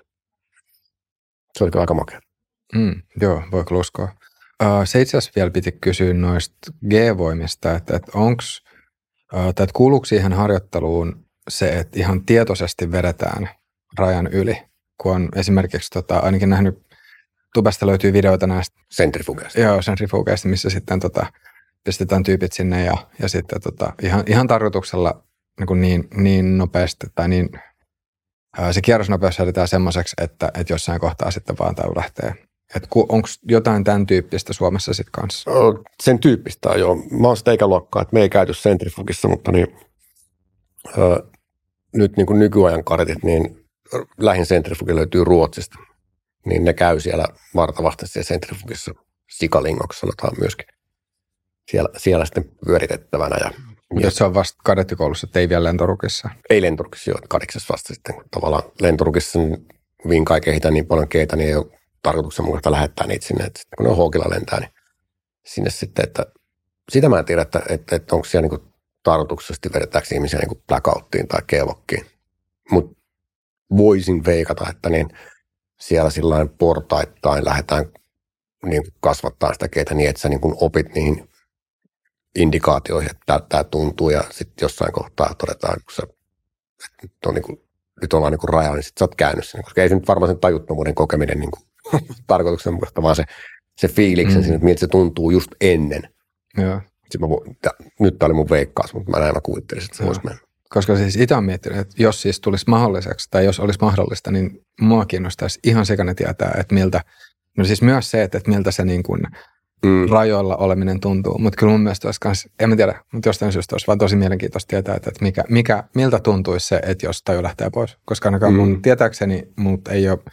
Se oli aika makea. Mm, joo, voi kyllä uskoa. Uh, se itse asiassa vielä piti kysyä noista G-voimista, että, että onko, uh, tai että kuuluuko siihen harjoitteluun se, että ihan tietoisesti vedetään rajan yli, kun on esimerkiksi tota, ainakin nähnyt, tubesta löytyy videoita näistä sentrifugeista. Joo, sentrifugeista, missä sitten tota, pistetään tyypit sinne ja, ja sitten tota, ihan, ihan tarkoituksella niin, niin, niin nopeasti tai niin se kierrosnopeus säädetään semmoiseksi, että, että jossain kohtaa sitten vaan täy lähtee. Onko jotain tämän tyyppistä Suomessa sitten kanssa? Sen tyyppistä on joo. Mä oon sitä ikäluokkaa, että me ei käyty sentrifugissa, mutta niin, ö, nyt niin kuin nykyajan kartit, niin lähin sentrifugi löytyy Ruotsista. Niin ne käy siellä vartavasti siellä sentrifugissa, sikalingoksi sanotaan myöskin. Siellä, siellä sitten pyöritettävänä. Ja Mutta se on vasta kadettikoulussa, että ei vielä lentorukissa? Ei lentorukissa, joo. Kadiksessa vasta sitten, kun tavallaan lentorukissa vinkaa kehitä niin paljon keitä, niin ei ole tarkoituksenmukaista lähettää niitä sinne. Että sitten kun ne on hookilla lentää, niin sinne sitten, että sitä mä en tiedä, että, että, että onko siellä niin kuin tarkoituksesti vedetäänkö ihmisiä niin kuin blackouttiin tai keevokkiin. Mutta voisin veikata, että niin siellä sillain portaittain lähdetään niin kuin kasvattaa sitä keitä niin, että sä niin kuin opit niihin indikaatioihin, että tämä tuntuu ja sitten jossain kohtaa todetaan, kun sä, että nyt, on niin kuin, nyt ollaan niin kuin rajalla, niin sitten sä oot käynyt sinne, koska ei se nyt varmaan sen tajuttomuuden kokeminen niin kuin tarkoituksenmukaista, vaan se, se fiiliksen, mm. miltä se tuntuu just ennen. Joo. Mä vo, t- nyt tämä oli mun veikkaus, mutta mä näin mä kuvittelisin, että se voisi mennä. Koska siis itse olen miettinyt, että jos siis tulisi mahdolliseksi tai jos olisi mahdollista, niin mua kiinnostaisi ihan sikana tietää, että miltä, no siis myös se, että, että miltä se niin kuin mm. rajoilla oleminen tuntuu. Mutta kyllä mun mielestä olisi kans, en mä tiedä, mutta jostain syystä olisi vaan tosi mielenkiintoista tietää, että mikä, mikä, miltä tuntuisi se, että jos taju lähtee pois. Koska ainakaan mm. mun tietääkseni mut ei ole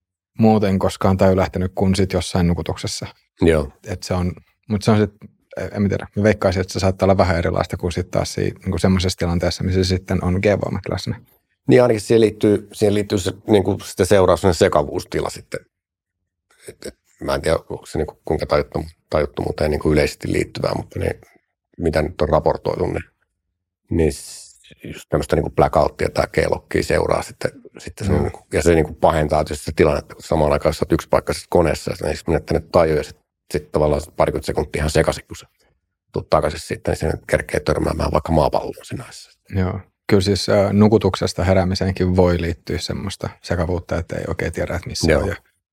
muuten koskaan taju lähtenyt kuin sit jossain nukutuksessa. Joo. Et se on, mutta se on sitten, en mä tiedä, mä veikkaisin, että se saattaa olla vähän erilaista kuin sitten taas siinä, niin kuin semmoisessa tilanteessa, missä sitten on G-voimat läsnä. Niin ainakin siihen liittyy, siihen liittyy se, niin kuin sitten seuraa sellainen sekavuustila sitten. Et, et, mä en tiedä, onko se niin kuin, kuinka tajuttomuuteen niin kuin yleisesti liittyvää, mutta ne, mitä nyt on raportoitu, niin, niin just tämmöistä niin kuin blackouttia tai keilokkia seuraa sitten. sitten mm. se, niin kuin, ja se niin kuin pahentaa tietysti se tilannetta, kun samaan aikaan sä oot yksipaikkaisessa koneessa, ja sitten menettänyt tajuja, ja sitten sit tavallaan parikymmentä sekuntia ihan sekaisin, kun sä tulet takaisin sitten, niin se nyt kerkee törmäämään vaikka maapalloon siinä ajassa. Joo. Kyllä siis äh, nukutuksesta heräämiseenkin voi liittyä semmoista sekavuutta, että ei oikein tiedä, että missä Joo. on ja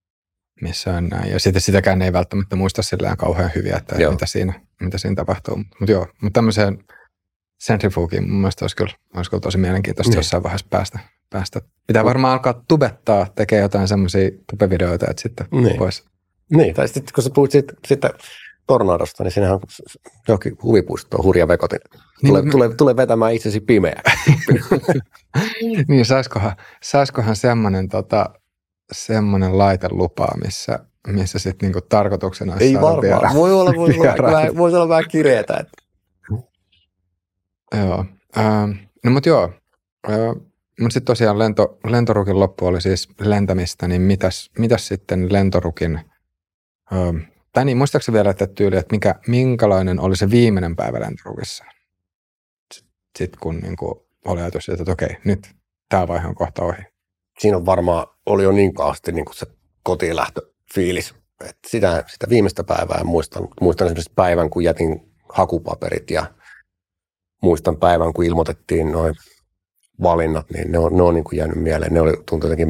missä on näin. Ja sitten sitäkään ei välttämättä muista silleen kauhean hyviä, että mitä siinä, mitä siinä tapahtuu. Mutta joo, mutta tämmöiseen centrifugiin mun mielestä olisi kyllä, olisi kyllä tosi mielenkiintoista niin. jossain vaiheessa päästä, päästä. Pitää varmaan alkaa tubettaa, tekee jotain semmoisia tubevideoita, että sitten niin. pois. Niin, tai sitten kun sä puhuit siitä, siitä tornadosta, niin siinähän on johonkin huvipuistoon hurja vekotin. Tulee, niin, tulee, tulee vetämään itsesi pimeä. Niin, saiskohan, saiskohan semmoinen, tota, semmoinen laitelupa, missä, missä sitten niinku tarkoituksena olisi ei saada varmaan. Viera, voi olla, voi olla, vähän, voisi olla vähän kireetä. Että. Joo. Ähm, no mutta joo. Äh, mutta sitten tosiaan lento, lentorukin loppu oli siis lentämistä, niin mitäs, mitäs sitten lentorukin, ähm, tai niin, muistaakseni vielä että tyyli, että mikä, minkälainen oli se viimeinen päivä lentorukissa? Sitten sit kun niinku oli ajatus, että okei, nyt tämä vaihe on kohta ohi. Siinä on varmaan, oli jo niin kauheasti niin kuin se kotiin lähtöfiilis. Että sitä, sitä viimeistä päivää muistan, muistan esimerkiksi päivän, kun jätin hakupaperit ja muistan päivän, kun ilmoitettiin noin valinnat, niin ne on, ne on niin kuin jäänyt mieleen. Ne oli tuntuu jotenkin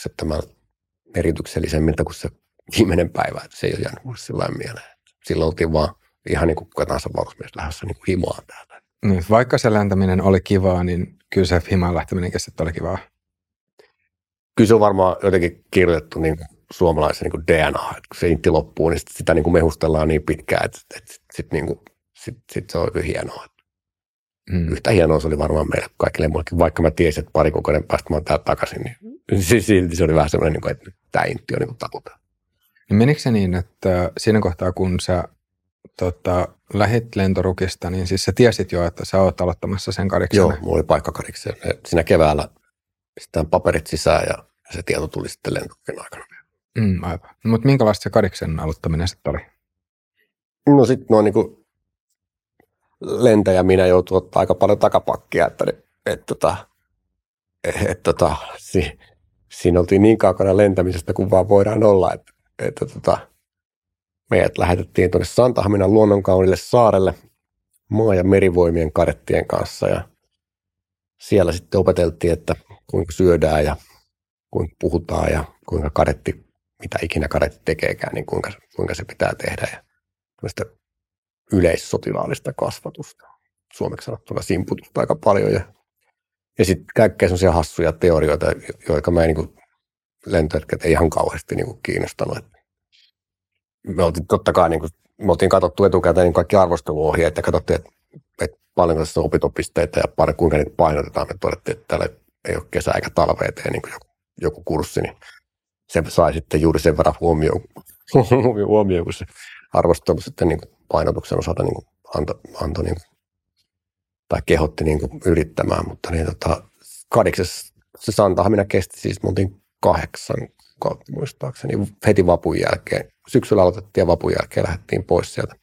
merkityksellisemmiltä kuin se viimeinen päivä, että se ei ole jäänyt mulle sillä mieleen. Silloin oltiin vaan ihan niin kuin kuka tahansa varusmies lähdössä niin kuin himaan täältä. Niin, vaikka se lentäminen oli kivaa, niin kyllä se himaan lähteminenkin sitten oli kivaa. Kyllä se on varmaan jotenkin kirjoitettu niin kuin suomalaisen niin kuin D N A, että kun se intti loppuu, niin sitä, sitä niin kuin mehustellaan niin pitkään, että, että sitten niin kuin, sit, sit se on hienoa. Mm. Yhtä hienoa se oli varmaan meille kaikille muillekin, vaikka mä tiesin, että pari kuukauden päästä mä oon täältä takaisin, niin silti se oli vähän semmoinen, että tämä intti on niin kuin taputaan. Menikö se niin, että siinä kohtaa, kun sä tota, lähit lentorukista, niin siis sä tiesit jo, että sä oot aloittamassa sen kadiksena? Joo, mulla oli paikka kadikseen. Siinä keväällä pistetään paperit sisään ja se tieto tuli sitten lentorukin aikana. Mm, aivan. No, mutta minkälaista se kadiksen aloittaminen sitten oli? No sitten noin niin kuin lentäjä minä joutuu ottaa aika paljon takapakkia, että et, et, tota, et, tota, si, siinä oltiin niin kaukana lentämisestä kuin vaan voidaan olla, että et, tota, meidät lähetettiin tuonne Santahaminan luonnonkaunille saarelle maa- ja merivoimien kadettien kanssa ja siellä sitten opeteltiin, että kuinka syödään ja kuinka puhutaan ja kuinka kadetti, mitä ikinä kadetti tekeekään, niin kuinka, kuinka se pitää tehdä ja tämmöistä yleissotilaallista kasvatusta, suomeksi sanottuna simputusta aika paljon ja, ja sitten kaikkea semmoisia hassuja teorioita, joita mä en niin lentohetket ei ihan kauheasti niin kuin kiinnostanut. Et me oltiin totta kai, niin kuin, me oltiin katsottu etukäteen niin kaikki arvosteluohjeet ja katsottiin, että, että paljon tässä on opintopisteitä ja paljon, kuinka niitä painotetaan. Me todettiin, että täällä ei ole kesä eikä talve eteen niin kuin joku, joku kurssi, niin se sai sitten juuri sen verran huomioon, huomioon kun se arvostelu sitten niin kuin painotuksen osalta niin kuin antoi, antoi niin kuin, tai kehotti niin kuin yrittämään, mutta niin, tota, kadiksessa se Santahamina kesti siis, me oltiin kahdeksan kautta muistaakseni heti vapun jälkeen. Syksyllä aloitettiin ja vapun jälkeen lähdettiin pois sieltä.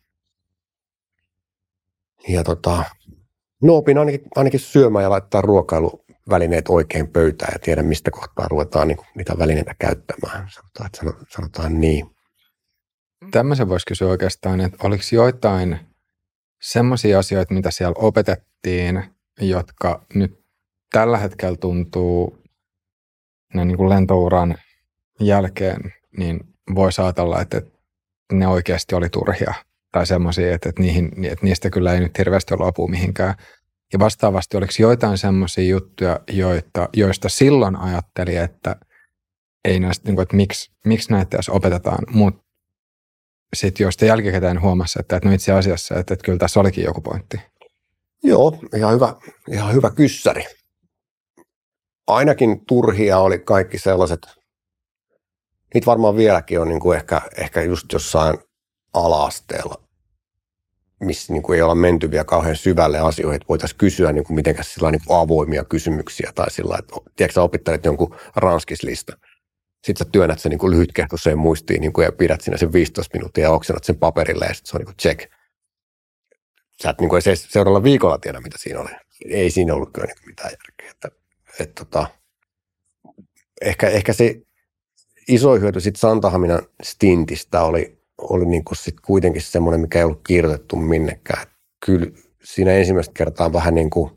Ja tota, no opin ainakin, ainakin syömään ja laittaa ruokailuvälineet oikein pöytään ja tiedä mistä kohtaa ruvetaan niin kuin, niitä välineitä käyttämään. Sanotaan, että sanotaan niin. Tämmöisen voisi kysyä oikeastaan, että oliko joitain semmoisia asioita, mitä siellä opetettiin, jotka nyt tällä hetkellä tuntuu ne niin kuin lentouran jälkeen, niin voisi ajatella, että ne oikeasti oli turhia tai semmoisia, että, että, niihin, että niistä kyllä ei nyt hirveästi ole apua mihinkään. Ja vastaavasti oliko joitain semmoisia juttuja, joita, joista silloin ajatteli, että ei näistä, niin kuin, että miksi, miksi näitä edes opetetaan, mutta sitten joista jälkikäteen huomasi, että, että no itse asiassa, että, että kyllä tässä olikin joku pointti. Joo, ihan hyvä, ihan hyvä kyssäri. Ainakin turhia oli kaikki sellaiset, niitä varmaan vieläkin on niin kuin ehkä, ehkä just jossain ala-asteella, missä niin kuin ei olla menty vielä kauhean syvälle asioihin, että voitaisiin kysyä niin kuin mitenkäs sillä niin kuin avoimia kysymyksiä tai sillä, että tiedätkö sä opittelet jonkun ranskislista. Sitten sä työnnät sen niin kuin lyhytkehtoiseen muistiin niin kuin, ja pidät siinä sen viisitoista minuuttia ja oksennat sen paperille ja sitten se on niin kuin check. Sä et niin kuin se seuraavalla viikolla tiedä, mitä siinä oli. Ei siinä ollut kyllä niin kuin mitään järkeä. Että, että, tota, ehkä, ehkä se iso hyöty sitten Santahaminan stintistä oli, oli niin kuin sit kuitenkin semmoinen, mikä ei ollut kirjoitettu minnekään. Kyllä siinä ensimmäistä kertaa vähän niin kuin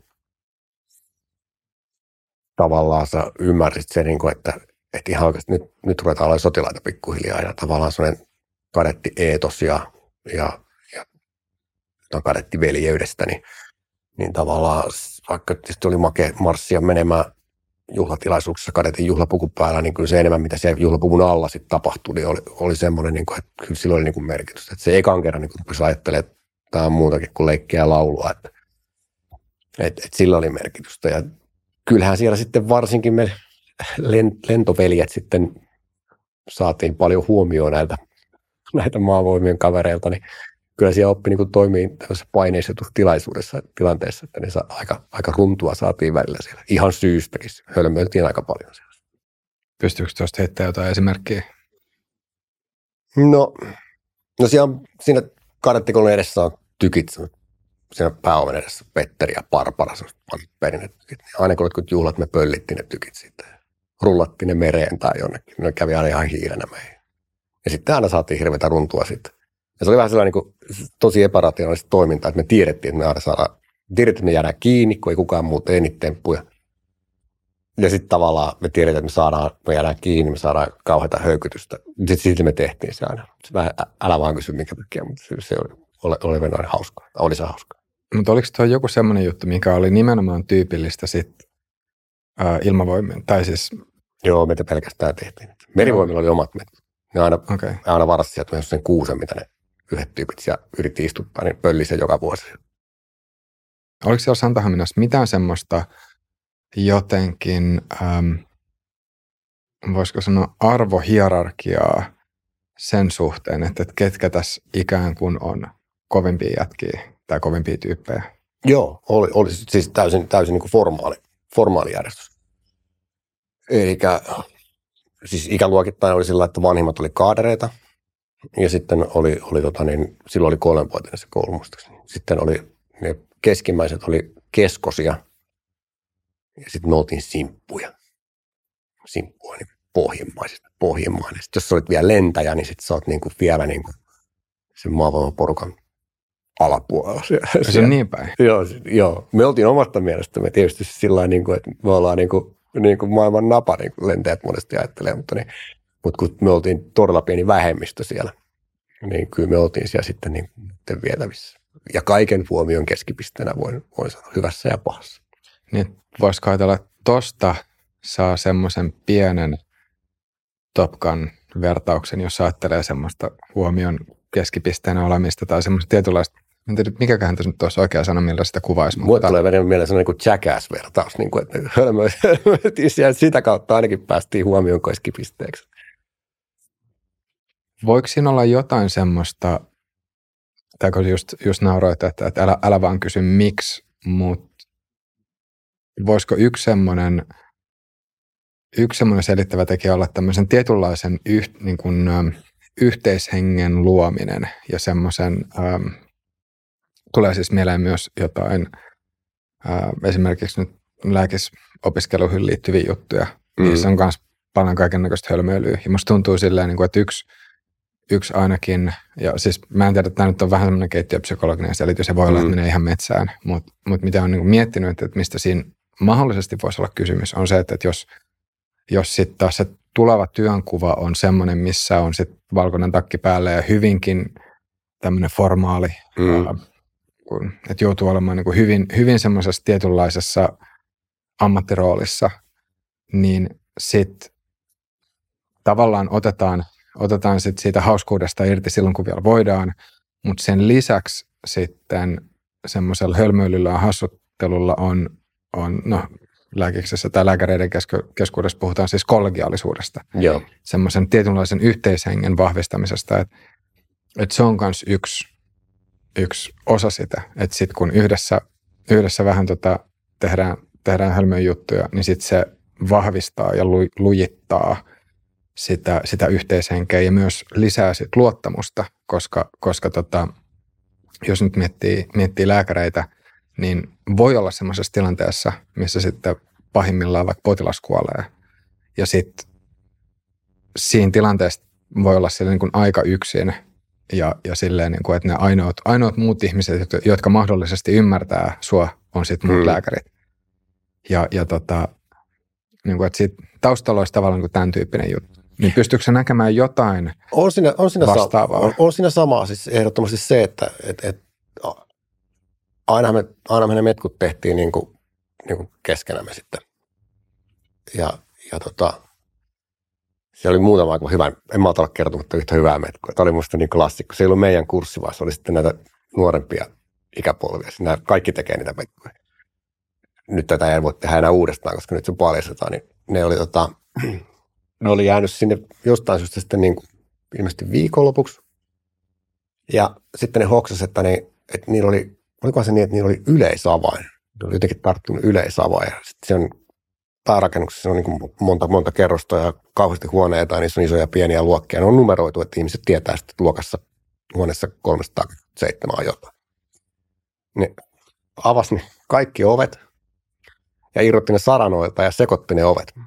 tavallaan sä ymmärsit sen, niin kuin, että että ihan oikeasti nyt, nyt ruvetaan olemaan sotilaita pikkuhiljaa ja tavallaan sellainen kadetti-eetos ja, ja, ja no kadettiveljeydestä, niin, niin tavallaan vaikka tietysti oli makea marssia menemään juhlatilaisuuksessa kadetin juhlapuku päällä, niin kyllä se enemmän, mitä se juhlapuvun alla sitten tapahtui, niin oli, oli semmoinen, niin kuin, että kyllä sillä oli niin kuin merkitystä. Että se ekan kerran niin rupesi ajattelemaan, että tämä on muutakin kuin leikkiä ja laulua, että, että, että sillä oli merkitystä. Ja kyllähän siellä sitten varsinkin me lentoveljet sitten saatiin paljon huomioon näiltä, näitä maavoimien kavereilta, niin kyllä siellä oppi niin kuin toimii tämmöisessä paineistetussa tilaisuudessa, tilanteessa, että ne saa, aika, aika runtua saatiin välillä siellä. Ihan syystäkin. Hölmöiltiin aika paljon siellä. Pystyykö tuosta heittämään jotain esimerkkiä? No, no siellä on, siinä kadettikolon edessä on tykit, siinä pääoven edessä Petteri ja Barbara, sellaiset perinetykit. Aina kun juhlat, me pöllittiin ne tykit siitä. Rullattiin ne mereen tai jonnekin. Ne kävi aina ihan hiirenä meihin. Ja sitten aina saatiin hirveätä runtua sitten. Ja se oli vähän sellainen niin kuin, tosi epärationaalista toimintaa, että me tiedettiin, että me aina saadaan, tiedettiin, että me jäädään kiinni, kun ei kukaan muu tee niitä temppuja. Ja sitten tavallaan me tiedetään, että me saadaan, me jäädään kiinni, me saadaan kauheata höykytystä. Sitten silti me tehtiin se aina. Se vähän, älä vaan kysy minkä takia, mutta se oli, oli, oli aina hauskaa. Oli se hauskaa. Mutta oliko tuo joku semmoinen juttu, mikä oli nimenomaan tyypillistä sitten äh, ilmavoimien, tai siis... Joo, meitä pelkästään tehtiin. Merivoimilla oli omat metot. Ne aina, okay. aina varasti sieltä sen kuusen, mitä ne yhdet tyypit ja yritti istuttaa, niin pölli se joka vuosi. Oliko siellä Santahaminassa mitään semmoista jotenkin, ähm, voisiko sanoa arvohierarkiaa sen suhteen, että, että ketkä tässä ikään kuin on kovimpia jätkiä tai kovimpia tyyppejä? Joo, oli, oli siis täysin, täysin niin kuin formaali, formaali järjestys. Elikkä siis ikäluokittain oli sillä, että vanhimmat oli kaadereita ja sitten oli, oli tota niin, silloin oli kolmenvuotinen se koulu muistaakseni. Sitten oli, ne keskimmäiset oli keskosia ja sitten me oltiin simppuja. Simppua, niin pohjimmaisista, pohjimmainen. Sitten jos olit vielä lentäjä, niin sitten sä oot niinku vielä niinku sen maavoimaporukan alapuolella. Se, se on niin päin. Joo, joo, me oltiin omasta mielestämme tietysti sillä tavalla, niinku, että me ollaan niinku, niinku maailman napa, niin kuin lentäjät monesti ajattelee, mutta, niin, mutta kun me oltiin todella pieni vähemmistö siellä, niin kyllä me oltiin siellä sitten niin vietävissä. Ja kaiken huomion keskipisteenä voin, voin sanoa hyvässä ja pahassa. Niin voisiko ajatella, että tosta saa semmoisen pienen Top Gun vertauksen, jos ajattelee semmoista huomion keskipisteenä olemista tai semmoista tietynlaista, en tiedä, mikäköhän tässä nyt olisi oikea sana, millä sitä kuvaisi. Mulle mutta... tulee vedän mieleen sellainen kuin Jackass-vertaus, niin kuin, että hölmöitiin ja sitä kautta ainakin päästiin huomion keskipisteeksi. Voiko siinä olla jotain semmoista, tai kun just, just nauroit, että, että älä, älä vaan kysy miksi, mutta voisiko yksi semmoinen, yksi semmoinen selittävä tekijä olla tämmöisen tietynlaisen yh, niin kuin, ä, yhteishengen luominen ja semmoisen, ä, tulee siis mieleen myös jotain ä, esimerkiksi nyt lääkisopiskeluihin liittyviä juttuja, mm. niissä on myös paljon kaikennäköistä hölmöilyä ja musta tuntuu silleen, niin kuin, että yksi Yksi ainakin, ja siis mä en tiedä, että tämä nyt on vähän semmoinen keittiöpsykologinen selitys, ja voi olla, että menee ihan metsään, mutta, mutta mitä on niin kuin miettinyt, että mistä siinä mahdollisesti voisi olla kysymys, on se, että jos, jos sitten taas se tuleva työnkuva on semmoinen, missä on sitten valkoinen takki päällä ja hyvinkin tämmöinen formaali, mm. ää, kun, että joutuu olemaan niin kuin hyvin, hyvin semmoisessa tietynlaisessa ammattiroolissa, niin sitten tavallaan otetaan Otetaan sitten siitä hauskuudesta irti silloin, kun vielä voidaan, mutta sen lisäksi sitten semmoisella hölmöilyllä ja hassuttelulla on, on no lääkiksessä tai lääkäreiden keskuudessa puhutaan siis kollegiaalisuudesta. Joo. Semmoisen tietynlaisen yhteishengen vahvistamisesta, että et se on myös yksi, yksi osa sitä, että sitten kun yhdessä, yhdessä vähän tota tehdään, tehdään hölmöjuttuja, niin sitten se vahvistaa ja lu, lujittaa Sitä, sitä yhteishenkeä ja myös lisää sit luottamusta, koska, koska tota, jos nyt miettii, miettii lääkäreitä, niin voi olla semmoisessa tilanteessa, missä sitten pahimmillaan vaikka potilas kuolee. Ja sitten siinä tilanteessa voi olla niin kuin aika yksin ja, ja silleen, niin kuin, että ne ainoat, ainoat muut ihmiset, jotka, jotka mahdollisesti ymmärtää sua, on sitten muut hmm. lääkärit. Ja, ja tota, niin kuin, että sit taustalla olisi tavallaan niin kuin tämän tyyppinen juttu. Niin pystyykö sä näkemään jotain on siinä, on siinä vastaavaa? Sama, on, on siinä samaa, siis ehdottomasti se, että et, et, aina, me, aina me ne metkut tehtiin niin kuin, niin kuin keskenämme sitten. ja, ja tota, siellä oli muutama aika hyvä, en malta olla kertomatta yhtä hyvää metkoa. Tämä oli musta niin klassikko. Se ei ollut meidän kurssi, vaan se oli sitten näitä nuorempia ikäpolvia. Nämä kaikki tekee niitä metkoja. Nyt tätä ei voi tehdä enää uudestaan, koska nyt se paljastetaan. Niin ne oli, tota, ne oli jäänyt sinne jostain syystä sitten niin kuin ilmeisesti viikonlopuksi. Ja sitten ne hoksasi, että, ne, että niillä oli, olikohan se niin, että niillä oli yleisavain. Ne oli jotenkin tarttunut yleisavain. Ja sitten se on päärakennuksessa on niin kuin monta, monta kerrosta ja kauheasti huoneita, ja niissä on isoja pieniä luokkia. Ne on numeroitu, että ihmiset tietää, että luokassa huoneessa kolmesataaseitsemän on jotain. Ne avasi ne kaikki ovet ja irrotti ne saranoilta ja sekoitti ne ovet.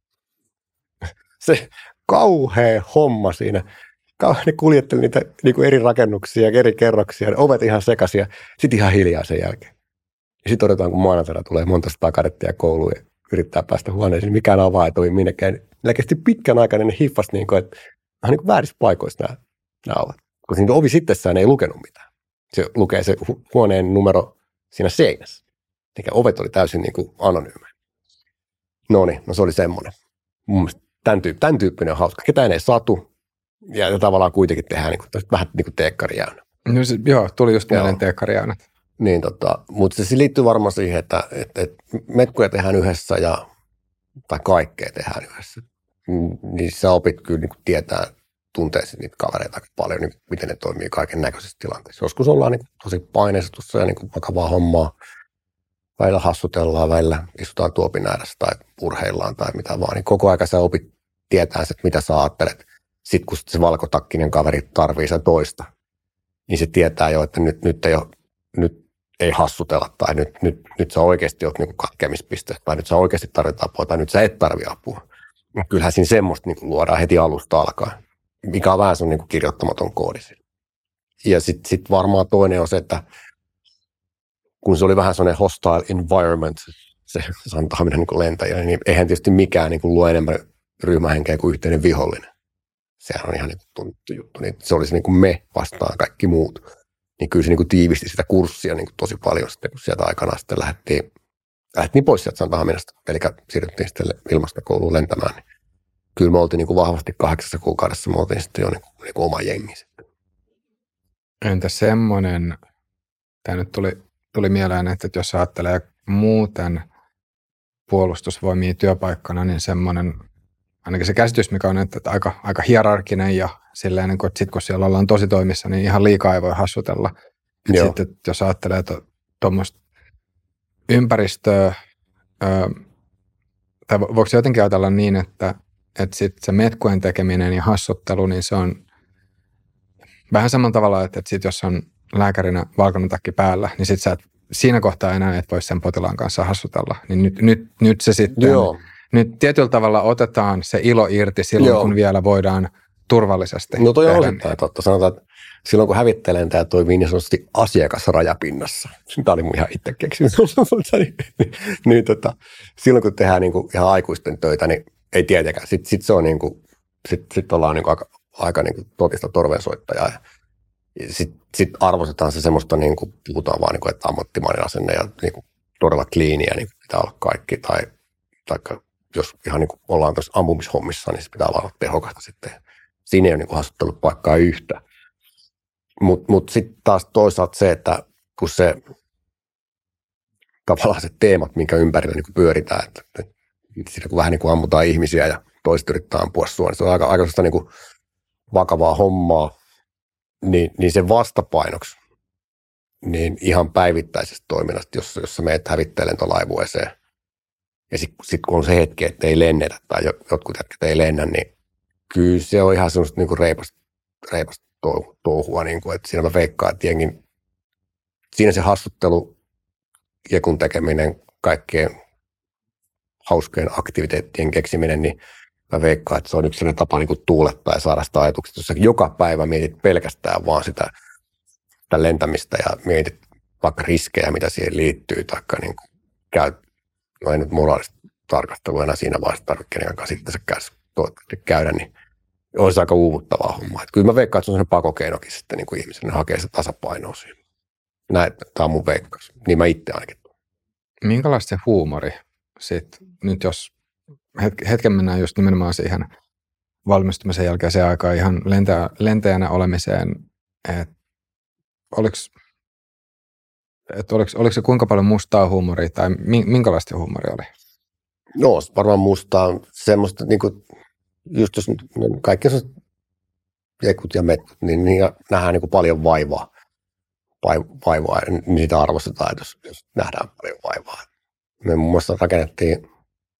Se kauhea homma siinä. Ne kuljetteli niitä niin kuin eri rakennuksia, eri kerroksia, ne ovet ihan sekaisin ja sitten ihan hiljaa sen jälkeen. Ja sitten odotetaan, kun maanantaina tulee monta sataa kadettia kouluun ja yrittää päästä huoneeseen, mikään avaa ei toimi minnekään. Niillä kesti pitkän aikaa, niin ne hiffasi, niin kuin, että on niin väärissä paikoissa nämä, nämä ovat. Koska niin ovi sittessään ei lukenut mitään. Se lukee se huoneen numero siinä seinässä. Eli ovet oli täysin niin kuin anonyymejä. No niin, no se oli semmoinen. Mun mielestä tämän, tyyppi, tämän tyyppinen on hauska. Ketään ei satu. Ja tavallaan kuitenkin tehdään niin kuin, vähän niin kuin teekkarijäynä. No se, joo, tuli just mieleen teekkarijäynä. Niin, tota, mutta se liittyy varmaan siihen, että, että, että metkoja tehdään yhdessä ja, tai kaikkea tehdään yhdessä. Niin sä opit kyllä niin tietää, tuntee niitä kavereita aika paljon, niin miten ne toimii kaiken näköisissä tilanteissa. Joskus ollaan niin tosi paineistussa ja niin vakavaa hommaa. Välillä hassutellaan, välillä istutaan tuopin ääressä tai urheillaan tai mitä vaan. Niin koko ajan sä opit tietää, että mitä sä ajattelet. Sitten kun se valkotakkinen kaveri tarvii sitä toista, niin se tietää jo, että nyt, nyt ei ole, nyt ei hassutella tai nyt, nyt, nyt sä oikeasti oot niin katkemispisteessä tai nyt sä oikeasti tarvit apua tai nyt sä et tarvi apua. Kyllähän siinä semmoista niin luodaan heti alusta alkaen, mikä on vähän sun niin kirjoittamaton koodi. Ja sitten sit varmaan toinen on se, että kun se oli vähän sellainen hostile environment, se santaaminen niin lentäjälle, niin eihän tietysti mikään niin luo enemmän ryhmähenkeä kuin yhteinen vihollinen. Sehän on ihan niin tunnettu juttu. Niin se olisi niin kuin me vastaan kaikki muut. Niin kyllä se niin kuin tiivisti sitä kurssia niin kuin tosi paljon sitten, kun sieltä aikanaan sitten lähdettiin, lähdettiin pois sieltä Santahaminasta. Eli siirryttiin sitten ilmastokouluun lentämään. Niin kyllä me oltiin niin kuin vahvasti kahdeksassa kuukaudessa, me oltiin sitten jo niin kuin, niin kuin oma jengi sitten. Entä semmoinen, tämä nyt tuli, tuli mieleen, että jos ajattelee muuten puolustusvoimia työpaikkana, niin semmoinen, ainakin se käsitys, mikä on, että aika, aika hierarkinen ja silleen, että sitten kun siellä ollaan tosi toimissa, niin ihan liikaa ei voi hassutella. Sitten jos ajattelee tuommoista ympäristöä, ö, tai voiko jotenkin ajatella niin, että, että sit se metkujen tekeminen ja hassuttelu, niin se on vähän samalla tavalla, että, että sit jos on lääkärinä valkoinen takki päällä, niin sit sä et, siinä kohtaa enää et voi sen potilaan kanssa hassutella. Niin nyt, nyt, nyt se sitten, Joo. nyt tietyllä tavalla otetaan se ilo irti silloin, Joo. kun vielä voidaan turvallisesti. No toi on osittain totta. Sanotaan, että silloin kun hävittelijäntäjä toimii niin sanotusti asiakasrajapinnassa. Tämä oli mun ihan itse keksimys. niin, tota, silloin kun tehdään niin kuin ihan aikuisten töitä, niin ei tietenkään. Sitten sit se on niin kuin, sit, sit ollaan niin kuin aika, aika niin kuin totista torvensoittajaa. Sitten sit arvostetaan se semmoista, niin kuin puhutaan vaan, niin kuin, että ammattimainen asenne ja niin kuin todella kliiniä niin pitää olla kaikki. Tai taikka jos ihan niin kuin ollaan tuossa ampumishommissa, niin se pitää olla tehokasta sitten. Siinä ei ole niin hassuttelut paikkaa yhtä. Mutta mut sitten taas toisaalta se, että kun se tavallaan se teemat, minkä ympärillä niin pyöritään, että, että siinä kun vähän niin kuin ammutaan ihmisiä ja toiset yrittää ampua sua, niin se on aika, aika niin kuin vakavaa hommaa, niin, niin sen vastapainoksi niin ihan päivittäisestä toiminnasta, jos, jos sä meet hävittelemään tuon laivueeseen, ja sitten sit kun on se hetki, että ei lennetä tai jotkut jätkät ei lennä, niin kyllä se on ihan semmoista niin reipasta, reipasta touhua, niin kuin, että siinä mä veikkaan, että jengin, siinä se hassuttelu ja kun tekeminen, kaikkien hauskojen aktiviteettien keksiminen, niin mä veikkaan, että se on yksi sellainen tapa niin kuin tuulettaa ja saada sitä ajatuksia. Jos sä joka päivä mietit pelkästään vaan sitä, sitä lentämistä ja mietit vaikka riskejä, mitä siihen liittyy, taikka niin kuin käy, no ei nyt moraalista tarkastelua enää siinä vaiheessa tarvitse kenenkään sitten se käydä, niin olisi aika uuvuttavaa hommaa. Että kyllä mä veikkaan, että se on sellainen pakokeinokin sitten niin kuin ihmisen hakee sitä tasapainoa siinä. Näin, tämä on mun veikkaus. Niin mä itse ainakin. Minkälaista se huumori sitten, nyt jos hetken mennään just nimenomaan siihen valmistumisen jälkeen se aikaa ihan lentä, lentäjänä olemiseen, että oliko, et oliko, oliko se kuinka paljon mustaa huumoria tai minkälaista huumoria oli? No, varmaan mustaa semmoista, niin kuin, just jos kaikki jekut ja metkut, niin, niin nähdään niin kuin paljon vaivaa. vaivaa ja niitä arvostetaan, jos, jos nähdään paljon vaivaa. Me muun muassa rakennettiin,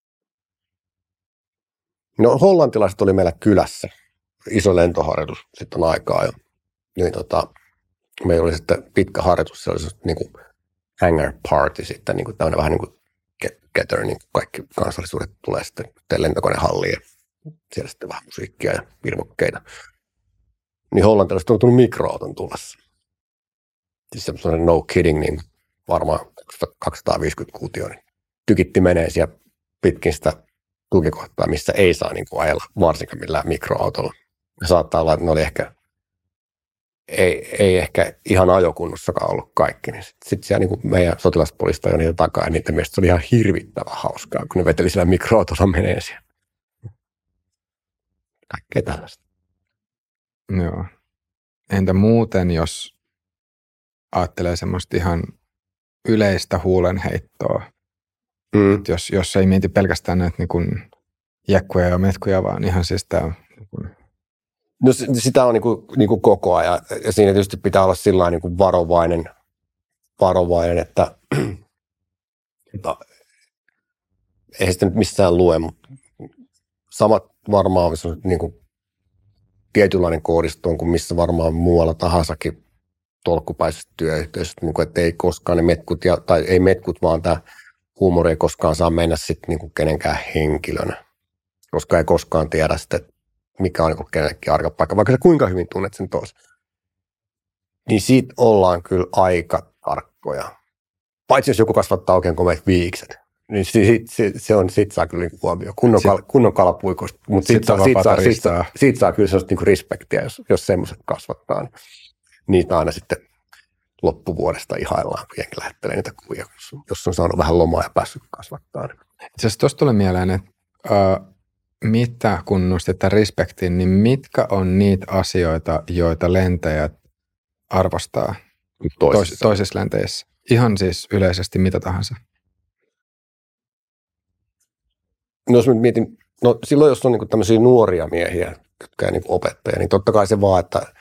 no hollantilaiset oli meillä kylässä, iso lentoharjoitus sitten aikaa jo. Niin tota, meillä oli sitten pitkä harjoitus, se oli niin kuin hangar party sitten, niin kuin tämmöinen vähän niin kuin get together, niin kuin kaikki kansallisuudet tulee sitten lentokonehalliin ja siellä sitten vähän musiikkia ja virvokkeita. Niin hollantilaiset on tullut mikroauton tullessa. Siis semmoinen no kidding, niin varmaan kaksisataaviisikymmentä kuutio, niin tykitti menee siellä pitkin sitä tukikohtaa, missä ei saa niin kuin ajella varsinkaan millään mikroautolla. Ja saattaa olla, että ne oli ehkä, ei, ei ehkä ihan ajokunnossakaan ollut kaikki. Niin sitten sit siellä niin kuin meidän sotilaspoliista jo niitä takaa, ja niiden mielestä se oli ihan hirvittävän hauskaa, kun ne veteli siellä mikroautolla menee siellä. Kaikkea tällaista. Joo. Entä muuten, jos ajattelee semmoista ihan yleistä huulenheittoa, Mm. jos, jos ei mieti pelkästään näitä niin kuin jekkuja ja metkuja, vaan ihan siis tämä. Niin kuin... No sitä on niin kuin, niin kuin koko ajan, ja siinä tietysti pitää olla sillain niin kuin varovainen, varovainen, että, että eihän sitä nyt missään lue, mutta samat varmaan on niin kuin tietynlainen koodisto on kuin missä varmaan muualla tahansakin tolkkupäisessä työyhteisössä, niin kuin, että ei koskaan ne metkut, ja, tai ei metkut, vaan tämä huumori ei koskaan saa mennä sitten niin kuin kenenkään henkilönä, koska ei koskaan tiedä sitten, mikä on niin kuin kenellekin arkapaikka, vaikka sä kuinka hyvin tunnet sen tos. Niin siitä ollaan kyllä aika tarkkoja. Paitsi jos joku kasvattaa oikein komeat viikset, niin sit, sit, se on, sit saa kyllä niin huomioon kunnon, kal, kunnon kalapuikosta, mutta siitä saa, sit saa, sit saa, sit saa kyllä sellaista niin respektiä, jos, jos semmoiset kasvattaa. Niin niitä aina sitten loppuvuodesta ihaillaan, kun jengi lähettelee niitä kuvia, jos on saanut vähän lomaa ja päässyt kasvattaa. Itse asiassa tuosta tulee mieleen, että uh, mitä kun nostetaan respektiin, niin mitkä on niitä asioita, joita lentäjät arvostaa toisissa, toisissa lenteissä? Ihan siis yleisesti mitä tahansa. No jos mä mietin, no silloin jos on niinku tämmöisiä nuoria miehiä, jotka ei niinku opettaja, niin totta kai se vaan, että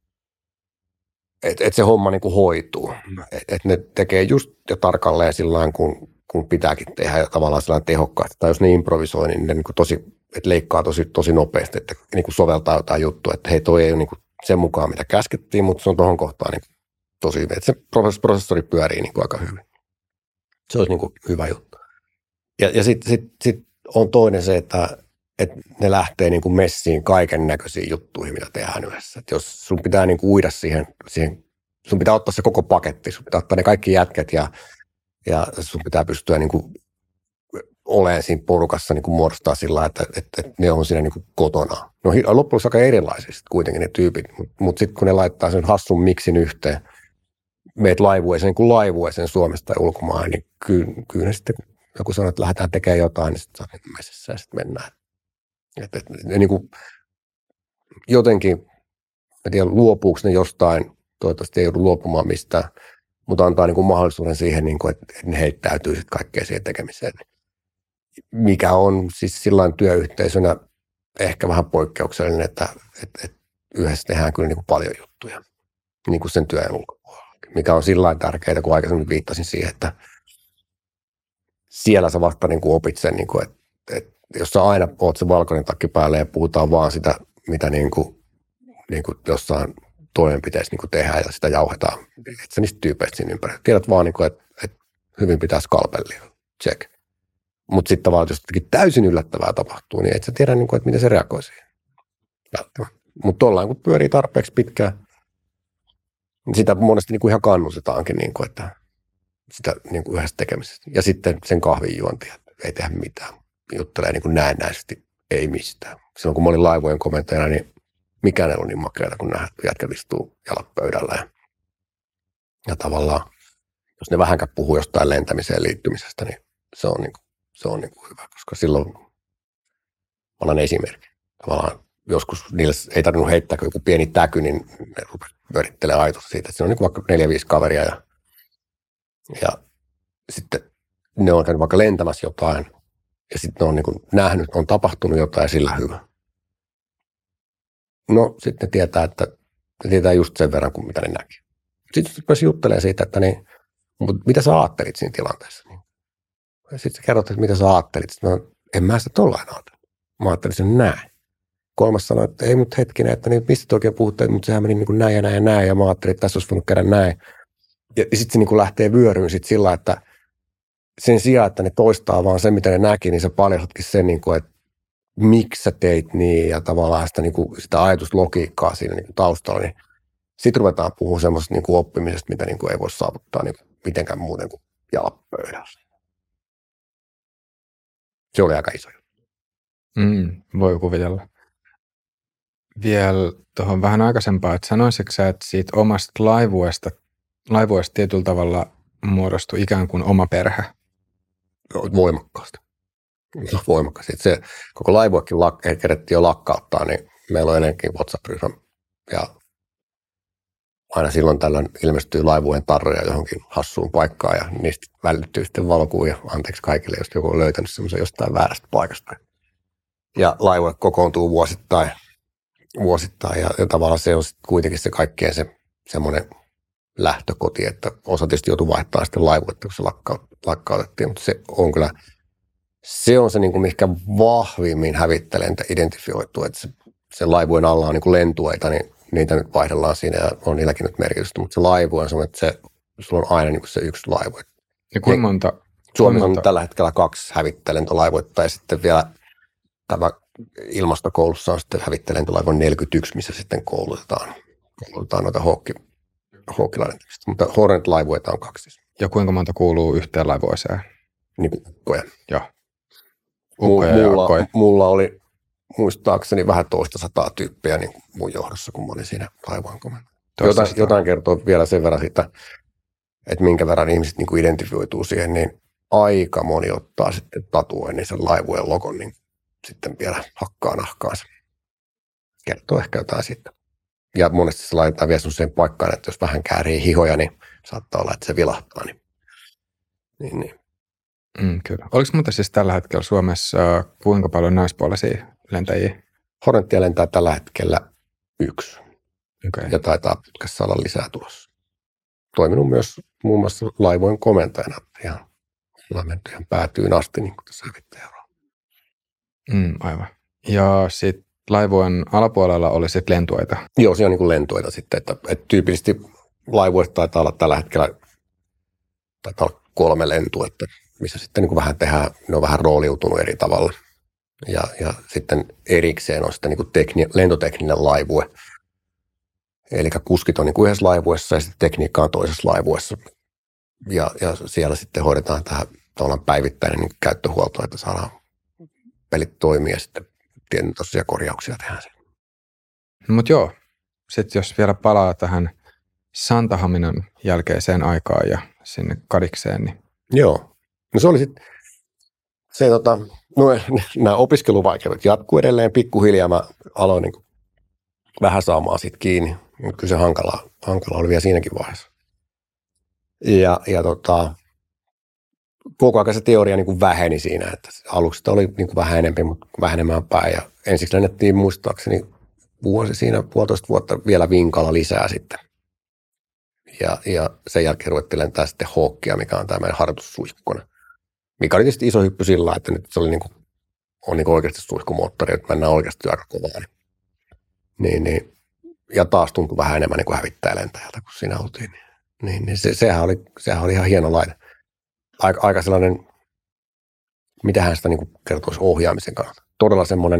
et, et se homma niinku hoituu. Että et ne tekee just ja tarkalleen sillä kun, kun pitääkin tehdä ja tavallaan sillä tehokkaasti. Tai jos ne improvisoi, niin ne niinku tosi, et leikkaa tosi, tosi nopeasti, että niinku soveltaa jotain juttua, että hei toi ei ole niinku sen mukaan, mitä käskettiin, mutta se on tuohon kohtaan niinku tosi hyvin. Että se prosessori pyörii niinku aika hyvin. Se olisi niinku hyvä juttu. Ja, ja sitten sit, sit on toinen se, että, että ne lähtee niin kuin messiin kaiken näköisiin juttuihin, mitä tehdään yhdessä. Et jos sun pitää niin kuin uida siihen, siihen, sun pitää ottaa se koko paketti, sun pitää ottaa ne kaikki jätket ja, ja sun pitää pystyä niin kuin olemaan siinä porukassa niin kuin muodostaa sillä, että, että, että ne on siinä niin kuin kotona. No loppujen lopuksi aika erilaisia sitten ne tyypit, mutta mut sitten kun ne laittaa sen hassun miksin yhteen, meet laivueeseen kuin laivueeseen Suomesta tai ulkomaan, niin kyllä, kyllä ne sitten joku sanoo, että lähdetään tekemään jotain, niin sitten saa messissä ja sitten mennään. Et, et, ne niin kuin jotenkin, en tiedä luopuuko ne jostain, toivottavasti ei joudu luopumaan mistään, mutta antaa niin kuin mahdollisuuden siihen, niin kuin, että, että ne heittäytyy sitten kaikkeen siihen tekemiseen. Mikä on siis sillain työyhteisönä ehkä vähän poikkeuksellinen, että, että, että yhdessä tehdään kyllä niin kuin paljon juttuja niin kuin sen työn ulkopuolella. Mikä on sillain tärkeää, kun aikaisemmin viittasin siihen, että siellä sä vasta niin kuin opit sen, niin kuin, että, että jos sä aina oot se valkoinen takki päälle ja puhutaan vaan sitä, mitä niin kuin, niin kuin jossain toimenpiteessä niin kuin tehdään ja sitä jauhetaan, että sä niistä tyypeistä siinä ympärillä. Tiedät vaan, niin kuin, että, että hyvin pitää skalpellia, check. Mutta sitten tavallaan, jos jotenkin täysin yllättävää tapahtuu, niin et sä tiedä, niin kuin, että miten se reagoi siihen. Mutta tuollain, kun pyörii tarpeeksi pitkään, niin sitä monesti niin kuin ihan kannustetaankin, niin kuin, että sitä niin kuin yhdessä tekemisestä. Ja sitten sen kahvin juontia, ei tehdä mitään. Juttelee niin kuin näennäisesti, ei mistään. Silloin kun mä olin laivojen komentajana, niin mikään ei ollut niin makeata, kun nämä jätkät istuu jalat pöydällä. Ja, ja tavallaan, jos ne vähänkään puhuu jostain lentämiseen liittymisestä, niin se on, niin kuin, se on niin kuin hyvä, koska silloin annan esimerkki. Tavallaan joskus niille ei tarvinnut heittää, kun joku pieni täky, niin ne rupesi pyörittelemään aitosta siitä. Siinä on niin vaikka neljä, viisi kaveria ja, ja sitten ne on käynyt vaikka lentämässä jotain ja sitten ne on niin kuin nähnyt, on tapahtunut jotain ja sillä hyvä. No sitten ne tietää, että ne tietää just sen verran kuin mitä ne näki. Sitten myös juttelee siitä, että niin, mutta mitä sä ajattelit siinä tilanteessa? Ja sitten sä kerrot, että mitä sä ajattelit. Sitten mä, en mä sitä tollain ajatellut. Mä ajattelin sen näin. Kolmas sanoi, että ei mut hetkinen, että niin, mistä te oikein puhutte, mutta sehän meni niin kuin näin ja näin ja näin. Ja mä ajattelin, että tässä olisi voinut käydä näin. Ja sitten se niin kuin lähtee vyöryyn sit sillä, että sen sijaan, että ne toistaa vaan sen, mitä ne näki, niin sä paljastatkin sen, niin kuin, että miksi sä teit niin ja tavallaan sitä, niin kuin, sitä ajatuslogiikkaa siinä niin kuin taustalla. Niin sitten ruvetaan puhumaan semmoisesta niin kuin oppimisesta, mitä niin kuin ei voi saavuttaa niin kuin mitenkään muuten kuin jalapöydässä. Se oli aika iso juttu. Mm, voi kuvitella. Vielä tuohon vähän aikaisempaan, että sanoisitko sä, että siitä omasta laivuesta, laivuesta tietyllä tavalla muodostui ikään kuin oma perhe? Voimakkaasti. Voimakkaasti. Se koko laivuekin lak- kerettiin jo lakkauttaa, niin meillä on ennenkin WhatsApp-ryhmä ja aina silloin tällöin ilmestyy laivueen tarroja johonkin hassuun paikkaan ja niistä välittyy sitten valokuvia. Anteeksi kaikille, jos joku on löytänyt semmoisen jostain väärästä paikasta. Ja laivue kokoontuu vuosittain, vuosittain ja, ja tavallaan se on kuitenkin se kaikkien se semmoinen lähtökoti, että osa tietysti joutui vaihtamaan sitten laivuetta, kun se lakkautettiin, mutta se on kyllä, se on se, niin kuin, mikä vahvimmin hävittelentä identifioituu, että se, se laivueen alla on niin kuin lentueita, niin niitä nyt vaihdellaan siinä ja on niilläkin nyt merkitystä, mutta se laivue on semmoinen, että se, sulla on aina niin kuin se yksi laivue. Ja kuinka monta? Suomessa on tällä hetkellä kaksi hävittelentolaivuetta ja sitten vielä tämä ilmastokoulussa on sitten hävittelentolaivu neljäkymmentäyksi, missä sitten koulutetaan, koulutetaan noita hawkki, hawkkilentämistä, mutta Hornet-laivueita on kaksi. Ja kuinka monta kuuluu yhteen laivueeseen? Niin kuin ukkoja. Joo. Ukkoja mulla, ja ukkoja. Mulla oli muistaakseni vähän toista sataa tyyppiä niin mun johdossa, kun mä olin siinä laivueen komentaja. Jotain, jotain kertoo vielä sen verran siitä, että minkä verran ihmiset niin kuin identifioituu siihen, niin aika moni ottaa sitten tatuoinnin sen laivueen logon, niin sitten vielä hakkaa nahkaansa. Kertoo ehkä jotain siitä. Ja monesti se laitetaan vielä sellaiseen paikkaan, että jos vähän käärii hihoja, niin saattaa olla, että se vilahtaa. Niin, niin, niin. Mm, kyllä. Oliko muuten siis tällä hetkellä Suomessa uh, kuinka paljon naispuolisia lentäjiä? Hornetia lentää tällä hetkellä yksi. Okay. Ja taitaa putkessa olla lisää tulossa. Toiminut myös muun muassa laivojen komentajana. Ihan, menty ihan päätyyn asti, niin kuin tässä hävittäjärolla. Mm, aivan. Ja sitten laivueen alapuolella oli sitten lentueita. Joo, se on niin kuin lentueita sitten. Että, että tyypillisesti laivuista taitaa olla tällä hetkellä taitaa olla kolme lentuetta, missä sitten niin kuin vähän tehdään, ne on vähän rooliutunut eri tavalla. Ja, ja sitten erikseen on sitten niin kuin tekni, lentotekninen laivue. Eli kuskit on niin kuin yhdessä laivuessa ja sitten tekniikka on toisessa laivuessa. Ja, ja siellä sitten hoidetaan tähän tavallaan päivittäinen niin käyttöhuolto, että saadaan pelit toimia ja sitten tietoisia korjauksia tehdään siellä. No, mutta joo, sitten jos vielä palaa tähän Santahaminan jälkeiseen aikaan ja sinne Kadikseen, niin... Joo, no se oli sitten, se tota, no nämä opiskeluvaikeudet jatkuu edelleen pikkuhiljaa, mä aloin niin kuin vähän saamaan siitä kiinni, mutta kyllä se hankala, hankala oli vielä siinäkin vaiheessa. Ja, ja tota, koko ajan se teoria niin kuin väheni siinä, että aluksi sitä oli niin kuin vähän enemmän, mutta vähenemään päin. Ja ensiksi lennettiin muistaakseni vuosi siinä, puolitoista vuotta vielä vinkalla lisää sitten. Ja, ja sen jälkeen ruvettiin lentää sitten Hawkia, mikä on tämä meidän harjoitussuihkkuna. Mikä oli tietysti iso hyppy sillä, että nyt se oli niin kuin, on niin kuin oikeasti suihkumoottori, että mennään oikeasti aika kovaa. Niin, niin, ja taas tuntui vähän enemmän niin kuin hävittäjälentäjältä, kun siinä oltiin. Niin, niin se, sehän, oli, sehän oli ihan hieno laite. Aika, aika sellainen, mitähän sitä niin kuin kertoisi ohjaamisen kannalta. Todella semmoinen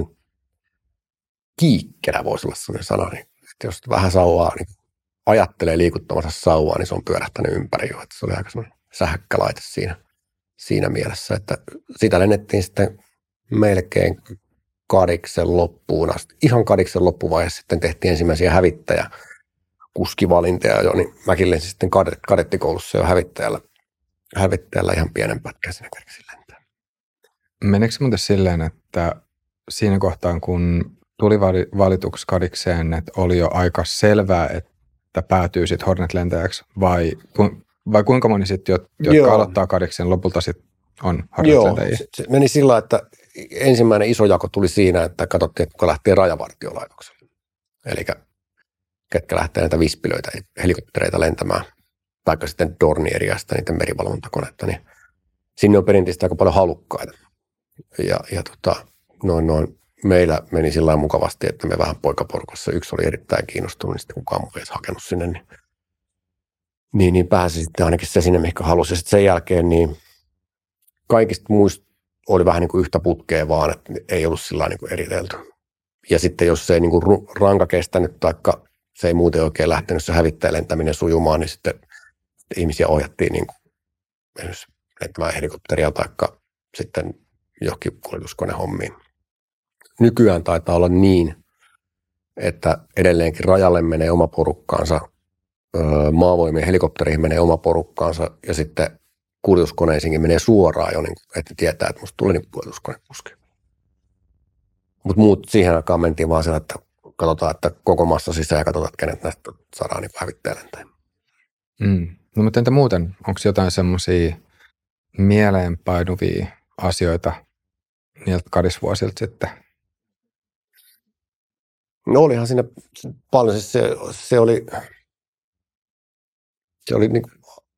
kiikkerä voisi olla sellainen sana. Niin, että jos vähän sauvaa, niin ajattelee liikuttavansa sauvaa, niin se on pyörähtänyt ympäri jo. Että se oli aika semmoinen sähäkkälaite siinä, siinä mielessä. Että sitä lennettiin sitten melkein Kadiksen loppuun asti. Ihan Kadiksen loppuvaiheessa sitten tehtiin ensimmäisiä hävittäjä kuskivalintoja jo, niin mäkin lensin sitten kadettikoulussa jo hävittäjällä, hävittäjällä ihan pienen pätkän sinne kerkesin lentää. Meneekö se muuten silleen, että siinä kohtaa, kun tuli valituksi Kadikseen, että oli jo aika selvää, että päätyy sitten Hornet-lentäjäksi, vai, vai kuinka moni sitten, jotka Joo. aloittaa Kadiksen, lopulta sitten on Hornet-lentäjiä? Joo, se, se meni sillä, että ensimmäinen iso jako tuli siinä, että katsottiin, että kuka lähtee rajavartiolaitokselle. Eli ketkä lähtee näitä vispilöitä, helikoptereita lentämään, taikka sitten Dornieria, sitä niiden merivalvontakonetta, niin sinne on perinteisesti aika paljon halukkaita. Ja, ja tota, noin, noin, meillä meni sillä lailla mukavasti, että me vähän poikaporukassa, yksi oli erittäin kiinnostunut, niin sitten kukaan muu ei edes hakenut sinne, niin, niin, niin pääsi sitten ainakin se sinne, mikä halusi. Ja sitten sen jälkeen niin kaikista muista oli vähän niin kuin yhtä putkea vaan, että ei ollut sillä lailla niin kuin eritelty. Ja sitten jos se ei niin kuin ranka kestänyt, taikka se ei muuten oikein lähtenyt se hävittäjä lentäminen sujumaan, niin sitten ihmisiä ohjattiin niin kuin esimerkiksi lentämään helikopteria taikka sitten johonkin kuljetuskonehommiin. Nykyään taitaa olla niin, että edelleenkin rajalle menee oma porukkaansa, maavoimien helikopteriin menee oma porukkaansa ja sitten kuljetuskoneisiinkin menee suoraan jo, niin että tietää, että musta tuli niin kuljetuskonepuski. Mutta muut siihen aikaan mentiin vaan sillä, että katsotaan, että koko massa sisään ja katsotaan, että kenet näistä saadaan niin hävittäjälentäjä. Mm. No mutta entä muuten, onko jotain semmoisia mieleenpainuvia asioita niiltä kadisvuosilta sitten? No olihan siinä paljon, siis se, se oli, se oli, niin,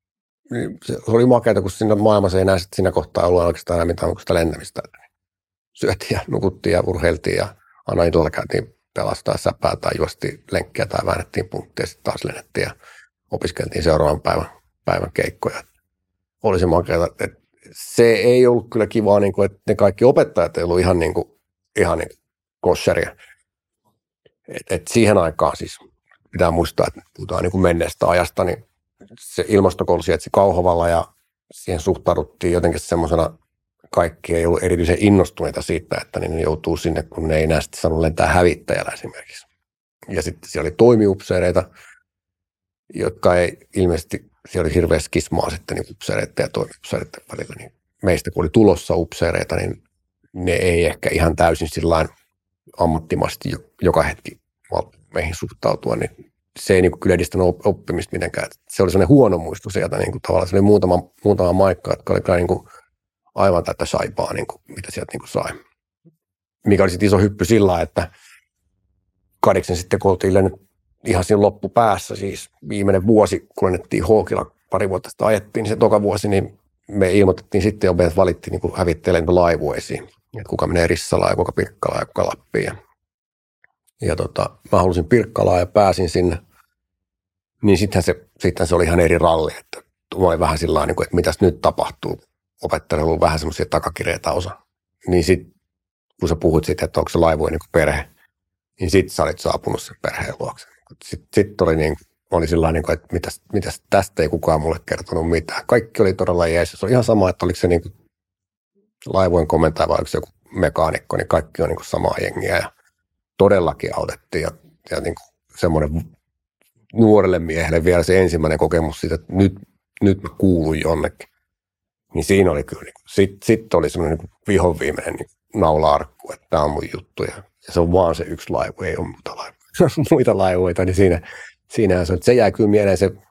se oli makeata, kun siinä maailmassa ei näe siinä kohtaa ollut oikeastaan enää mitään sitä lentämistä. Syötiin ja nukuttiin ja urheiltiin ja aina idolla käytiin pelastaa säpää tai juostiin lenkkiä tai väännettiin punttia ja sitten taas lennettiin ja opiskeltiin seuraavan päivän, päivän keikkoja. Oli se makeata, että se ei ollut kyllä kivaa, niin kuin, että ne kaikki opettajat ei ollut ihan niin kuin, ihan niin kosheria. Et, et siihen aikaan siis pitää muistaa, että puhutaan niin kuin menneestä ajasta, niin se ilmastokoulu sijaitsi Kauhavalla ja siihen suhtauduttiin jotenkin semmoisena, kaikki ei ollut erityisen innostuneita siitä, että ne joutuu sinne, kun ne ei enää sitten saanut lentää hävittäjällä esimerkiksi. Ja sitten siellä oli toimiupseereita, jotka ei ilmeisesti, siellä oli hirveä skismaa sitten niin upseereiden ja toimiupseereiden välillä, niin meistä kun oli tulossa upseereita, niin ne ei ehkä ihan täysin sillain ammattimasti joka hetki meihin suhtautua, niin se ei niin kuin kyllä edistänyt oppimista mitenkään. Se oli sellainen huono muisto sieltä, niin kuin tavallaan se oli muutama, muutama maikka, jotka oli niin kuin aivan tätä saipaa, niin kuin, mitä sieltä niin kuin sai. Mikä oli sitten iso hyppy sillä, että Kadiksen sitten kun oltiin lennyt ihan siinä loppupäässä, siis viimeinen vuosi, kun lennettiin Hawkilla, pari vuotta sitä ajettiin, niin se toka vuosi, niin me ilmoitettiin sitten jo, että valittiin niin hävittäjälentolaivueisiin, että kuka menee Rissalaan ja kuka Pirkkalaan ja kuka Lappiin. Ja, ja tota, mä halusin Pirkkalaan ja pääsin sinne, niin sittenhän se, sittenhän se oli ihan eri ralli, että oli vähän sillä tavalla, että mitäs nyt tapahtuu. Opettajalla on ollut vähän semmoisia takakireitä osa. Niin sitten, kun sä puhuit siitä, että onko se laivujen niin perhe, niin sitten sä olit saapunut sen perheen luokse. Sitten sit oli, niin, oli sillä niin että mitäs, mitäs tästä ei kukaan mulle kertonut mitään. Kaikki oli todella jees. Se on ihan sama, että oliko se niin kuin laivujen komentaja vai oliko se joku mekaanikko, niin kaikki on niin kuin samaa jengiä. Ja todellakin autettiin. Ja, ja niin kuin semmoinen nuorelle miehelle vielä se ensimmäinen kokemus siitä, että nyt, nyt mä kuulun jonnekin. Niin siinä oli kyllä, niin sitten sit oli semmoinen niin vihon viimeinen niin naula-arkku, että tämä on mun juttu. Ja, ja se on vaan se yksi laivu, ei ole muuta laivuja. muita laivuita, niin siinä, siinähän se on. Se jää kyllä mieleen se,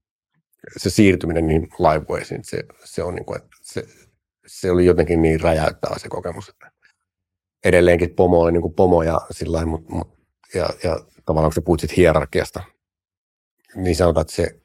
se siirtyminen niin laivueisiin. Se, se, on niin kuin, että se, se oli jotenkin niin räjäyttävä se kokemus. Että edelleenkin pomo oli niin kuin pomo ja sillä mut, mut, ja, ja tavallaan kun sä puhut sit hierarkiasta, niin sanotaan, että se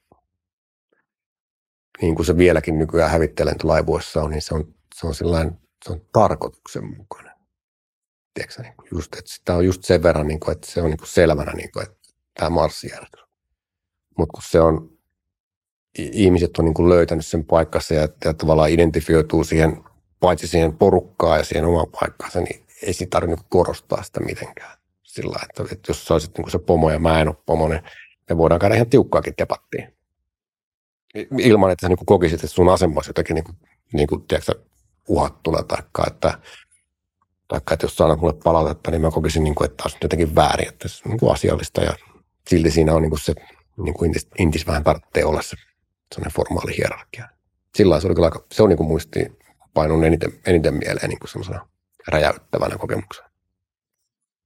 niin kuin se vieläkin nykyään hävittäjälentolaivuessa on, niin se on, se on sillain, se on tarkoituksenmukainen. Tiedätkö, niin just, että sitä on just sen verran, niin kuin, että se on niin kuin selvänä, niin kuin, että tämä marssijärjestys. Mutta kun se on, ihmiset on niin kuin löytänyt sen paikkansa ja, ja tavallaan identifioituu siihen, paitsi siihen porukkaan ja siihen omaan paikkaansa, niin ei siitä tarvitse korostaa sitä mitenkään. Sillä että, että jos sä olisit niin kuin se pomo ja mä en ole pomo, niin me voidaan käydä ihan tiukkaakin debattiin. Ilman, että sä niin kokisit, että sun asema olisi jotenkin niin kuin, niin kuin, tiedätkö, uhattuna, taikka että, taikka, että jos sä annat mulle palautetta, niin mä kokisin, niin kuin, että taas jotenkin väärin, että se on niin kuin asiallista ja silti siinä on niin kuin se, niin kuin intis, intis vähän tarvitsee olla se sellainen formaali hierarkia. Sillä se oli kyllä aika, se on niin kuin muistiin painunut eniten, eniten mieleen niin kuin semmoisena räjäyttävänä kokemuksena.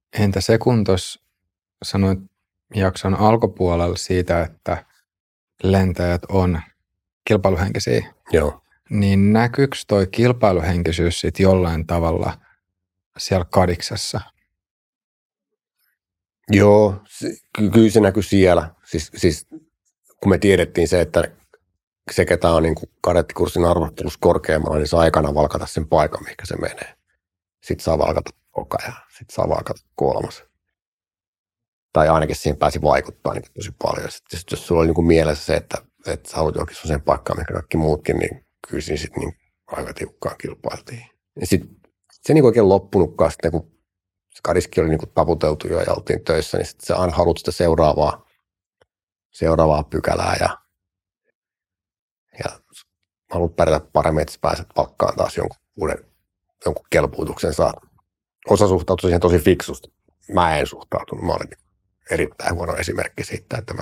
Entä se, kun tuossa sanoit jakson alkupuolella siitä, että lentäjät on kilpailuhenkisiä, Joo. niin näkyykö toi kilpailuhenkisyys sitten jollain tavalla siellä kadiksessa? Joo, se, ky- kyllä se näkyy siellä. Siis, siis kun me tiedettiin se, että se, ketä on niin kuin kadettikurssin arvostelussa korkeammalla, niin saa aikana valkata sen paikan, mihinkä se menee. Sitten saa valkata toka ja sitten saa valkata kolmas. Tai ainakin siihen pääsi vaikuttaa niin tosi paljon. Sitten sit jos sulla oli niin kuin mielessä se, että, että sä haluat johonkin sellaiseen paikkaan, mikä kaikki muutkin, niin kyllä siinä sitten niin aika tiukkaan kilpailtiin. Ja sitten se niin oikein loppunutkaan sitten, kun se kadiski oli niin kuin taputeltu jo ja oltiin töissä, niin sitten sä aina haluat sitä seuraavaa, seuraavaa pykälää ja, ja haluat pärjätä paremmin, että sä pääset palkkaan taas jonkun uuden, jonkun kelpuutuksen saa. Osa suhtautui siihen tosi fiksusti. Mä en suhtautunut. Mä olin erittäin huono esimerkki siitä, että mä,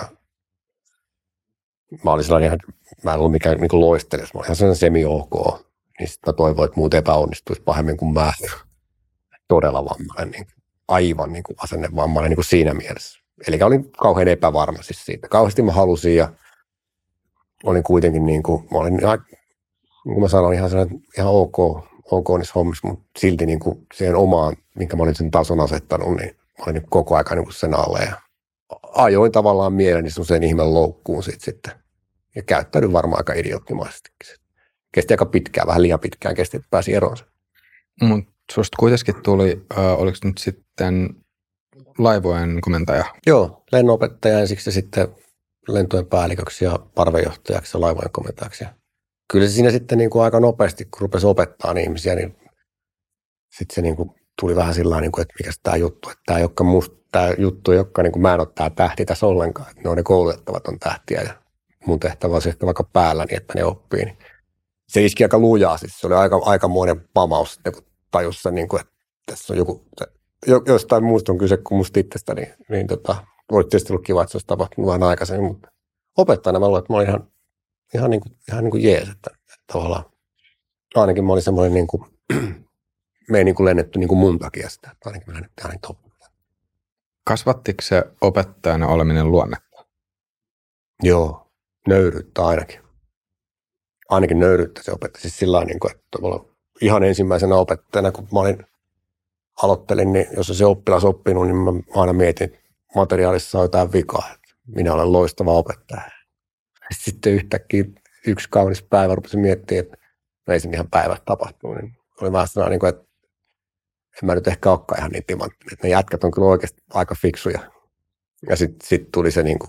mä olin sellainen, mä en ollut mikään niin loistelija. Mä olin ihan sellainen semi-ok. Niin sitten mä toivoin, että muut epäonnistuisi pahemmin kuin mä. Todella vammainen, niin aivan niin kuin asennevammainen niin kuin siinä mielessä. Eli olin kauhean epävarma siis siitä. Kauheasti mä halusin ja olin kuitenkin niin kuin, mä olin ihan, niin kuin mä sanoin, ihan sellainen ihan ok, ok niissä hommissa, mutta silti niin kuin siihen omaan, minkä mä olin sen tason asettanut, niin mä olin niin koko ajan niin kuin sen alle ja ajoin tavallaan mieleni semmoiseen ihmeen loukkuun siitä sitten. Ja käyttäydyin varmaan aika idioottimaisestikin. Kesti aika pitkään, vähän liian pitkään kesti, että pääsi eroon sen. Mutta susta kuitenkin tuli, äh, oliko nyt sitten laivojen komentaja? Joo, lennonopettaja ensiksi ja sitten lentojen päälliköksi ja parvejohtajaksi ja laivojen komentajaksi. Kyllä se siinä sitten niin kuin aika nopeasti, kun rupesi opettaa ihmisiä, niin sitten se niin kuin tuli vähän sillä tavalla, että mikä tämä juttu, että tämä, joka musta, tämä juttu, joka niin kuin mä en ole tämä tähti tässä ollenkaan, että ne on ne koulutettavat on tähtiä ja mun tehtävä on se ehkä vaikka päällä niin, että ne oppii. Niin se iski aika lujaa, siis se oli aika, aikamoinen pamaus, kun tajus sen, niin kuin, että tässä on joku, jostain muusta on kyse kuin musta itsestä, niin, niin tota, olisi tietysti ollut kiva, että se olisi tapahtunut vähän aikaisemmin, mutta opettajana mä luulen, että mä olin ihan, ihan, niin kuin, ihan niin kuin jees, että, että tavallaan ainakin mä olin semmoinen, niin kuin, me ei niin kuin lennetty niin kuin mun takia sitä, että ainakin me lennettiin aina top. Kasvattiko se opettajana oleminen luonnetta? Joo, nöyryyttä ainakin. Ainakin nöyryyttä se opetti. Siis sillä tavalla, niin kuin, että ihan ensimmäisenä opettajana, kun mä olin, aloittelin, niin jos se oppilas oppinut, niin mä aina mietin, että materiaalissa on jotain vikaa. Että minä olen loistava opettaja. Sitten yhtäkkiä yksi kaunis päivä rupesin miettimään, että no ei se ihan päivä tapahtunut. Niin oli vähän sellainen, että en mä nyt ehkä olekaan ihan niin timanttinen. Että ne jätkät on kyllä oikeasti aika fiksuja. Ja sitten sit tuli se niin kuin,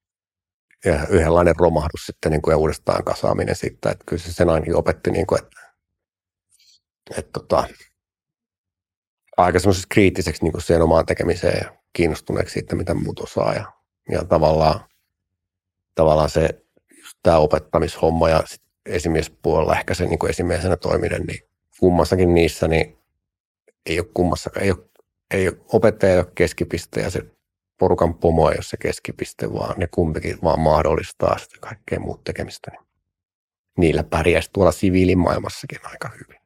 ja yhdenlainen romahdus sitten niin kuin, ja uudestaan kasaaminen siitä. Että kyllä se sen ainakin opetti, niin kuin, että, että tota, aika semmoisessa kriittiseksi niin kuin siihen omaan tekemiseen ja kiinnostuneeksi siitä, mitä muut osaa. Ja, ja tavallaan, tavallaan se just tämä opettamishomma ja esimiespuolella ehkä se niin kuin esimiehenä toiminen, niin kummassakin niissä niin ei ole kummassakaan, ei ole, ei ole, opettaja ei ole keskipiste ja se porukan pomo ei ole se keskipiste, vaan ne kumpikin vaan mahdollistaa sitä kaikkea muut tekemistä. Niin niillä pärjäisi tuolla siviilimaailmassakin aika hyvin.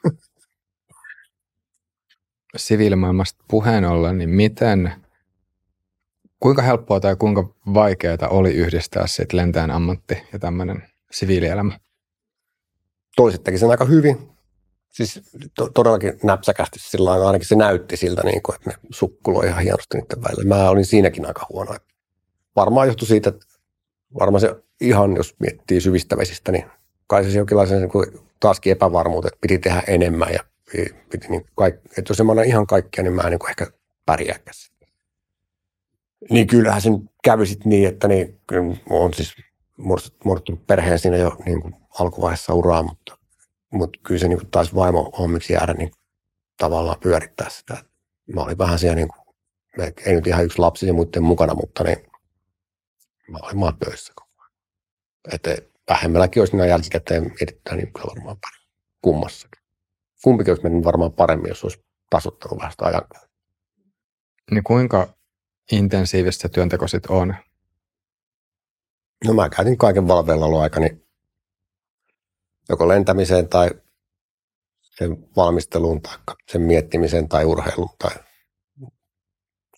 Siviilimaailmasta puheen ollen, niin miten, kuinka helppoa tai kuinka vaikeaa oli yhdistää sit lentäjän ammatti ja tämmöinen siviilielämä? Toiset teki sen aika hyvin. Siis to- todellakin näpsäkästi sillä lailla, ainakin se näytti siltä, niin kuin, että ne sukkuloi ihan hienosti niiden välillä. Mä olin siinäkin aika huono. Varmaan johtui siitä, että varmaan se ihan, jos miettii syvistä vesistä, niin kai se jonkinlaisen niin kuin taaskin epävarmuutta, että piti tehdä enemmän ja piti niin kaik- että jos en mä ihan kaikkia, niin mä en niin ehkä pärjääkäs. Niin kyllähän sen kävi sitten niin, että niin, kyllä olen siis muodostunut perheen siinä jo niin kuin alkuvaiheessa uraa, mutta, mutta kyllä se niin taisi vaimo hommiksi jäädä niin tavallaan pyörittää sitä. Mä olin vähän siellä, niin kuin, ei nyt ihan yksi lapsi ja muiden mukana, mutta niin, mä olin maan töissä koko ajan. Että vähemmälläkin olisi nämä jälkikäteen mietitään niin kyllä varmaan paremmin kummassakin. Kumpikin olisi mennyt varmaan paremmin, jos olisi tasottanut vähän sitä ajankäyttöä. Niin kuinka intensiivistä työnteko sitten on? No mä käytin kaiken valveillaoloaikani joko lentämiseen tai sen valmisteluun tai sen miettimiseen tai urheiluun tai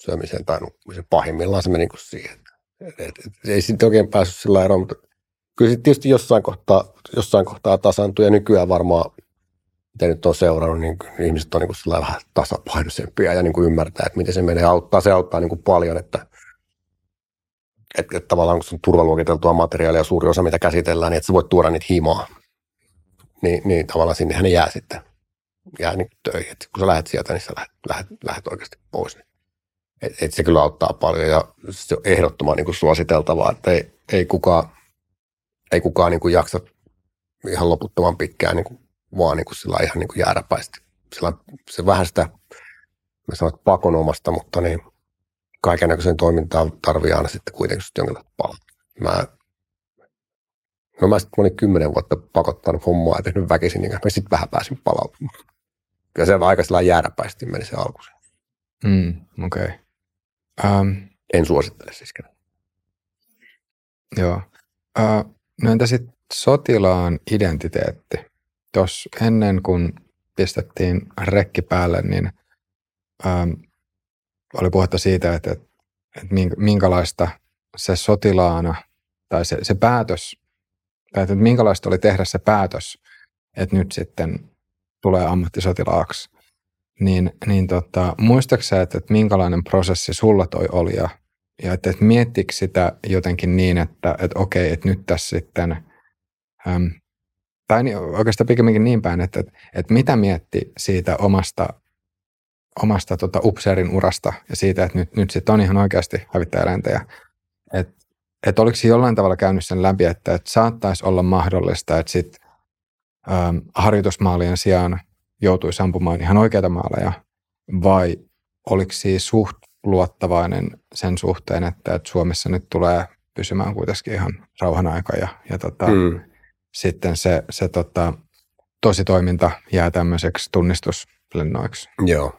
syömiseen tai nukkumiseen. Pahimmillaan se meni kuin siihen. Et, et, et, ei sitten oikein päässyt sillä eroon, mutta kyllä sitten tietysti jossain kohtaa, jossain kohtaa tasaantui ja nykyään varmaan, mitä nyt on seurannut, niin ihmiset on niin kuin vähän tasapainoisempia ja niin kuin ymmärtää, että miten se menee auttaa. Se auttaa niin kuin paljon, että, että, että tavallaan kun se on turvaluokiteltua materiaalia ja suuri osa, mitä käsitellään, niin että sä voit tuoda niitä himaa, niin, niin tavallaan sinnehän ne jää sitten. Jää niin töihin. Et kun sä lähdet sieltä, niin sä lähdet, lähdet, lähdet oikeasti pois. Et, et se kyllä auttaa paljon ja se on ehdottoman niin kuin suositeltavaa, että ei, ei kukaan, ei kukaan niin kuin jaksa ihan loputtoman pitkään niin kuin, vaan niin kuin sillä ihan niin kuin jääräpäisesti. Sillä se vähän sitä, mä sanon, että pakonomasta, mutta niin kaikennäköiseen toimintaan tarvii aina sitten kuitenkin jonkinlaista palaa. Mä, no mä sitten olin kymmenen vuotta pakottanut hommaa ja tehnyt väkisin, niin mä sitten vähän pääsin palautumaan. Kyllä se aika sillä jääräpäisesti meni se alku. Mm, okei. Okay. Um, en suosittele siis kenelle. Joo. Uh, no entä sitten sotilaan identiteetti? Tuossa ennen kuin pistettiin rekki päälle, niin um, oli puhetta siitä, että, että, että minkälaista se sotilaana tai se, se päätös, tai että minkälaista oli tehdä se päätös, että nyt sitten tulee ammattisotilaaksi. Niin, niin tota, muistaaksä, että, että minkälainen prosessi sulla toi oli ja, ja että, että miettikö sitä jotenkin niin, että, että okei, että nyt tässä sitten, äm, tai niin, oikeastaan pikemminkin niin päin, että, että, että mitä mietti siitä omasta, omasta tota, upseerin urasta ja siitä, että nyt, nyt sitten on ihan oikeasti hävittäjälentäjä. Että, että oliko se jollain tavalla käynyt sen läpi, että, että saattaisi olla mahdollista, että sitten äm, harjoitusmaalien sijaan joutuisi ampumaan ihan oikeita maaleja, vai oliko siis suht luottavainen sen suhteen, että, että Suomessa nyt tulee pysymään kuitenkin ihan rauhan aika ja, ja tota, mm. sitten se, se tota, tositoiminta jää tämmöiseksi tunnistuslennoiksi? Joo.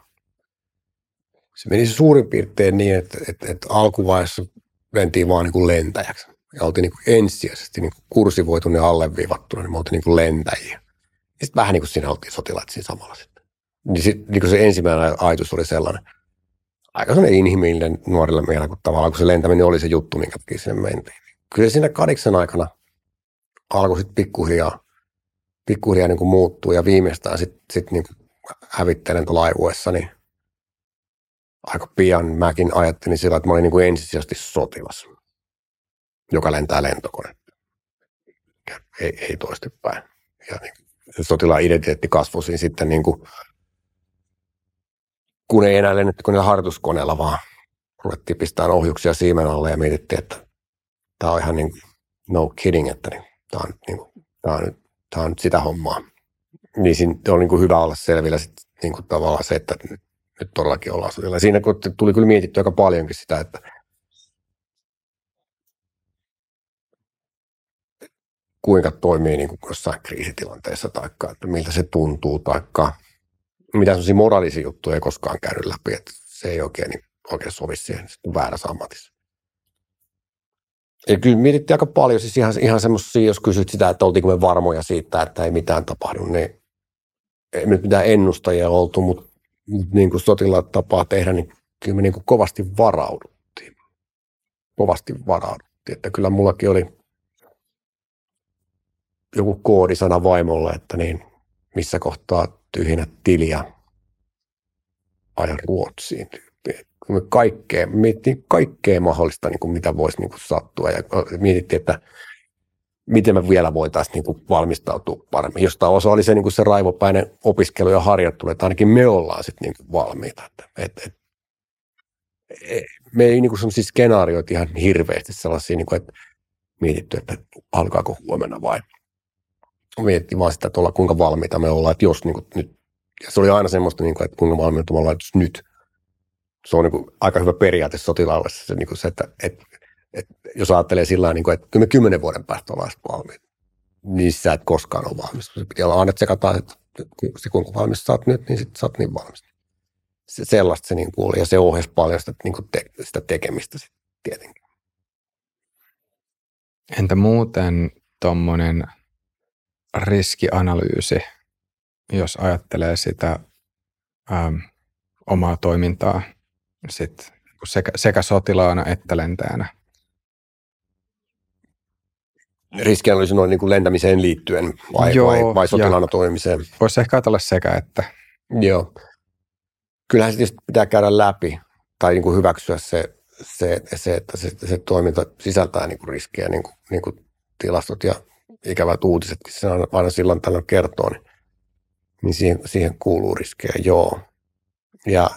Se meni suurin piirtein niin, että, että, että alkuvaiheessa mentiin vaan niin kuin lentäjäksi. Ja oltiin niin kuin ensisijaisesti niin kuin kursivoituneet ja alleviivattuna, niin me oltiin niin kuin lentäjiä. Ja sitten vähän niin kuin siinä oltiin sotilaat siinä samalla sitten. Niin sitten niin se ensimmäinen ajatus oli sellainen, aika sellainen inhimillinen nuorille meillä, kun tavallaan kun se lentäminen oli se juttu, minkä takia sinne mentiin. Kyllä siinä kadiksen aikana alkoi sitten pikkuhiljaa, pikkuhiljaa niin kuin muuttuu ja viimeistään sitten sit niin hävittäjälentolaivuessa, niin aika pian mäkin ajattelin sillä, että mä olin niin kuin ensisijaisesti sotilas, joka lentää lentokonetta. Ei, ei toistepäin. Ja niin se sotilaan identiteetti kasvoi siinä sitten niin kuin, kun ei enää lennetty koneella harjoituskoneella, vaan ruvettiin pistämään ohjuksia siimen alle ja mietittiin, että tämä on ihan niin kuin no kidding, että niin, tämä, on, niin kuin, tämä, on nyt, tämä on nyt sitä hommaa. Niin siinä on niin kuin hyvä olla selvillä sit, niin kuin tavallaan se, että nyt, nyt todellakin ollaan sotilailla. Siinä tuli kyllä mietitty aika paljonkin sitä, että kuinka toimii niin kuin jossain kriisitilanteessa, taikka, että miltä se tuntuu, taikka mitä sellaisia moraalisia juttuja ei koskaan käynyt läpi, että se ei oikein, niin oikein sovi siihen väärässä ammatissa. Ja kyllä mietittiin aika paljon, siis ihan, ihan semmoisia, jos kysyt sitä, että oltiinko me varmoja siitä, että ei mitään tapahdu, niin ei nyt mitään ennustajia oltu, mutta, mutta niin kuin sotilaat tapaa tehdä, niin kyllä me niin kuin kovasti varauduttiin. Kovasti varauduttiin, että kyllä mullakin oli joku koodisana vaimolle, että niin missä kohtaa tyhjinä tiliä ajan Ruotsiin tyyppiin. Me kaikkea, mietittiin kaikkea mahdollista, niin kuin mitä voisi niin kuin sattua ja mietittiin, että miten me vielä voitaisiin niin kuin valmistautua paremmin. Jostain osa oli se, niin kuin se raivopäinen opiskelu ja harjoittelu, että ainakin me ollaan sitten niin kuin valmiita. Että, et, et, me ei niin kuin sellaisia skenaarioita ihan hirveästi sellaisia, niin kuin, että mietitty, että alkaako huomenna vai mietittiin vaan sitä, että olla, kuinka valmiita me ollaan, että jos niin kuin, nyt, ja se oli aina semmoista, niin kuin, että kuinka valmiita me ollaan, että nyt. Se on niin kuin, aika hyvä periaate sotilaalle, se, niin kuin se, että, että, että jos ajattelee sillä tavalla, että kyllä me kymmenen vuoden päästä ollaan valmiita, niin sä et koskaan ole valmis. Se pitää olla aina tsekataan, että kuinka valmis sä oot nyt, niin sitten sä oot niin valmis. Se, sellaista se niin kuin oli, ja se ohjasi paljon sitä, niin kuin te, sitä tekemistä sitten tietenkin. Entä muuten tuommoinen riskianalyysi, jos ajattelee sitä äm, omaa toimintaa sit sekä, sekä sotilaana että lentäjänä? Riskianalyysi noin niin kuin lentämiseen liittyen vai, Joo, vai, vai sotilaana toimimiseen? Voisi ehkä ajatella sekä että. Joo. Kyllähän se tietysti pitää käydä läpi tai niin kuin hyväksyä se, se, se, että se, se toiminta sisältää niin kuin riskejä, niin kuin, niin kuin tilastot ja ikävät uutisetkin se aina silloin tällöin kertoo, niin, niin siihen, siihen kuuluu riskejä, joo. Ja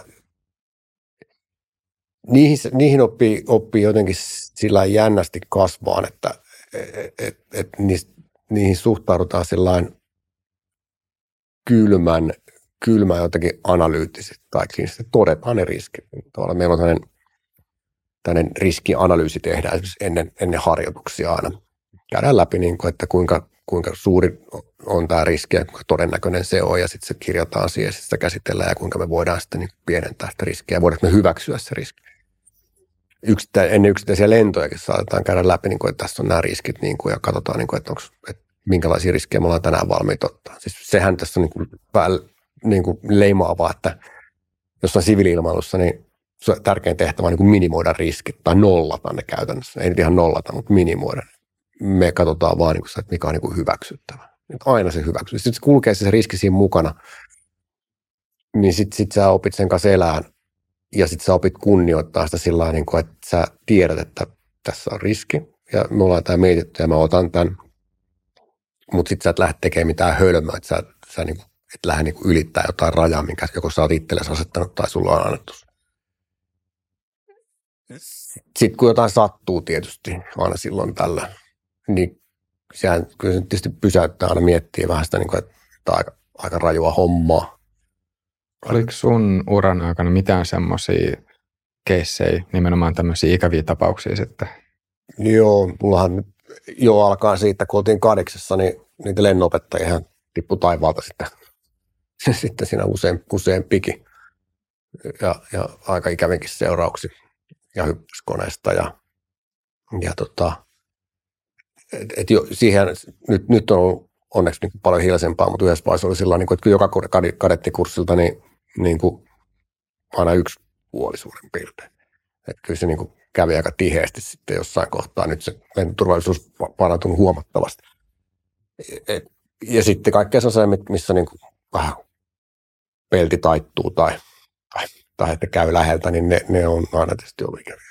niihin, niihin oppii, oppii jotenkin sillä jännästi kasvaan, että et, et, et niihin suhtaudutaan sillain kylmän, kylmän jotenkin analyyttisesti, tai kliinisesti todetaan ne riskit. Tuolla meillä on tämmöinen, tämmöinen riskianalyysi tehdään esimerkiksi ennen, ennen harjoituksia aina. Käydään läpi, niin kuin, että kuinka, kuinka suuri on tämä riski ja kuinka todennäköinen se on, ja sitten se kirjataan siihen, sitten sitä käsitellään, ja kuinka me voidaan sitten niin pienentää sitä riskiä, ja voidaanko me hyväksyä se riski. Yksittä, ennen yksittäisiä lentojakin saatetaan käydä läpi, niin kuin, että tässä on nämä riskit, niin kuin, ja katsotaan, niin kuin, että, onko, että minkälaisia riskejä me ollaan tänään valmiita ottaa. Siis sehän tässä on niin kuin, päällä, niin kuin leimaavaa, että jossain siviili-ilmailussa, niin tärkein tehtävä on niin kuin minimoida riskit, tai nollata ne käytännössä. Ei nyt ihan nollata, mutta minimoida. Me katsotaan vaan, niin kuin, että mikä on niin kuin hyväksyttävä. Aina se hyväksyy. Sitten se kulkee se riski siinä mukana, niin sitten sit sä opit sen kanssa elään, ja sitten sä opit kunnioittaa sitä sillä tavalla, niin kuin, että sä tiedät, että tässä on riski, ja me ollaan tämä mietitty, ja mä otan tämän, mutta sitten sä et lähde tekemään mitään hölmöä, että sä, sä niin kuin, et lähde niin kuin ylittää jotain rajaa, minkä joko sä oot itsellesi asettanut tai sulla on annettu. Sitten kun jotain sattuu tietysti aina silloin tällä, niin sehän kyllä se tietysti pysäyttää aina miettiä vähän sitä, niin kuin, että tämä on aika, aika rajua hommaa. Oliko sun uran aikana mitään semmoisia keissejä, nimenomaan tämmöisiä ikäviä tapauksia sitten? Joo, mullahan jo alkaa siitä, kun oltiin kadeksessa, niin niitä lennonopettajia ihan tippui taivaalta sitten, sitten siinä usein, usein piki. Ja, ja aika ikävinkin seurauksia. Ja hyppyskoneesta ja, ja tota, et, et jo, siihen nyt, nyt on onneksi niin paljon hiljaisempaa, mutta yhdessä vaiheessa oli sillä tavalla, että joka kadettikurssilta niin, niin kuin aina yksi puoli suurin piirtein. Että kyllä se niin kuin kävi aika tiheästi sitten jossain kohtaa. Nyt se lentoturvallisuus on parantunut huomattavasti. Et, ja sitten kaikkea sellaisia, missä niin kuin vähän pelti taittuu tai, tai, tai että käy läheltä, niin ne, ne on aina tietysti ollut ikäviä.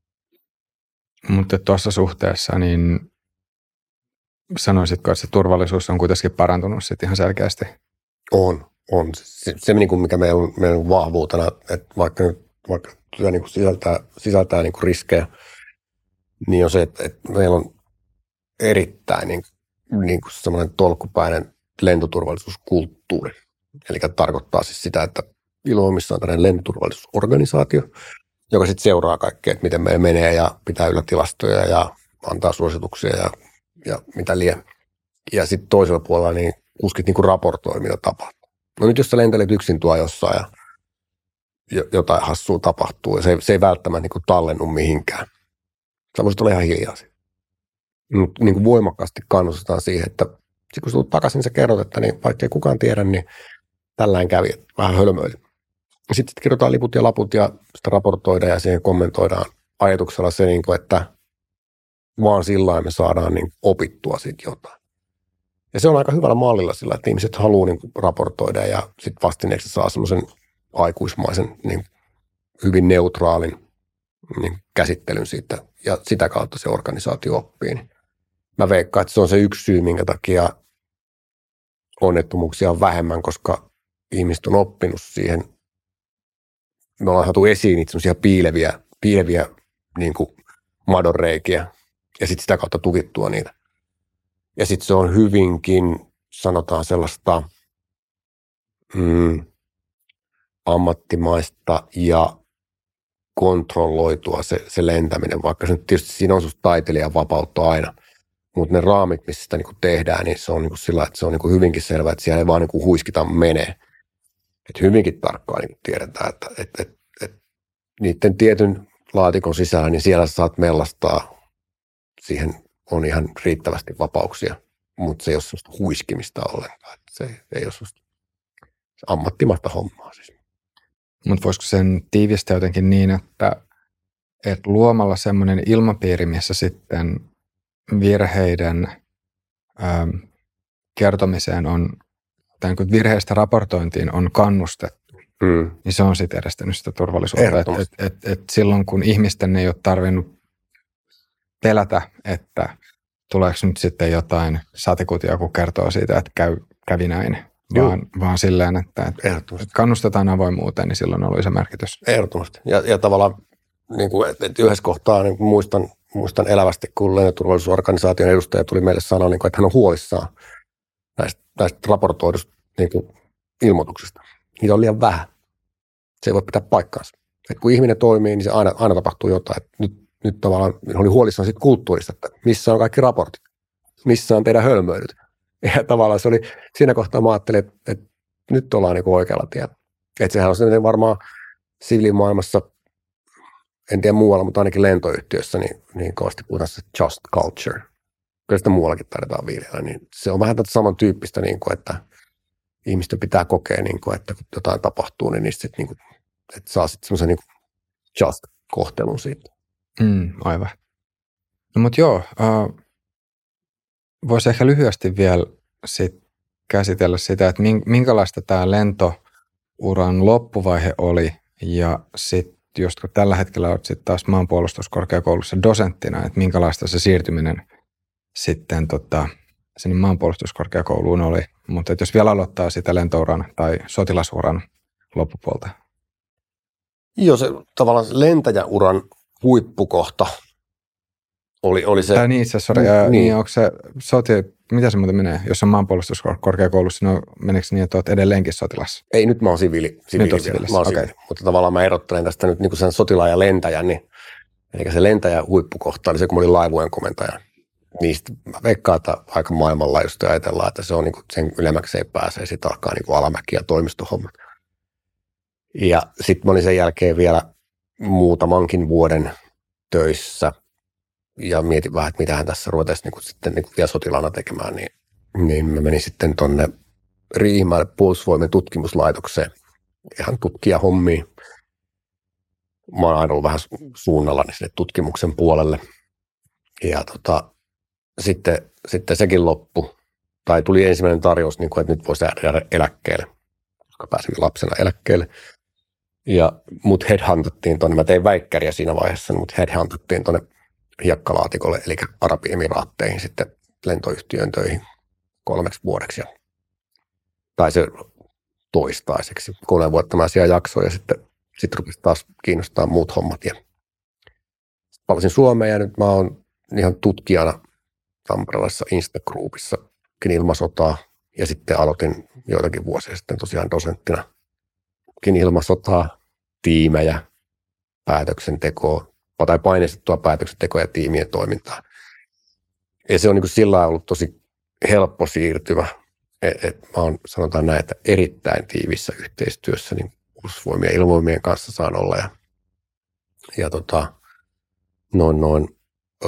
Mutta tuossa suhteessa, niin sanoisitko, että se turvallisuus on kuitenkin parantunut sitten ihan selkeästi? On, on. Se, se mikä meillä on, meillä on vahvuutena, että vaikka, vaikka työ niin kuin sisältää, sisältää niin kuin riskejä, niin on se, että, että meillä on erittäin niin, niin kuin semmoinen tolkkupäinen lentoturvallisuuskulttuuri. Eli tarkoittaa siis sitä, että Iloimissa on tällainen lentoturvallisuusorganisaatio, joka sitten seuraa kaikkea, että miten meillä menee ja pitää yllä tilastoja ja antaa suosituksia ja, ja mitä lie. Ja sitten toisella puolella niin kuskit niin kuin raportoi, mitä tapahtuu. No nyt jos sä lentelet yksin tuo jossain ja jotain hassua tapahtuu ja se ei, se ei välttämättä niin kuin tallennu mihinkään. Sä voisit olla ihan hiljaa. Niin kuin voimakkaasti kannustetaan siihen, että sit kun sä tulet takaisin, sä kerrot, että niin, vaikka ei kukaan tiedä, niin tällään kävi, että vähän hölmöili. Sitten sit kirjoitetaan liput ja laput ja sitä raportoidaan ja siihen kommentoidaan ajatuksella se, että vaan sillä lailla me saadaan niin opittua siitä jotain. Ja se on aika hyvällä mallilla sillä, että ihmiset haluaa niin raportoida ja sitten vastineeksi saa semmoisen aikuismaisen niin hyvin neutraalin niin käsittelyn siitä ja sitä kautta se organisaatio oppii. Niin mä veikkaan, että se on se yksi syy, minkä takia onnettomuuksia on vähemmän, koska ihmiset on oppinut siihen. Me ollaan saatu esiin niitä semmoisia piileviä, piileviä niin kuin madonreikiä ja sitten sitä kautta tukittua niitä. Ja sitten se on hyvinkin, sanotaan sellaista mm, ammattimaista ja kontrolloitua se, se lentäminen, vaikka se nyt tietysti siinä on susta taiteilijan vapautta aina. Mutta ne raamit, missä sitä niinku tehdään, niin se on niinku sillä, että se on niinku hyvinkin selvää, että siellä ei vaan niinku huiskita menee. Et hyvinkin tarkkaan niinku tiedetään, että et, et, et niiden tietyn laatikon sisällä, niin siellä saat mellastaa. Siihen on ihan riittävästi vapauksia, mutta se ei ole sellaista huiskimista ollenkaan. Se ei ole sellaista ammattimaista hommaa siis. Mutta voisiko sen tiivistää jotenkin niin, että että luomalla semmoinen ilmapiiri, missä sitten virheiden ähm, kertomiseen on, tai niin kuin virheistä raportointiin on kannustettu, mm. niin se on sitten edistänyt sitä turvallisuutta. Et, et, et, et silloin, kun ihmisten ei ole tarvinnut pelätä, että tuleeko nyt sitten jotain satikutia, kun kertoo siitä, että käy, kävi näin, vaan, vaan silleen, että, että kannustetaan avoimuuteen, niin silloin oli se merkitys. Ehdottomasti. Ja, ja tavallaan niin kuin, että, että yhdessä kohtaa niin kuin muistan, muistan elävästi, kun lentoturvallisuusorganisaation edustaja tuli meille sanoa, niin kuin, että hän on huolissaan näistä, näistä raportoidusta niin kuin ilmoituksista. Niitä on liian vähän. Se ei voi pitää paikkaansa. Et kun ihminen toimii, niin se aina, aina tapahtuu jotain. Et nyt, nyt tavallaan oli huolissaan siitä kulttuurista, että missä on kaikki raportit, missä on teidän hölmöilyt. Ja tavallaan se oli, siinä kohtaa mä ajattelin, että, että nyt ollaan niin kuin oikealla tiellä. Että sehän on sellainen varmaan siviilimaailmassa, en tiedä muualla, mutta ainakin lentoyhtiössä, niin, niin kovasti puhutaan se just culture. Kyllä sitä muuallakin taidetaan viljellä. Niin se on vähän tätä samantyyppistä, niin kuin, että ihmisten pitää kokea, niin kuin, että kun jotain tapahtuu, niin niistä sit, niin kuin, että saa sitten semmoisen niin just kohtelun siitä. Mm, aivan. No mutta joo, uh, voisi ehkä lyhyesti vielä sit käsitellä sitä, että minkälaista tämä lentouran loppuvaihe oli ja sitten just kun tällä hetkellä olet sitten taas maanpuolustuskorkeakoulussa dosenttina, että minkälaista se siirtyminen sitten tota, sinne maanpuolustuskorkeakouluun oli. Mutta jos vielä aloittaa sitä lentouran tai sotilasuran loppupuolta. Joo, se tavallaan lentäjäuran huippukohta oli, oli se. Tai niin itse asiassa, niin. niin onko se soti, mitä se muuten menee, jos on maanpuolustuskorkeakoulussa, no meneekö niin, että olet edelleenkin sotilas? Ei, nyt mä oon siviili. siviili nyt siviili. Mä oon okay. siviili. Mutta tavallaan mä erottelen tästä nyt niin kuin sen sotilaan ja lentäjän, niin, eli se lentäjän huippukohta oli se, kun mä olin laivueen komentaja. Niistä mä veikkaan, että aika maailmanlaajuisesti ajatellaan, että se on niin kuin sen ylemmäksi ei pääse, ja sitten alkaa niin kuin alamäki ja toimistohommat. Ja sitten mä olin sen jälkeen vielä muutamankin vuoden töissä, ja mietin vähän, että mitähän tässä ruvetaan niin sitten niin vielä sotilaana tekemään, niin, niin mä menin sitten tuonne Riihimäelle Puolustusvoimien tutkimuslaitokseen, ihan tutkijahommiin. Mä oon aina ollut vähän suunnallani sinne tutkimuksen puolelle. Ja tota, sitten, sitten sekin loppu, tai tuli ensimmäinen tarjous, niin kuin, että nyt voisi jäädä eläkkeelle, koska pääsin lapsena eläkkeelle. Ja mut headhuntattiin tuonne, mä tein väikkäriä siinä vaiheessa, mut headhuntattiin tuonne hiekkalaatikolle, eli Arabiemiraatteihin sitten lentoyhtiön töihin kolmeksi vuodeksi. Ja, tai se toistaiseksi. Kolme vuotta mä siellä jaksoin ja sitten sit rupesi taas kiinnostaa muut hommat. Ja palasin Suomeen ja nyt mä oon ihan tutkijana Tampereelassa Instagroupissa ilmasotaa ja sitten aloitin joitakin vuosia sitten tosiaan dosenttina ilmasotaa, tiimejä, päätöksentekoa, tai paineistettua päätöksentekoa ja tiimien toimintaa. Ja se on niin kuin sillä lailla ollut tosi helppo siirtymä, että et mä oon, sanotaan näin, että erittäin tiivissä yhteistyössä niin puolustusvoimien ja ilmavoimien kanssa saan olla. Ja, ja tota, noin, noin, öö,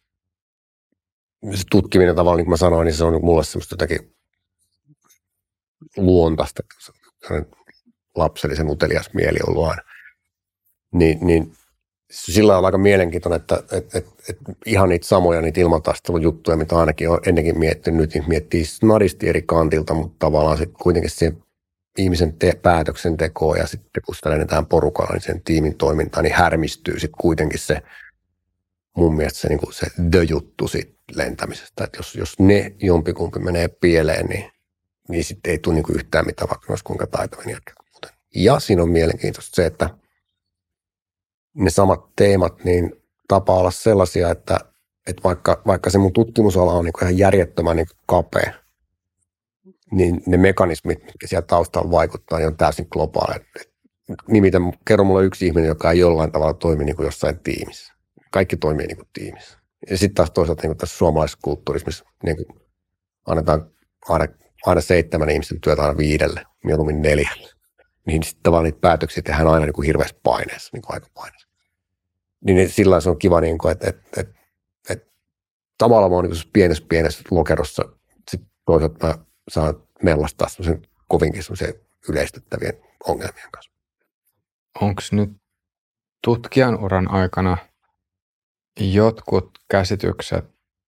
se tutkiminen tavallaan, niin kuin mä sanoin, niin se on mulle semmoista jotakin luontaista, lapsellisen utelias mieli ollut aina. Niin, niin sillä on aika mielenkiintoinen, että et, et, et ihan niitä samoja niitä ilmataistelujuttuja, mitä ainakin on ennenkin miettinyt, niin miettii snadisti eri kantilta, mutta tavallaan sitten kuitenkin siihen ihmisen te- päätöksentekoon ja sitten kun sitä lennetään porukalla, niin sen tiimin toimintaan, niin härmistyy sitten kuitenkin se mun mielestä se, niin kuin se the-juttu siitä lentämisestä, että jos, jos ne jompikumpi menee pieleen, niin, niin sitten ei tule niin kuin yhtään mitään, vaikka olisi kuinka taitavin jälkeen. Ja siinä on mielenkiintoista se, että ne samat teemat niin tapaa olla sellaisia, että, että vaikka, vaikka se mun tutkimusala on niin kuin ihan järjettömän niin kuin kapea, niin ne mekanismit, mitkä siellä taustalla vaikuttaa, niin on täysin globaaleja. Nimitä, kerro mulle yksi ihminen, joka ei jollain tavalla toimi niin kuin jossain tiimissä. Kaikki toimii niin kuin tiimissä. Ja sitten taas toisaalta niin kuin tässä suomalaisessa kulttuurissa, missä niin kuin annetaan aina, aina seitsemän ihmisten työtä aina viidelle, mieluummin neljälle. Niin sitten tavallaan niitä päätöksiä tehdään aina niin kuin hirveässä paineessa, niin kuin aikapaineessa. Niin sillä se on kiva, niin kuin, että, että, että, että tavallaan mä oon niin pienessä pienessä lokerossa. Sitten toisaalta mä saan mellastaa semmoisen kovinkin semmoisen yleistettävien ongelmien kanssa. Onko nyt tutkijan uran aikana jotkut käsitykset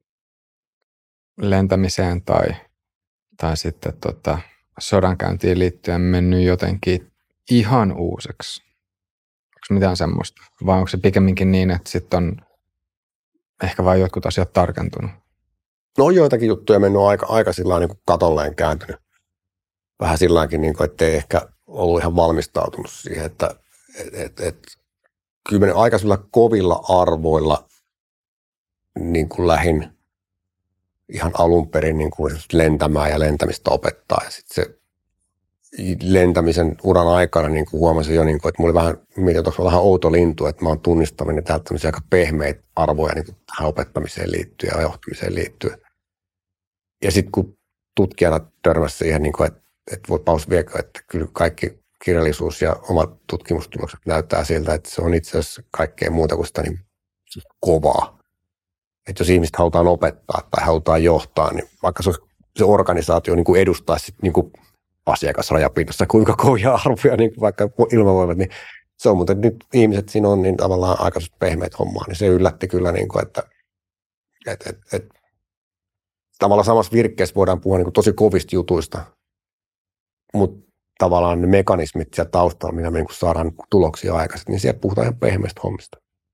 lentämiseen tai, tai sitten tota, sodankäyntiin liittyen mennyt jotenkin ihan uusiksi? Onko mitään semmoista? Vai onko se pikemminkin niin, että sitten on ehkä vain jotkut asiat tarkentunut? No on joitakin juttuja mennyt aika, aika sillä niin kuin katolleen kääntynyt. Vähän silläkin, niin kuin, ettei ehkä ollut ihan valmistautunut siihen, että et, et, et, kyllä mennyt aika sillä kovilla arvoilla niin kuin lähin ihan alun perin niin kuin lentämään ja lentämistä opettaa. Ja sitten se lentämisen uran aikana niin kuin huomasin jo, niin kuin, että mulla oli vähän, mietin, että onko vähän outo lintu, että mä oon tunnistaminen täältä tämmöisiä aika pehmeitä arvoja niin kuin tähän opettamiseen liittyen ja johtamiseen liittyen. Ja sitten kun tutkijana törmäsi siihen, niin kuin, että, että voi paus viekö, että kyllä kaikki kirjallisuus ja omat tutkimustulokset näyttää siltä, että se on itse asiassa kaikkea muuta kuin sitä niin kovaa. Että jos ihmiset halutaan opettaa tai halutaan johtaa, niin vaikka se, se organisaatio niin kuin edustaa sitten niin kuin asiakasrajapinnassa kuinka kovia arvoja, niin kuin vaikka ilmavoimat, niin se on, mutta nyt ihmiset siinä on niin tavallaan aika pehmeät hommaa, niin se yllätti kyllä, niin kuin, että et, et, et, tavallaan samassa virkkeessä voidaan puhua niin kuin tosi kovista jutuista, mutta tavallaan ne mekanismit siellä taustalla, millä me niin kuin saadaan tuloksia aikaisemmin, niin siellä puhutaan ihan pehmeistä hommista.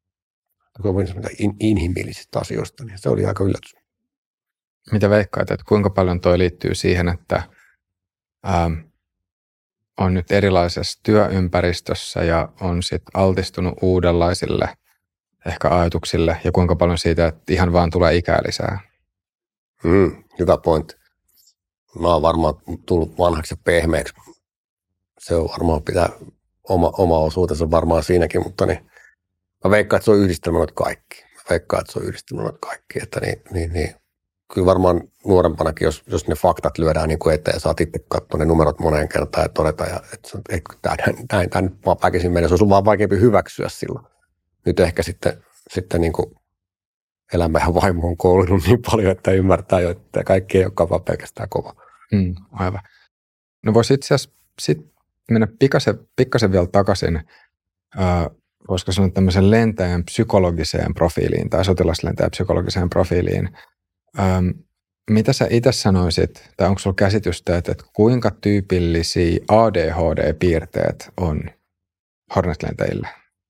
In, inhimillisistä asioista, niin se oli aika yllätys. Mitä veikkaat, että kuinka paljon toi liittyy siihen, että ähm, on nyt erilaisessa työympäristössä ja on sitten altistunut uudenlaisille ehkä ajatuksille ja kuinka paljon siitä, että ihan vaan tulee ikää lisää? Mm, hyvä pointti. Mä oon varmaan tullut vanhaksi ja pehmeäksi. Se on varmaan pitää oma, oma osuutensa varmaan siinäkin, mutta niin mä veikkaan, että se on yhdistelmä noita kaikki. Mä veikkaan, että se on yhdistelmä noita kaikki. Että niin, niin, niin. Kyllä varmaan nuorempanakin, jos, jos ne faktat lyödään niin kuin eteen ja saat itse katsoa ne numerot moneen kertaan ja todeta, ja, että tämä, tämä nyt vaan väkisin menee. Se on sun vaan vaikeampi hyväksyä silloin. Nyt ehkä sitten, sitten niin kuin elämä ja vaimo on koulunut niin paljon, että ymmärtää jo, että kaikki ei olekaan vaan pelkästään kova. Mm, aivan. No voisi itse asiassa sit mennä pikkasen, pikkasen vielä takaisin, äh, voisiko sanoa tämmöisen lentäjän psykologiseen profiiliin tai sotilaslentäjän psykologiseen profiiliin. Ähm, mitä sä itse sanoisit, tai onko sulla käsitystä, että, että kuinka tyypillisiä A D H D-piirteet on Hornet-lentäjille?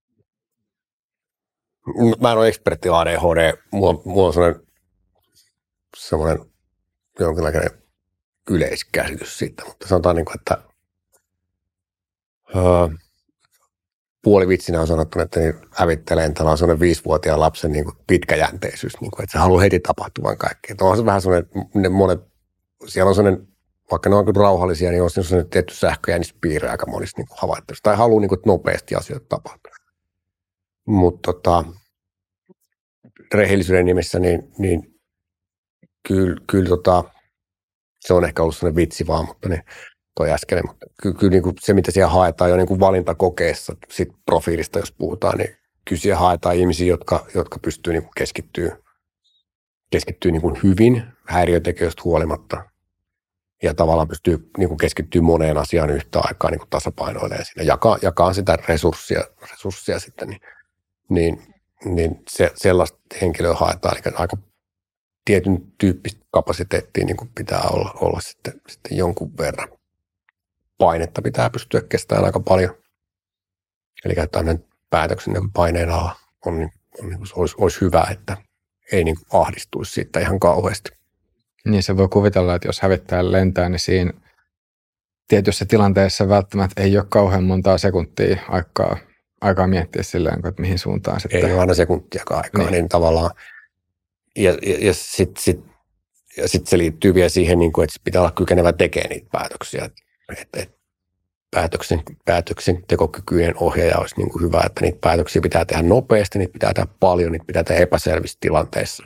Mä en ole ekspertti A D H D. Mulla, mulla on sellainen, sellainen jonkinlainen yleiskäsitys siitä, mutta sanotaan, niin kuin, että öö, puolivitsinä on sanottu, että niin hävittäjälentäjällä on sellainen viisivuotiaan lapsen niin kuin pitkäjänteisyys, niin kuin, että se haluaa heti tapahtuvan kaikkea. On se vähän sellainen, ne monet, siellä on sellainen, vaikka ne on kyllä rauhallisia, niin on sellainen tietty sähköjännispiirre aika monissa niin havaittelussa. Tai haluaa niin kuin, nopeasti asioita tapahtua. Mutta tota, rehellisyyden nimessä, niin, niin kyllä, kyllä tota, se on ehkä ollut sellainen vitsi vaan, mutta niin, toi äsken, mutta kyllä, kyllä niin kuin se, mitä siellä haetaan jo niin kuin valintakokeessa sit profiilista, jos puhutaan, niin kyllä siellä haetaan ihmisiä, jotka, jotka pystyy niin kuin keskittyä, keskittyä niin kuin hyvin häiriötekijöistä huolimatta ja tavallaan pystyy niin kuin keskittyä moneen asiaan yhtä aikaa niin kuin tasapainoilemaan siinä, jakaa, jakaa sitä resurssia, resurssia sitten, niin, niin, niin se, sellaista henkilöä haetaan, eli aika tietyn tyyppistä kapasiteettia niin kuin pitää olla, olla sitten, sitten jonkun verran. Painetta pitää pystyä kestämään aika paljon. Eli tämmöinen päätöksen paineen alla on, on, on, olisi, olisi hyvä, että ei niin kuin ahdistuisi siitä ihan kauheasti. Niin se voi kuvitella, että jos hävittäjä lentää, niin siinä tietyssä tilanteessa välttämättä ei ole kauhean montaa sekuntia aikaa, aikaa miettiä silleen, että mihin suuntaan sitten. Ei ole aina sekuntiakaan aikaa, niin, niin tavallaan. Ja, ja, ja sitten sit, sit se liittyy vielä siihen, niin kuin, että pitää olla kykenevä tekemään niitä päätöksiä. Että et päätöksen, päätöksentekokykyinen ohjaaja olisi niin kuin hyvä, että niitä päätöksiä pitää tehdä nopeasti, niitä pitää tehdä paljon, niitä pitää tehdä epäselvissä tilanteissa.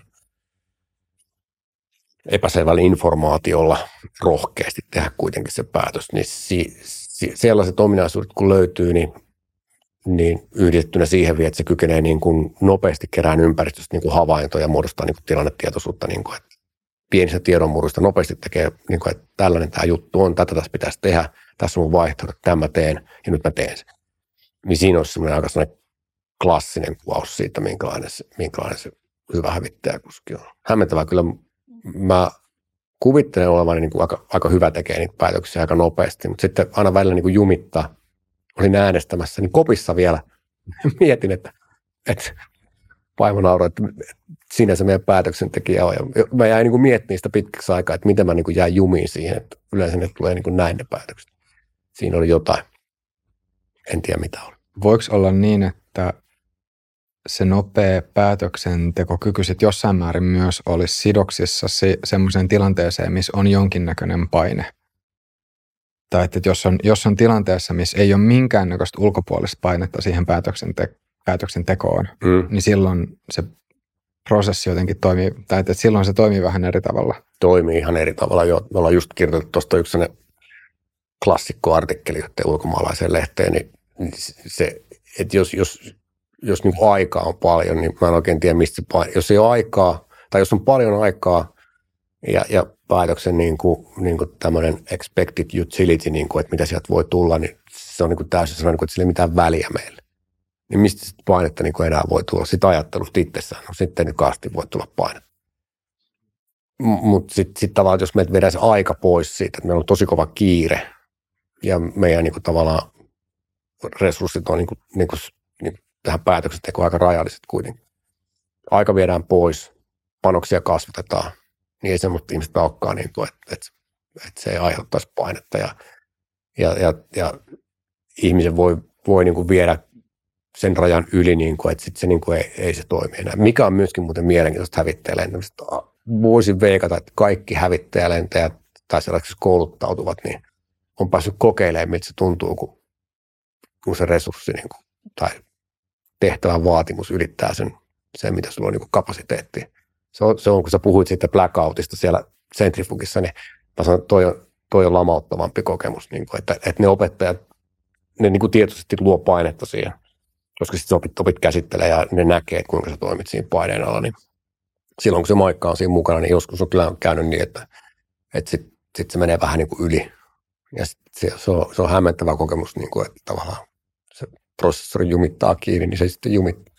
Epäselvällä informaatiolla rohkeasti tehdä kuitenkin se päätös. Niin si, si, sellaiset ominaisuudet, kun löytyy, niin, niin yhdistettynä siihen vielä, että se kykenee niin kuin nopeasti kerään ympäristöstä niin kuin havaintoja ja muodostaa niin kuin tilannetietoisuutta, niin kuin, että pienistä tiedonmuruista nopeasti tekee, niin kuin, että tällainen tämä juttu on, tätä tässä pitäisi tehdä, tässä on mun vaihtoehto, tämän mä teen ja nyt mä teen sen. Niin siinä olisi semmoinen aika sellainen klassinen kuvaus siitä, minkälainen se, minkälainen se hyvä hävittäjäkuski on. Hämmentävää kyllä. Mä kuvittelen olevani niin kuin aika, aika hyvä tekee niitä päätöksiä aika nopeasti, mutta sitten aina välillä niin kuin jumittaa. Olin äänestämässä, niin kopissa vielä mietin, että, että vaimo nauroi, että sinä se meidän päätöksentekijä on. Ja mä jäin niin kuin miettimään sitä pitkäksi aikaa, että miten mä niin kuin jäin jumiin siihen, että yleensä ne tulee niin kuin näin ne päätökset. Siinä oli jotain. En tiedä mitä oli. Voiko olla niin, että se nopea päätöksentekokyky sit jossain määrin myös olisi sidoksissa se, semmoiseen tilanteeseen, missä on jonkinnäköinen paine? Tai että jos on, jos on tilanteessa, missä ei ole minkäännäköistä ulkopuolista painetta siihen päätöksente- päätöksentekoon, mm. niin silloin se prosessi jotenkin toimii, tai että silloin se toimii vähän eri tavalla. Toimii ihan eri tavalla. Jo, me ollaan just kirjoitettu tuosta yksi sellainen klassikkoartikkeli yhteen ulkomaalaiseen lehteen, niin se, että jos, jos, jos niin kuin aikaa on paljon, niin mä en oikein tiedä, mistä se paine. Jos ei ole aikaa, tai jos on paljon aikaa, ja, ja päätöksen niin kuin, niin kuin tämmöinen expected utility, niin kuin, että mitä sieltä voi tulla, niin se on niin kuin täysin sellainen, että sillä ei mitään väliä meille. Niin mistä sitten painetta niin kuin enää voi tulla? Sitä ajattelusta itsessään, no sitten nyt kaasti voi tulla painetta. M- Mutta sitten sit tavallaan, jos meiltä vedään se aika pois siitä, että meillä on tosi kova kiire, ja meidän niin kuin, tavallaan resurssit on niin kuin, niin kuin, niin kuin tähän päätöksentekoon aika rajalliset kuitenkin. Aika viedään pois, panoksia kasvatetaan, niin ei semmoista ihmistä olekaan, niin kuin, että, että, että se ei aiheuttaisi painetta. Ja, ja, ja, ja ihmisen voi, voi niin kuin viedä sen rajan yli, niin kuin, että sitten se, niin kuin ei, ei se toimi enää. Mikä on myöskin muuten mielenkiintoista hävittäjälentämistä. Voisin veikata, että kaikki hävittäjälentäjät tai sellaiseksi kouluttautuvat, niin on päässyt kokeilemaan, miltä se tuntuu, kun, kun se resurssi niin kuin, tai tehtävän vaatimus ylittää sen, sen mitä sulla on niin kuin kapasiteettia. Se on, se on, kun sä puhuit siitä blackoutista siellä Centrifugissa, niin mä sanon, että toi on, toi on lamauttavampi kokemus, niin kuin, että, että ne opettajat, ne niin kuin tietoisesti luo painetta siihen, koska sitten opit, opit käsittelee ja ne näkee, että kuinka sä toimit siinä paineen alla, niin silloin kun se maikka on siinä mukana, niin joskus on kyllä käynyt niin, että, että sitten sit se menee vähän niin kuin yli. Ja sit se, se, on, se on hämmentävä kokemus, niin kuin, että tavallaan se prosessori jumittaa kiinni, niin se sitten jumittaa.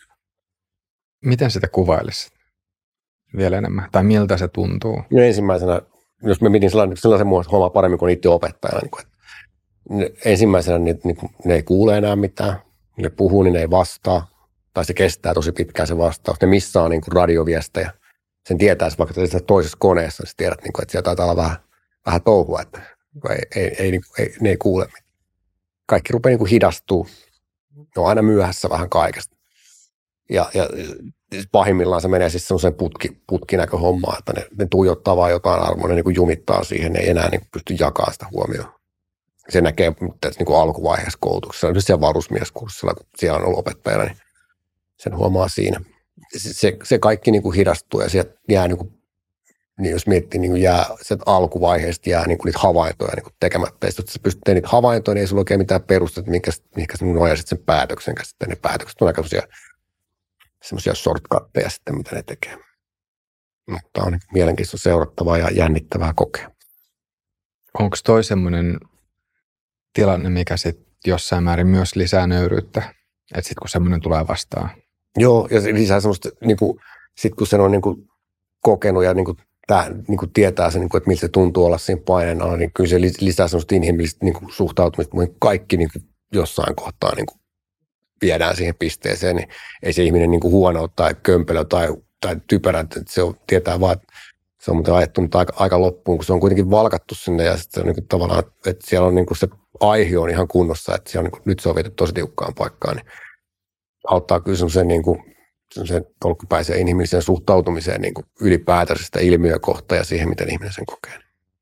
Miten sitä kuvailisi vielä enemmän? Tai miltä se tuntuu? No ensimmäisenä, jos me mietin sellainen, sellaisen hommaa paremmin kuin itse opettajana, niin kuin, että ne, ensimmäisenä ne, niin kuin, ne ei kuule enää mitään, ne puhuu, niin ne ei vastaa, tai se kestää tosi pitkään se vastaus. Ne missaa niin kuin radioviestejä. Sen tietää, vaikka toisessa koneessa, niin tiedät, niin kuin, että siellä taitaa olla vähän, vähän touhua, että ei, ei, ei, niin kuin, ei, ne ei kuule mitään. Kaikki rupeaa niin kuin hidastuu. Ne on aina myöhässä vähän kaikesta. Ja, ja pahimmillaan se menee siis semmoiseen putki, putkinäköhommaan, että ne, ne tuijottaa vaan jotain arvoa, ne niin kuin jumittaa siihen, ne ei enää niin kuin pysty jakamaan sitä huomioon. Se näkee tässä niin kuin alkuvaiheessa koulutuksessa, esimerkiksi siellä varusmieskurssilla, kun siellä on ollut opettajana, niin sen huomaa siinä. Se, se kaikki niin kuin hidastuu ja sieltä jää, niin kuin, niin jos miettii, niin kuin jää sieltä alkuvaiheesta jää niin kuin niitä havaintoja niin kuin tekemättä. Ja jos pystyt tekemään niitä havaintoja, niin ei sulla oikein mitään perustetta, mihinkä, mihinkä sinun nojaisit sen päätöksen. Sitten ne päätökset on aika semmoisia shortcutteja sitten, mitä ne tekee. Mutta on niin mielenkiintoista seurattavaa ja jännittävää kokea. Onko toi semmoinen tilanne, mikä sitten jossain määrin myös lisää nöyryyttä, että sitten kun semmoinen tulee vastaan? Joo, ja se lisää semmoista, niin kuin, sit kun sen on niin kuin, kokenut ja niin kuin, tää, niin kuin, tietää sen, niin kuin, että miltä se tuntuu olla siinä paineen alla, niin kyllä se lisää semmoista inhimillistä niin kuin, suhtautumista, mutta kaikki niin kuin, jossain kohtaa niin kuin, viedään siihen pisteeseen, niin ei se ihminen niin kuin, huono tai kömpelö tai, tai typerä, että se on, tietää vaan, että se on muuten ajettu aika, aika loppuun, kun se on kuitenkin valkattu sinne ja sitten se on niin kuin, tavallaan, että siellä on niin kuin, se aihe on ihan kunnossa, että se on, niin kuin, nyt se on viety tosi tiukkaan paikkaan, niin auttaa kyllä semmoisen niin kuin, semmoisen tolkkupäiseen inhimilliseen suhtautumiseen niin kuin ylipäätänsä sitä ilmiökohtaa ja siihen, miten ihminen sen kokee.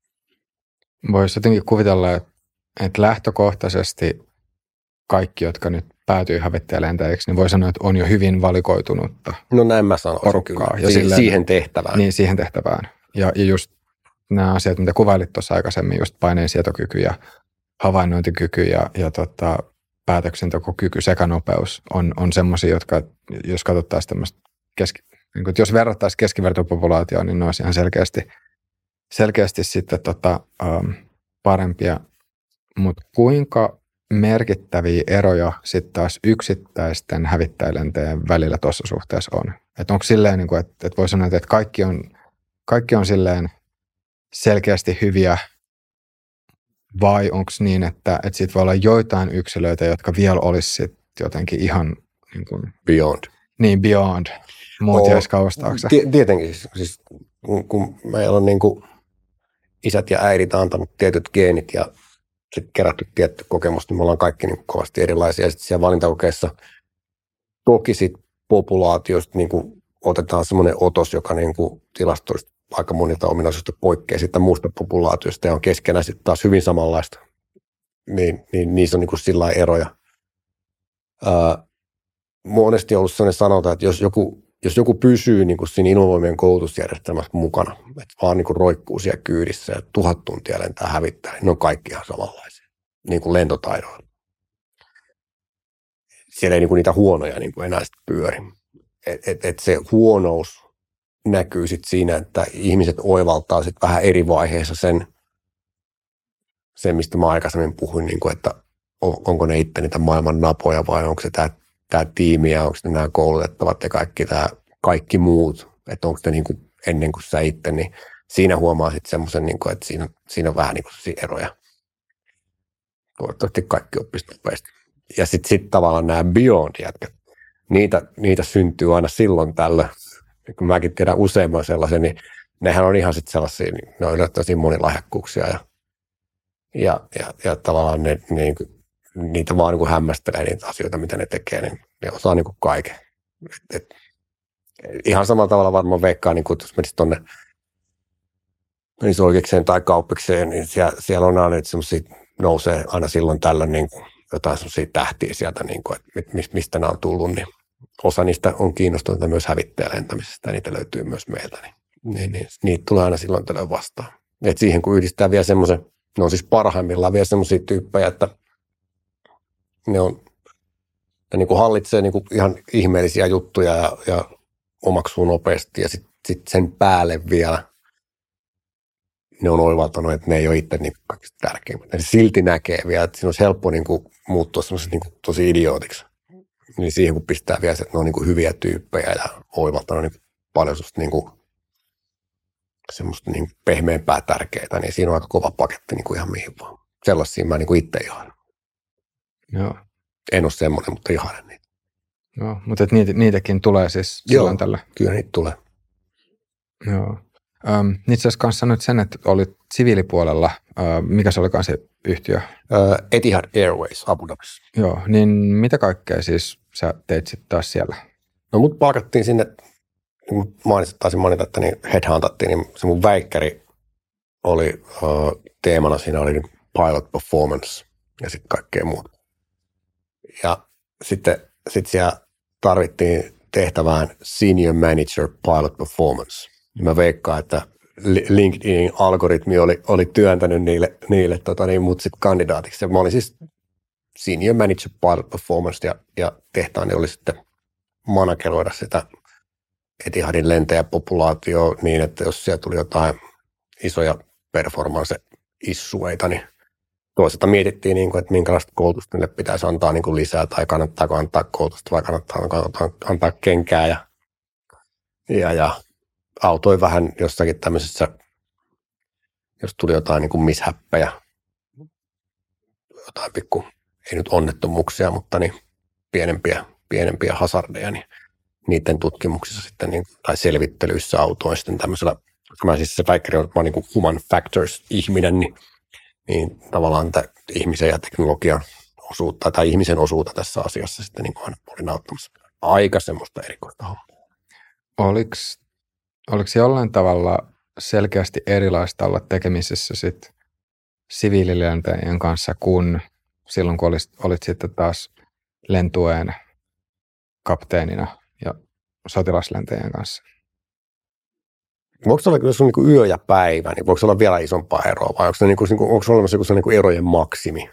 Voisi jotenkin kuvitella, että, että lähtökohtaisesti kaikki, jotka nyt päätyy hävittäjälentäjiksi, niin voi sanoa, että on jo hyvin valikoitunutta. No näin mä sanoisin porukkaa. Kyllä. Ja silleen, siihen tehtävään. Niin, siihen tehtävään. Ja, ja just nämä asiat, mitä kuvailit tuossa aikaisemmin, just paineensietokyky ja havainnointikyky ja, ja tota, päätöksentekokyky sekä nopeus on, on semmoisia, jotka, jos katsottaisiin tämmöistä, keski, niin kuin, jos verrattaisiin keskivertopopulaatioon, niin ne olisi ihan selkeästi, selkeästi sitten tota, ähm, parempia. Mutta kuinka merkittäviä eroja sitten taas yksittäisten hävittäjälentäjien välillä tuossa suhteessa on? Että onko silleen, niin kuin, että, että voi sanoa, että kaikki on, kaikki on silleen selkeästi hyviä, vai onko niin, että, että siitä voi olla joitain yksilöitä, jotka vielä olisi sit jotenkin ihan niin kuin, beyond. Niin, beyond. Muut jäisi kauas taakse. Tietenkin, siis, kun, kun meillä on niin kuin isät ja äidit antanut tietyt geenit ja sitten kerätty tietty kokemus, niin me ollaan kaikki niin kovasti erilaisia. Ja sitten siellä valintakokeessa toki sit populaatiosta niin kuin otetaan semmoinen otos, joka niin kuin tilastoista aika monilta ominaisuudesta poikkeaa siitä muusta populaatiosta ja on keskenään sitten taas hyvin samanlaista. Niin, niin niissä on niin kuin sillä lailla eroja. Ää, monesti on ollut sellainen sanota, että jos joku, jos joku pysyy niin kuin siinä Ilmavoimien koulutusjärjestelmässä mukana, että vaan niin kuin roikkuu siellä kyydissä ja tuhat tuntia lentää hävittää, niin ne on kaikki ihan samanlaisia, niin kuin lentotaidoilla. Siellä ei niin kuin niitä huonoja niin kuin enää sitten pyöri. Et, et, et se huonous näkyy sitten siinä, että ihmiset oivaltaa sitten vähän eri vaiheessa sen, sen mistä mä aikaisemmin puhuin, niin kuin, että on, onko ne itse niitä maailman napoja vai onko se tämä tämä tiimi ja onko ne nämä koulutettavat ja kaikki, tämä, kaikki muut, että onko ne niin kuin ennen kuin sä itse, niin siinä huomaa sitten semmoisen, niin kuin, että siinä, siinä on vähän niin kuin eroja. Toivottavasti kaikki oppisi nopeasti. Ja sitten sit tavallaan nämä beyond-jätkät, niitä, niitä syntyy aina silloin tällä. Kun mäkin tiedän useamman sellaisen, niin nehän on ihan sitten sellaisia, ne on yllättävän monilahjakkuuksia ja, ja, ja, ja tavallaan ne, ne niin kuin, niitä vaan niin kuin hämmästelee niitä asioita, mitä ne tekee, niin ne osaa niin kuin kaiken. Et, et, ihan samalla tavalla varmaan veikkaa, niin kuin, jos menisi tuonne menisi oikeikseen tai kauppikseen, niin siellä, siellä on aina semmoisia, nousee aina silloin tällä niin kuin, jotain semmoisia tähtiä sieltä, niin kuin, että mistä nämä on tullut, niin osa niistä on kiinnostuneita myös hävittäjälentämisestä, ja niitä löytyy myös meiltä, niin, niin, niin niitä tulee aina silloin tällöin vastaan. Et siihen kun yhdistää vielä semmoisen, ne on siis parhaimmillaan vielä semmoisia tyyppejä, että ne on, ne niin kuin hallitsee niin kuin ihan ihmeellisiä juttuja ja, ja omaksuu nopeasti ja sitten sit sen päälle vielä ne on oivaltanut, että ne ei ole itse niin kaikista tärkeimmät. Ne silti näkee vielä, että siinä olisi helppo niin kuin muuttua semmoisesta niin kuin tosi idiootiksi. Niin siihen kun pistää vielä se, että ne on niin kuin hyviä tyyppejä ja oivaltanut niin paljon semmoista, niin kuin, semmoista niin kuin pehmeämpää tärkeää, niin siinä on aika kova paketti niin kuin ihan mihin vaan. Sellaisia mä niin kuin itse ihailen. Joo. En ole semmoinen, mutta ihailen niitä. Joo, mutta et niitä, niitäkin tulee siis silloin tällä. Kyllä niitä tulee. Joo. Öm, itse asiassa kanssa sanoit sen, että olit siviilipuolella. Ö, mikä se olikaan se yhtiö? Ö, Etihad Airways Abu Dhabissa. Joo, niin mitä kaikkea siis sä teit sitten taas siellä? No mut palkattiin sinne, niin mainitsin, taisin mainita, että niin headhuntattiin, niin se mun väikkäri oli uh, teemana, siinä oli pilot performance ja sitten kaikkea muuta. Ja sitten sit siellä tarvittiin tehtävään senior manager pilot performance. Mä veikkaan, että LinkedInin algoritmi oli, oli työntänyt niille, niille tota niin, mut sitten kandidaatiksi. Mä olin siis senior manager pilot performance ja, ja tehtäväni oli sitten manageroida sitä Etihadin lentäjäpopulaatioa niin, että jos siellä tuli jotain isoja performance-issueita, niin toisaalta mietittiin, niin kuin, että minkälaista koulutusta niille pitäisi antaa niin kuin lisää tai kannattaako antaa koulutusta vai kannattaa antaa kenkää ja, ja, ja autoi vähän jossakin tämmöisessä, jos tuli jotain niin kuin mishäppejä, jotain pikku, ei nyt onnettomuuksia, mutta niin pienempiä, pienempiä hazardeja, niin niiden tutkimuksissa sitten, niin, tai selvittelyissä autoin sitten tämmöisellä, mä siis se väikkäri on, mä oon niin kuin human factors ihminen, niin, niin tavallaan tätä ihmisen ja teknologian osuutta tai ihmisen osuutta tässä asiassa sitten niin kuin aina olin auttamassa. Aika semmoista erikoista hommaa. Oliko, oliko jollain tavalla selkeästi erilaista olla tekemisissä sit siviililentäjien kanssa kuin silloin, kun olit, olit sitten taas lentueen kapteenina ja sotilaslentäjien kanssa? Voiko se olla, jos on niin kuin yö ja päivä, niin voiko se olla vielä isompaa eroa vai onko se, niin kuin, onko se olemassa joku se niin kuin erojen maksimi?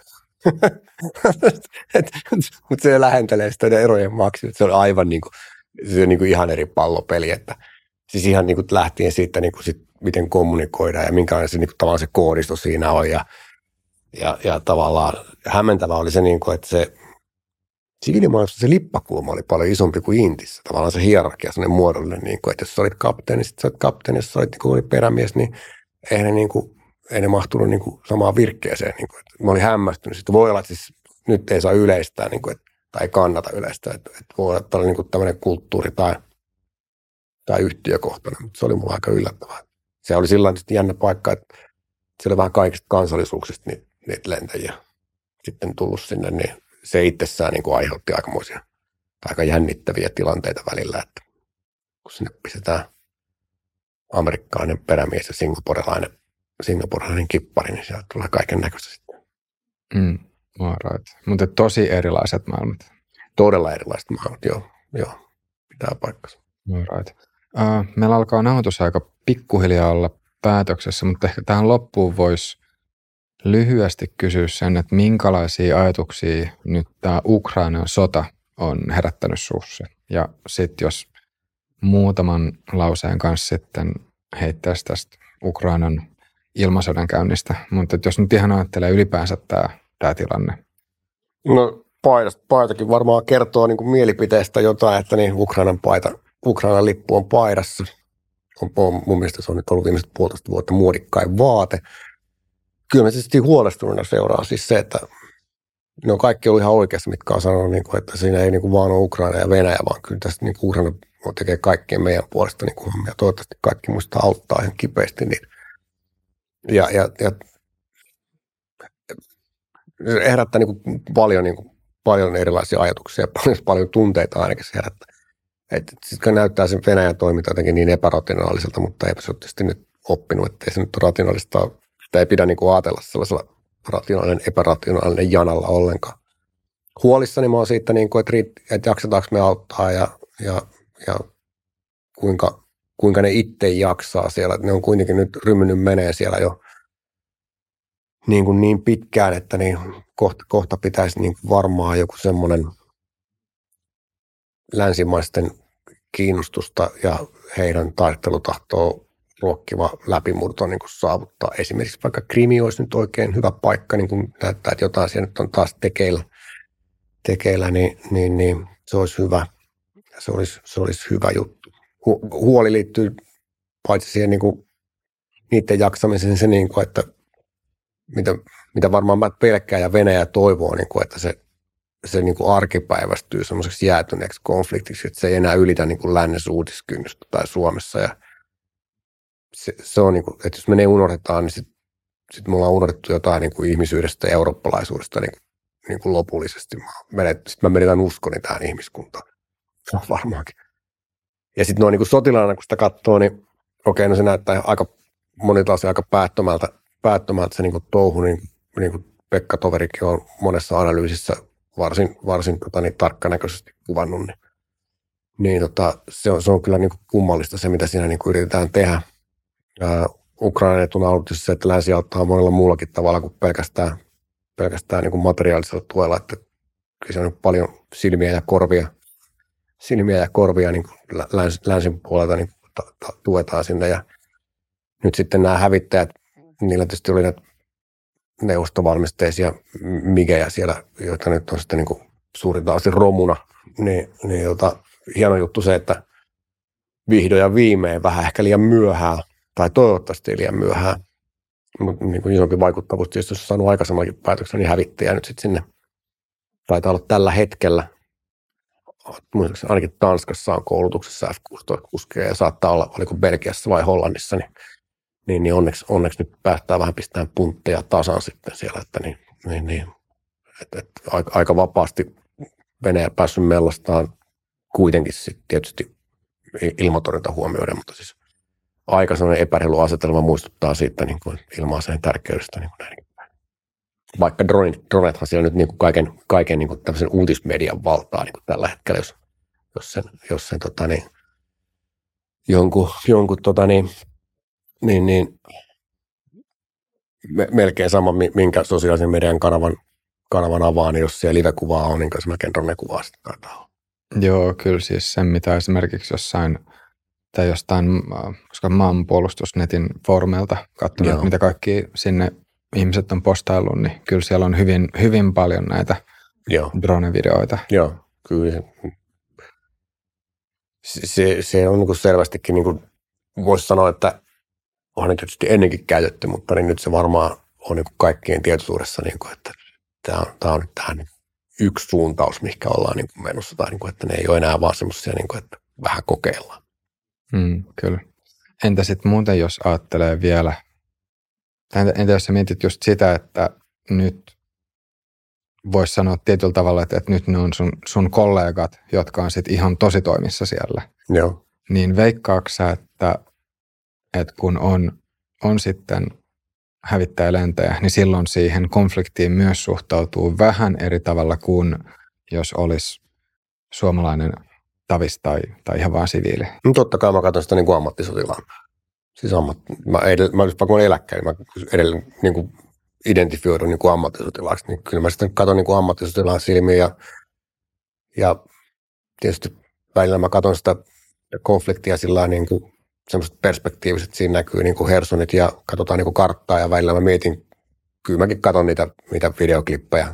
Mutta se lähentelee sitä erojen maksimi. Se on aivan niin kuin, se on niin kuin ihan eri pallopeli. Että, siis ihan niin kuin lähtien siitä, niin kuin sit, miten kommunikoidaan ja minkälainen se, niin kuin, tavallaan se koodisto siinä on ja, Ja, ja tavallaan hämmentävä oli se, niin kuin, että se siviilimaailmassa se lippakulma oli paljon isompi kuin Intissä. Tavallaan se hierarkia, sellainen muodollinen, niin kuin, että jos sä olit kapteeni, sitten sä olit kapteeni, jos sä olit, niin kuin, perämies, niin ei ne, niin kuin, ei ne mahtunut niin kuin, samaan virkkeeseen. Niin kuin, että mä olin hämmästynyt. Sitten voi olla, että siis, nyt ei saa yleistää, niin kuin, että, tai ei kannata yleistää. Että, että voi olla, että oli niin kuin tämmöinen kulttuuri tai, tai yhtiökohtainen, mutta se oli mulla aika yllättävää. Se oli sillä tavalla jännä paikka, että se oli vähän kaikista kansallisuuksista niitä, niitä lentäjiä sitten tullut sinne, niin se itsessään niin kuin aiheutti aikamoisia, aika jännittäviä tilanteita välillä, että kun sinne pistetään amerikkalainen perämies ja singaporelainen, singaporelainen kippari, niin sieltä tulee kaiken näköistä sitten. Mm, right. Mutta tosi erilaiset maailmat. Todella erilaiset maailmat, joo, joo pitää paikkansa. Right. Uh, meillä alkaa nauhoitusaika pikkuhiljaa olla päätöksessä, mutta ehkä tähän loppuun voisi lyhyesti kysyä sen, että minkälaisia ajatuksia nyt tämä Ukrainan sota on herättänyt sussa. Ja sitten jos muutaman lauseen kanssa sitten heittäisi tästä Ukrainan ilmasodan käynnistä, mutta jos nyt ihan ajattelee ylipäänsä tämä, tämä tilanne. No paitasta, paitakin varmaan kertoo niin kuin mielipiteestä jotain, että niin Ukrainan, paita, Ukrainan lippu on paidassa. On, on, mun mielestä se on nyt ollut viimeiset puolitoista vuotta muodikkain vaate. Kyllä mä tietysti huolestuneena seuraa siis se, että ne on kaikki ollut ihan oikeassa, mitkä on sanonut, niin kuin, että siinä ei niin kuin vaan ole Ukraina ja Venäjä, vaan kyllä tästä niin kuin Ukraina tekee kaikkien meidän puolesta niin kuin, ja toivottavasti kaikki muistaa auttaa ihan kipeästi. Niin. Ja, ja, ja se herättää niin kuin paljon, niin kuin, paljon erilaisia ajatuksia ja paljon, paljon tunteita ainakin se herättää. Sitten näyttää sen Venäjän toiminta jotenkin niin epärationaaliselta, mutta eipä se ole tietysti nyt oppinut, että ei se nyt ole rationaalista. Sitä ei pidä niin kuin ajatella sellaisella rationaalinen, epärationaalinen janalla ollenkaan. Huolissani mä oon siitä, niin kuin, että, riitt, että jaksetaanko me auttaa ja, ja, ja kuinka, kuinka ne itse jaksaa siellä. Että ne on kuitenkin nyt rymynyt menee siellä jo niin, kuin niin pitkään, että niin kohta, kohta pitäisi niin kuin varmaan joku semmoinen länsimaisten kiinnostusta ja heidän taistelutahtoa ruokkiva läpimurto niin kuin saavuttaa. Esimerkiksi vaikka Krimi olisi nyt oikein hyvä paikka, niin kuin näyttää, että jotain siellä nyt on taas tekeillä, tekeillä niin, niin, niin se olisi hyvä. Se olisi, se olisi hyvä juttu. Hu- huoli liittyy paitsi siihen niin kuin niiden jaksamiseen, se, niin kuin, että mitä, mitä varmaan mä pelkkään ja Venäjä toivoo, niin kuin, että se, se niin kuin arkipäivästyy semmoiseksi jäätyneeksi konfliktiksi, että se ei enää ylitä niin kuin lännessä uutiskynnystä tai Suomessa. Ja se, se on, niin kuin, että jos me ne unohdetaan, niin sitten sit me ollaan unohdettu jotain niin kuin ihmisyydestä ja eurooppalaisuudesta niin, niin kuin lopullisesti. Sitten mä menetän uskoni tähän ihmiskuntaan. Se on varmaankin. Ja sitten noin niin kuin sotilaana, kun sitä katsoo, niin okei, no se näyttää aika monilta osin aika päättömältä, päättömältä se niin kuin touhu, niin, niin kuin Pekka Toverikin on monessa analyysissä varsin, varsin tota, niin, tarkkanäköisesti kuvannut, niin, niin tota, se, on, se on kyllä niin kuin kummallista se, mitä siinä niin kuin yritetään tehdä. Ää, Ukrainan etuna on ollut se, että länsi auttaa monella muullakin tavalla kuin pelkästään, pelkästään niin kuin materiaalisella tuella, että kyllä se on paljon silmiä ja korvia, silmiä ja korvia niin kuin läns, länsin puolelta niin ta, ta, tuetaan sinne. Ja nyt sitten nämä hävittäjät, niillä tietysti oli näitä neuvostovalmisteisia migejä siellä, joita nyt on sitten niin kuin suurinta osin romuna, niin, niin jota, hieno juttu se, että vihdoin ja viimein vähän ehkä liian myöhään, tai toivottavasti liian myöhään, mutta niin kuin isompi vaikuttavuus tietysti, jos on saanut aikaisemmallakin päätöksen, niin hävittäjä nyt sitten sinne. Taitaa olla tällä hetkellä, ainakin Tanskassa on koulutuksessa F kuusitoista-kuskeja ja saattaa olla, oliko Belgiassa vai Hollannissa, niin, niin, niin onneksi, onneksi nyt päästään vähän pistämään puntteja tasan sitten siellä, että niin, niin, niin että, että aika, aika vapaasti Venäjä päässyt mellastaan kuitenkin sitten tietysti ilmatorjunta huomioiden, mutta siis aika sellainen epäreilu asetelma muistuttaa siitä niin kuin ilma-aseen tärkeydestä. Niin kuin näin. Vaikka dronit, dronethan siellä nyt niin kuin kaiken, kaiken niin kuin tämmöisen uutismedian valtaa niin kuin tällä hetkellä, jos, jos sen, jos sen tota niin, jonkun, jonkun tota niin, niin, niin me, melkein sama, minkä sosiaalisen median kanavan, kanavan avaa, niin jos siellä live-kuvaa on, niin se melkein drone-kuvaa sitten taitaa olla. Joo, kyllä siis sen, mitä esimerkiksi jossain tai jostain, koska maanpuolustusnetin foorumeilta katsonut, mitä kaikki sinne ihmiset on postaillut, niin kyllä siellä on hyvin, hyvin paljon näitä Joo. drone-videoita. Joo, kyllä. Se, se, se on niin kuin selvästikin, niin kuin voisi sanoa, että onhan nyt tietysti ennenkin käytetty, mutta niin nyt se varmaan on niin kuin kaikkien tietoisuudessa, niin kuin, että tämä on, tämä on nyt tähän yksi suuntaus, mihinkä ollaan niin kuin menossa, tai niin kuin, että ne ei ole enää vaan semmoisia, niin kuin, että vähän kokeillaan. Mm, kyllä. Entä sitten muuten, jos ajattelee vielä, entä, entä jos sä mietit just sitä, että nyt voisi sanoa tietyllä tavalla, että, että nyt ne on sun, sun kollegat, jotka on sitten ihan tositoimissa siellä. Joo. Niin veikkaatko sä, että, että kun on, on sitten hävittäjälentäjä, niin silloin siihen konfliktiin myös suhtautuu vähän eri tavalla kuin jos olisi suomalainen tavis tai, tai ihan vaan siviili. No totta kai mä katson sitä niin kuin ammattisotilaan. Siis ammat, mä, edell, mä vaikka olen eläkkäin, mä edelleen niin kuin identifioidun niin kuin ammattisotilaaksi, niin kyllä mä sitten katson niin kuin ammattisotilaan silmiin ja, ja tietysti välillä mä katson sitä konfliktia sillä niin kuin semmoiset perspektiiviset, siinä näkyy niin kuin Hersonit ja katsotaan niin kuin karttaa ja välillä mä mietin, kyllä mäkin katson niitä, niitä videoklippejä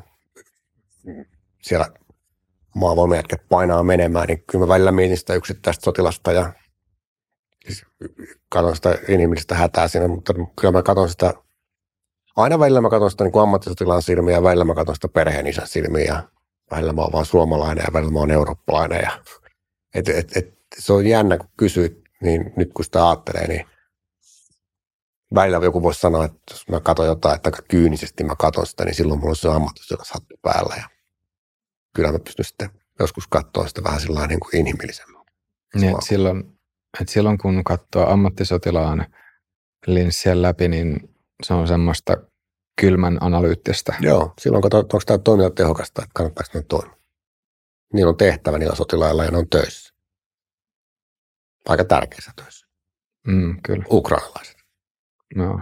siellä maavoimajätkät painaa menemään, niin kyllä mä välillä mietin sitä yksittäistä sotilasta ja siis katson sitä inhimillistä hätää siinä, mutta kyllä mä katson sitä, aina välillä mä katson sitä niin kuin ammattisotilaan silmiä ja välillä mä katson sitä perheen isän silmiä ja välillä mä oon vaan suomalainen ja välillä mä oon eurooppalainen ja et, et, et, se on jännä, kun kysyit, niin nyt kun sitä ajattelee, niin välillä joku voisi sanoa, että jos mä katson jotain, että aika kyynisesti mä katson sitä, niin silloin mulla on se ammattisotilashattu päällä ja kyllä mä pystyn sitten joskus katsoa sitä vähän sillä niin kuin inhimillisemmin. Niin, että silloin, että silloin kun katsoo ammattisotilaan linssien läpi, niin se on semmoista kylmän analyyttistä. Joo, silloin katsotaan, onko tämä toiminta tehokasta, että kannattaako ne toimia. Niillä on tehtävä niillä sotilailla ja ne on töissä. Aika tärkeissä töissä. Mm, kyllä. Ukrainalaiset. No.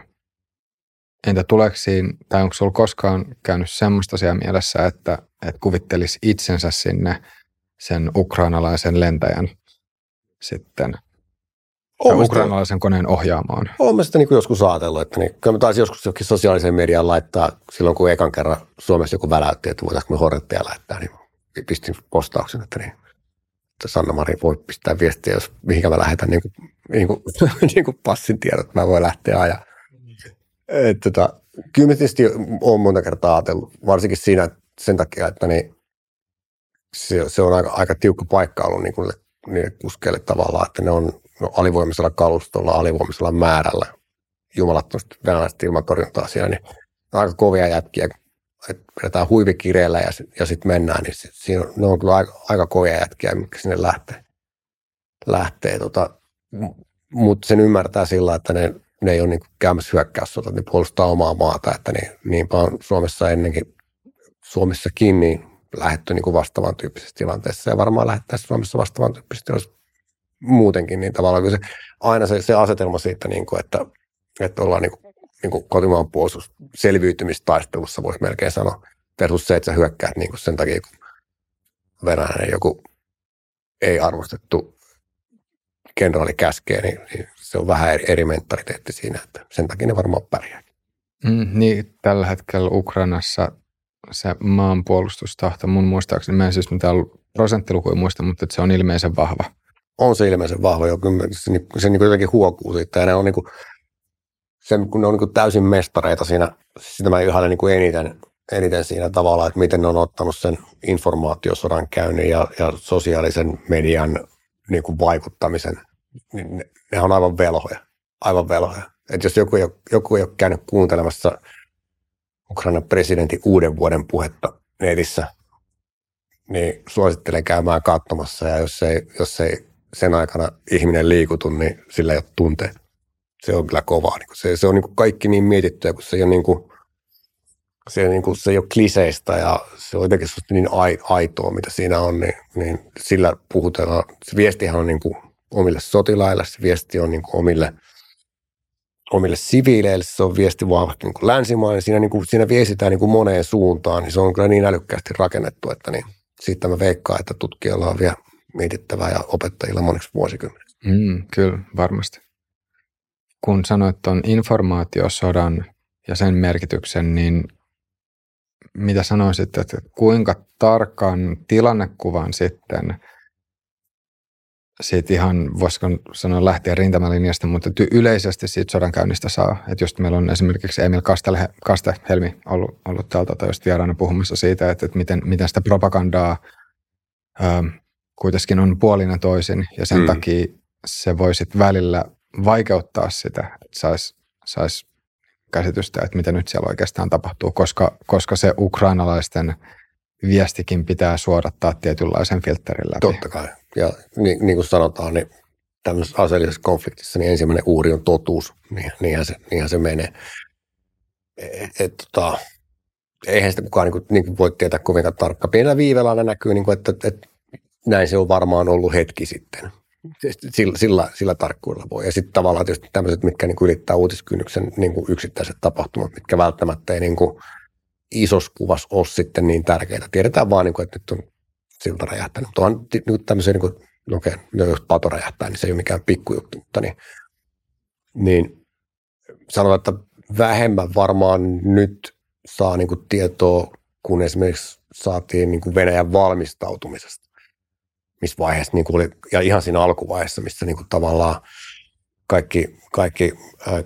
Entä tuleeko siinä, tai onko sinulla koskaan käynyt semmoista siellä mielessä, että, että kuvittelisi itsensä sinne sen ukrainalaisen lentäjän sitten, tai ukrainalaisen koneen ohjaamaan? Olen mä sitä niin joskus ajatellut, että niin, kyllä mä taisin joskus jokin sosiaalisen median laittaa silloin, kun ekan kerran Suomessa joku väläytti, että voitaisiin me Hornetteja laittaa, niin pistin postauksen, että, niin, että Sanna-Mari voi pistää viestiä, jos mihinkä mä lähetän niin kuin, niin kuin, niin kuin passin tiedot, että mä voin lähteä ajaa. Että, tota, kyllä mä tietysti olen monta kertaa ajatellut, varsinkin siinä sen takia, että niin, se, se on aika, aika tiukka paikka ollut niin kuin niille kuskeille tavallaan, että ne on no, alivoimisella kalustolla, alivoimisella määrällä, jumalattomasti venäläistä ilmatorjuntaa siellä, niin on aika kovia jätkiä, että vedetään huivikireellä ja, ja sitten mennään, niin se, siinä on, ne on kyllä aika, aika kovia jätkiä, mitkä sinne lähtee. lähtee tota, mutta sen ymmärtää sillä, että ne ne ei ole niin käymässä hyökkäyssota, ne puolustaa omaa maata, että niin, niinpä on Suomessa ennenkin, Suomessakin niin lähdetty niin vastaavan tyyppisessä tilanteessa ja varmaan lähettäisiin Suomessa vastaavan tyyppisessä tilanteessa muutenkin, niin tavallaan kyllä se, aina se, se asetelma siitä, niin kuin, että, että ollaan niin kuin, niin kuin kotimaan puolustus selviytymistaistelussa, voisi melkein sanoa, versus se, että sä hyökkäät niin kuin sen takia, kun Venäjän joku ei arvostettu kenraali käskee, niin, niin se on vähän eri, eri mentaliteetti siinä, että sen takia ne varmaan pärjää. Mm, niin, tällä hetkellä Ukrainassa se maanpuolustustahto, mun muistaakseni, mä en siis mitään prosenttilukuja muista, mutta se on ilmeisen vahva. On se ilmeisen vahva, jo, se, se niin jotenkin huokuu siitä, ja ne on, niin kuin, se, kun ne on niin kuin täysin mestareita siinä, sitä mä ihailen niin kuin eniten, eniten siinä tavalla, että miten ne on ottanut sen informaatiosodan käynnin ja, ja sosiaalisen median niin kuin vaikuttamisen, niin ne, ne on aivan velhoja, aivan velhoja. Että jos joku ei, ole, joku ei ole käynyt kuuntelemassa Ukrainan presidentin uuden vuoden puhetta netissä, niin suosittelen käymään katsomassa, ja jos ei, jos ei sen aikana ihminen liikutu, niin sillä ei ole tunteet. Se on kyllä kovaa. Se, se on niin kuin kaikki niin mietittyä, kun se ei ole, niin kuin, se, niin kuin, se ei ole kliseistä ja se on jotenkin niin aitoa, mitä siinä on, niin, niin sillä puhutellaan. Se viestihän on niin kuin omille sotilaille, se viesti on niin kuin omille, omille siviileille, se on viesti vahvasti niin kuin länsimaille. Siinä, niin kuin, siinä viestitään niin kuin moneen suuntaan, niin se on kyllä niin älykkäästi rakennettu, että niin, siitä mä veikkaan, että tutkijoilla on vielä mietittävää ja opettajilla moneksi vuosikymmeneksi. Mm, kyllä, varmasti. Kun sanoit tuon informaatiosodan ja sen merkityksen, niin mitä sanoisit, että kuinka tarkan tilannekuvan sitten siitä ihan, voisiko sanoa lähtien rintamalinjasta, mutta yleisesti siitä sodankäynnistä saa. Että just meillä on esimerkiksi Emil Kastehelmi ollut, ollut täältä just vieraana puhumassa siitä, että, että miten, miten sitä propagandaa ää, kuitenkin on puolina toisin ja sen mm. takia se voi sitten välillä vaikeuttaa sitä, että saisi sais käsitystä, että mitä nyt siellä oikeastaan tapahtuu, koska, koska se ukrainalaisten viestikin pitää suodattaa tietynlaisen filterin läpi. Totta kai. Ja niin, niin kuin sanotaan, niin tämmöisessä aseellisessa konfliktissa niin ensimmäinen uhri on totuus. Niin, niinhän, se, niinhän se menee. Et, et, tota, eihän sitä kukaan niin kuin, niin kuin voi tietää kovinkaan tarkkaan. Pienellä viivellä aina näkyy, niin kuin, että, että, että näin se on varmaan ollut hetki sitten. Sillä, sillä, sillä tarkkuudella voi. Ja sitten tavallaan tietysti tämmöiset, mitkä niin kuin ylittää uutiskynnyksen niin kuin yksittäiset tapahtumat, mitkä välttämättä ei niin kuin isossa kuvassa ole sitten niin tärkeitä. Tiedetään vaan, niin kuin, että nyt on silta räjähtänyt. Mutta on niin tämmöisiä, niin kuin, no okei, jos pato räjähtää, niin se ei ole mikään pikkujuttu. Mutta niin, niin sanotaan, että vähemmän varmaan nyt saa niin kuin tietoa, kun esimerkiksi saatiin niin kuin Venäjän valmistautumisesta. Missä vaiheessa, niin kuin oli, ja ihan siinä alkuvaiheessa, missä niin kuin tavallaan kaikki, kaikki ää,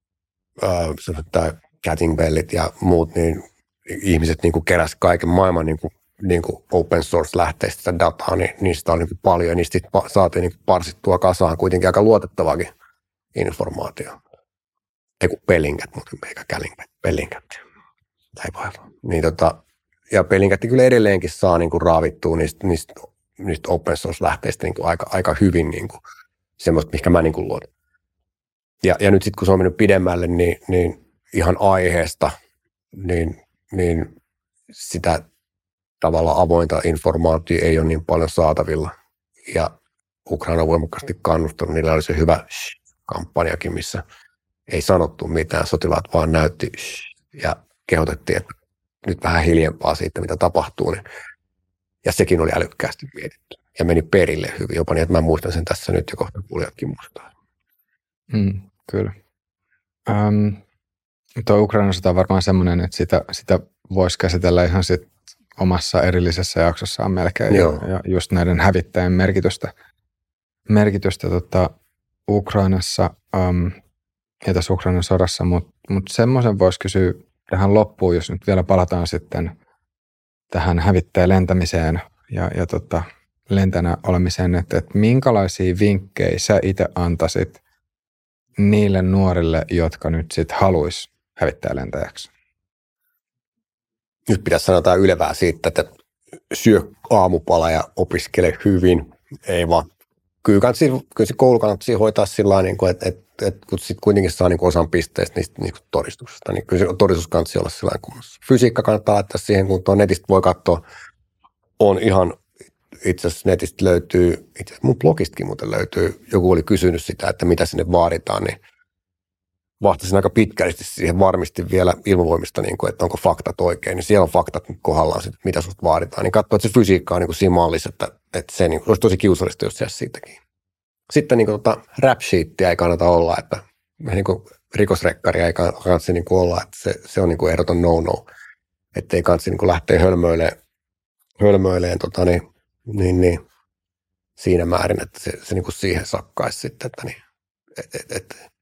ää, Chatting-bellit ja muut, niin ihmiset niin kuin keräsivät kaiken maailman niin kuin, niin kuin open source-lähteistä sitä dataa, niin niistä oli niin kuin paljon, ja niistä saatiin niin kuin parsittua kasaan kuitenkin aika luotettavaakin informaatio. Ei kun Bellingcat, mutta eikä Callingcat, Bellingcat. Tai vaihtaa. Niin tota, ja Bellingcat kyllä edelleenkin saa niin kuin raavittua niistä, niistä, niistä open source-lähteistä niin kuin aika, aika hyvin niin kuin semmoista, mihinkä mä niin kuin luotan. Ja, ja nyt sitten kun se on mennyt pidemmälle, niin, niin ihan aiheesta, niin, niin sitä tavallaan avointa informaatiota ei ole niin paljon saatavilla. Ja Ukraina on voimakkaasti kannustanut, niillä oli se hyvä kampanjakin, missä ei sanottu mitään, sotilaat vaan näytti ja kehotettiin, että nyt vähän hiljempaa siitä, mitä tapahtuu. Niin. Ja sekin oli älykkäästi mietitty ja meni perille hyvin, jopa niin, että mä muistan sen tässä nyt ja kohta kuulijatkin muistaa. Hmm, kyllä. Um, tuo Ukrainan sota on varmaan semmoinen, että sitä, sitä voisi käsitellä ihan sit omassa erillisessä jaksossaan melkein. Ja, ja just näiden hävittäjien merkitystä, merkitystä tota, Ukrainassa um, ja tässä Ukrainan sodassa, mutta mut semmoisen voisi kysyä tähän loppuun, jos nyt vielä palataan sitten tähän hävittäjän lentämiseen ja, ja tota, lentänä olemiseen, että, että minkälaisia vinkkejä sä itse antaisit niille nuorille, jotka nyt sitten haluaisi hävittäjälentäjäksi? Nyt pitäisi sanoa jotain ylevää siitä, että syö aamupala ja opiskele hyvin. Ei vaan. Kyllä, kannattaa, kyllä se koulu kannattaa hoitaa sillä tavalla, että, että, että kun sitten kuitenkin saa niin osan pisteistä niistä niin todistuksesta, niin kyllä se todistus kannattaa olla sillä kunnossa. Fysiikka kannattaa laittaa siihen kuntoon. Netistä voi katsoa. On ihan, itse asiassa netistä löytyy, itse asiassa mun blogistakin muuten löytyy, joku oli kysynyt sitä, että mitä sinne vaaditaan, niin vastasin aika pitkällisesti siihen varmistin vielä ilmavoimista, niin kuin, että onko faktat oikein, niin siellä on faktat kohdallaan, että mitä sinusta vaaditaan. Niin katsoa, että se fysiikka on niin kuin siinä mallissa, että, että se niin kuin, olisi tosi kiusallista, jos jäisi siitäkin. Sitten niin kuin, tota, rap-sheettiä ei kannata olla, että niin kuin, rikosrekkaria ei kannata niin kuin olla, että se, se on niin kuin ehdoton no-no. Että ei kannata niin kuin lähteä hölmöilemään, hölmöilemään tota, niin, niin, niin, siinä määrin, että se, se niin kuin siihen sakkaisi sitten, että niin, et, et, et,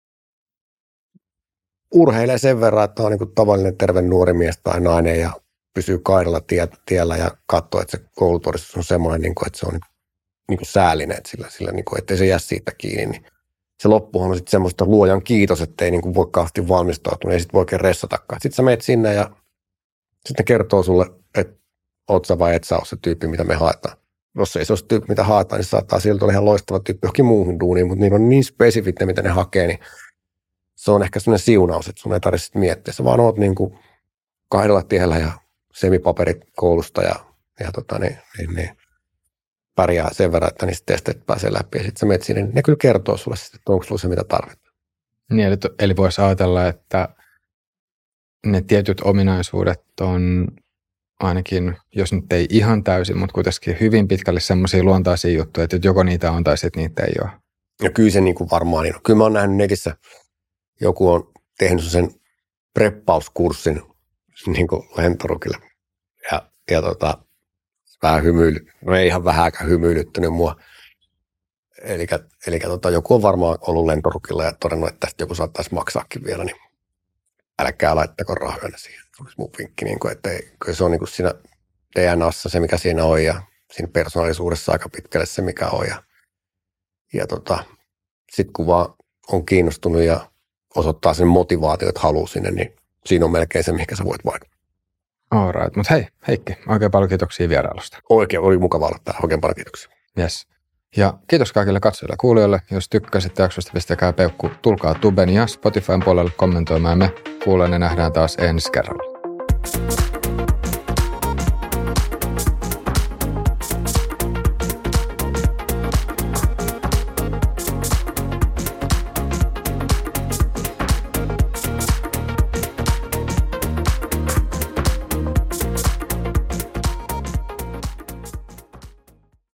urheilee sen verran, että on niin kuin tavallinen terve nuori mies tai nainen ja pysyy kaidalla tie, tiellä ja katsoo, että se koulutodistus on semmoinen, niin kuin, että se on niin kuin säällinen, että sillä, sillä niin kuin, ettei se jää siitä kiinni. Niin se loppuhan on sitten semmoista luojan kiitos, ettei niin kuin voi kauheasti valmistautua, ei sitten voi oikein ressatakaan. Sitten sä menet sinne ja sitten kertoo sulle, että oot sä vai et sä ole se tyyppi, mitä me haetaan. Jos ei se ole se tyyppi, mitä haetaan, niin saattaa siltä olla ihan loistava tyyppi johonkin muuhun duuniin, mutta niin on niin spesifit ne, mitä ne hakee, niin se on ehkä sellainen siunaus, että sun ei tarvitse sitten miettiä. Sä vaan oot niin kuin kahdella tiellä ja semipaperit koulusta ja, ja tota, niin, niin, niin, pärjää sen verran, että niistä testeistä pääsee läpi. Ja sitten sä menet sinne, niin ne kyllä kertoo sulle sitten, että onko sulla se, mitä tarvitaan. Niin, eli, eli voisi ajatella, että ne tietyt ominaisuudet on ainakin, jos nyt ei ihan täysin, mutta kuitenkin hyvin pitkälle semmoisia luontaisia juttuja, että joko niitä on tai sitten niitä ei ole. Ja kyllä se niin kuin varmaan niin on. Kyllä mä oon nähnyt netissä, joku on tehnyt sen preppauskurssin niin kuin lentorukille. Ja, ja tota, vähän hymyily, no ei ihan vähäkään hymyilyttänyt mua. Elikkä, elikkä tota, joku on varmaan ollut lentorukilla ja todennut, että tästä joku saattaisi maksaakin vielä, niin älkää laittako rahoja siihen. Se olisi mun vinkki, niin kuin, että ei, se on niin kuin siinä D N A:ssa se, mikä siinä on, ja siinä persoonallisuudessa aika pitkälle se, mikä on. Ja, ja tota, sitten kun vaan on kiinnostunut ja osoittaa sen motivaatio, että haluaa sinne, niin siinä on melkein se, mihinkä sä voit vaikuttaa. All right. Mutta hei, Heikki, oikein paljon kiitoksia vierailusta. Oikein, oli mukava olla täällä. Oikein paljon kiitoksia. Yes. Ja kiitos kaikille katsojille ja kuulijoille. Jos tykkäsitte jaksosta, pistäkää peukku. Tulkaa Tuben ja Spotifyn puolelle kommentoimaan. Me kuulen ja nähdään taas ensi kerralla.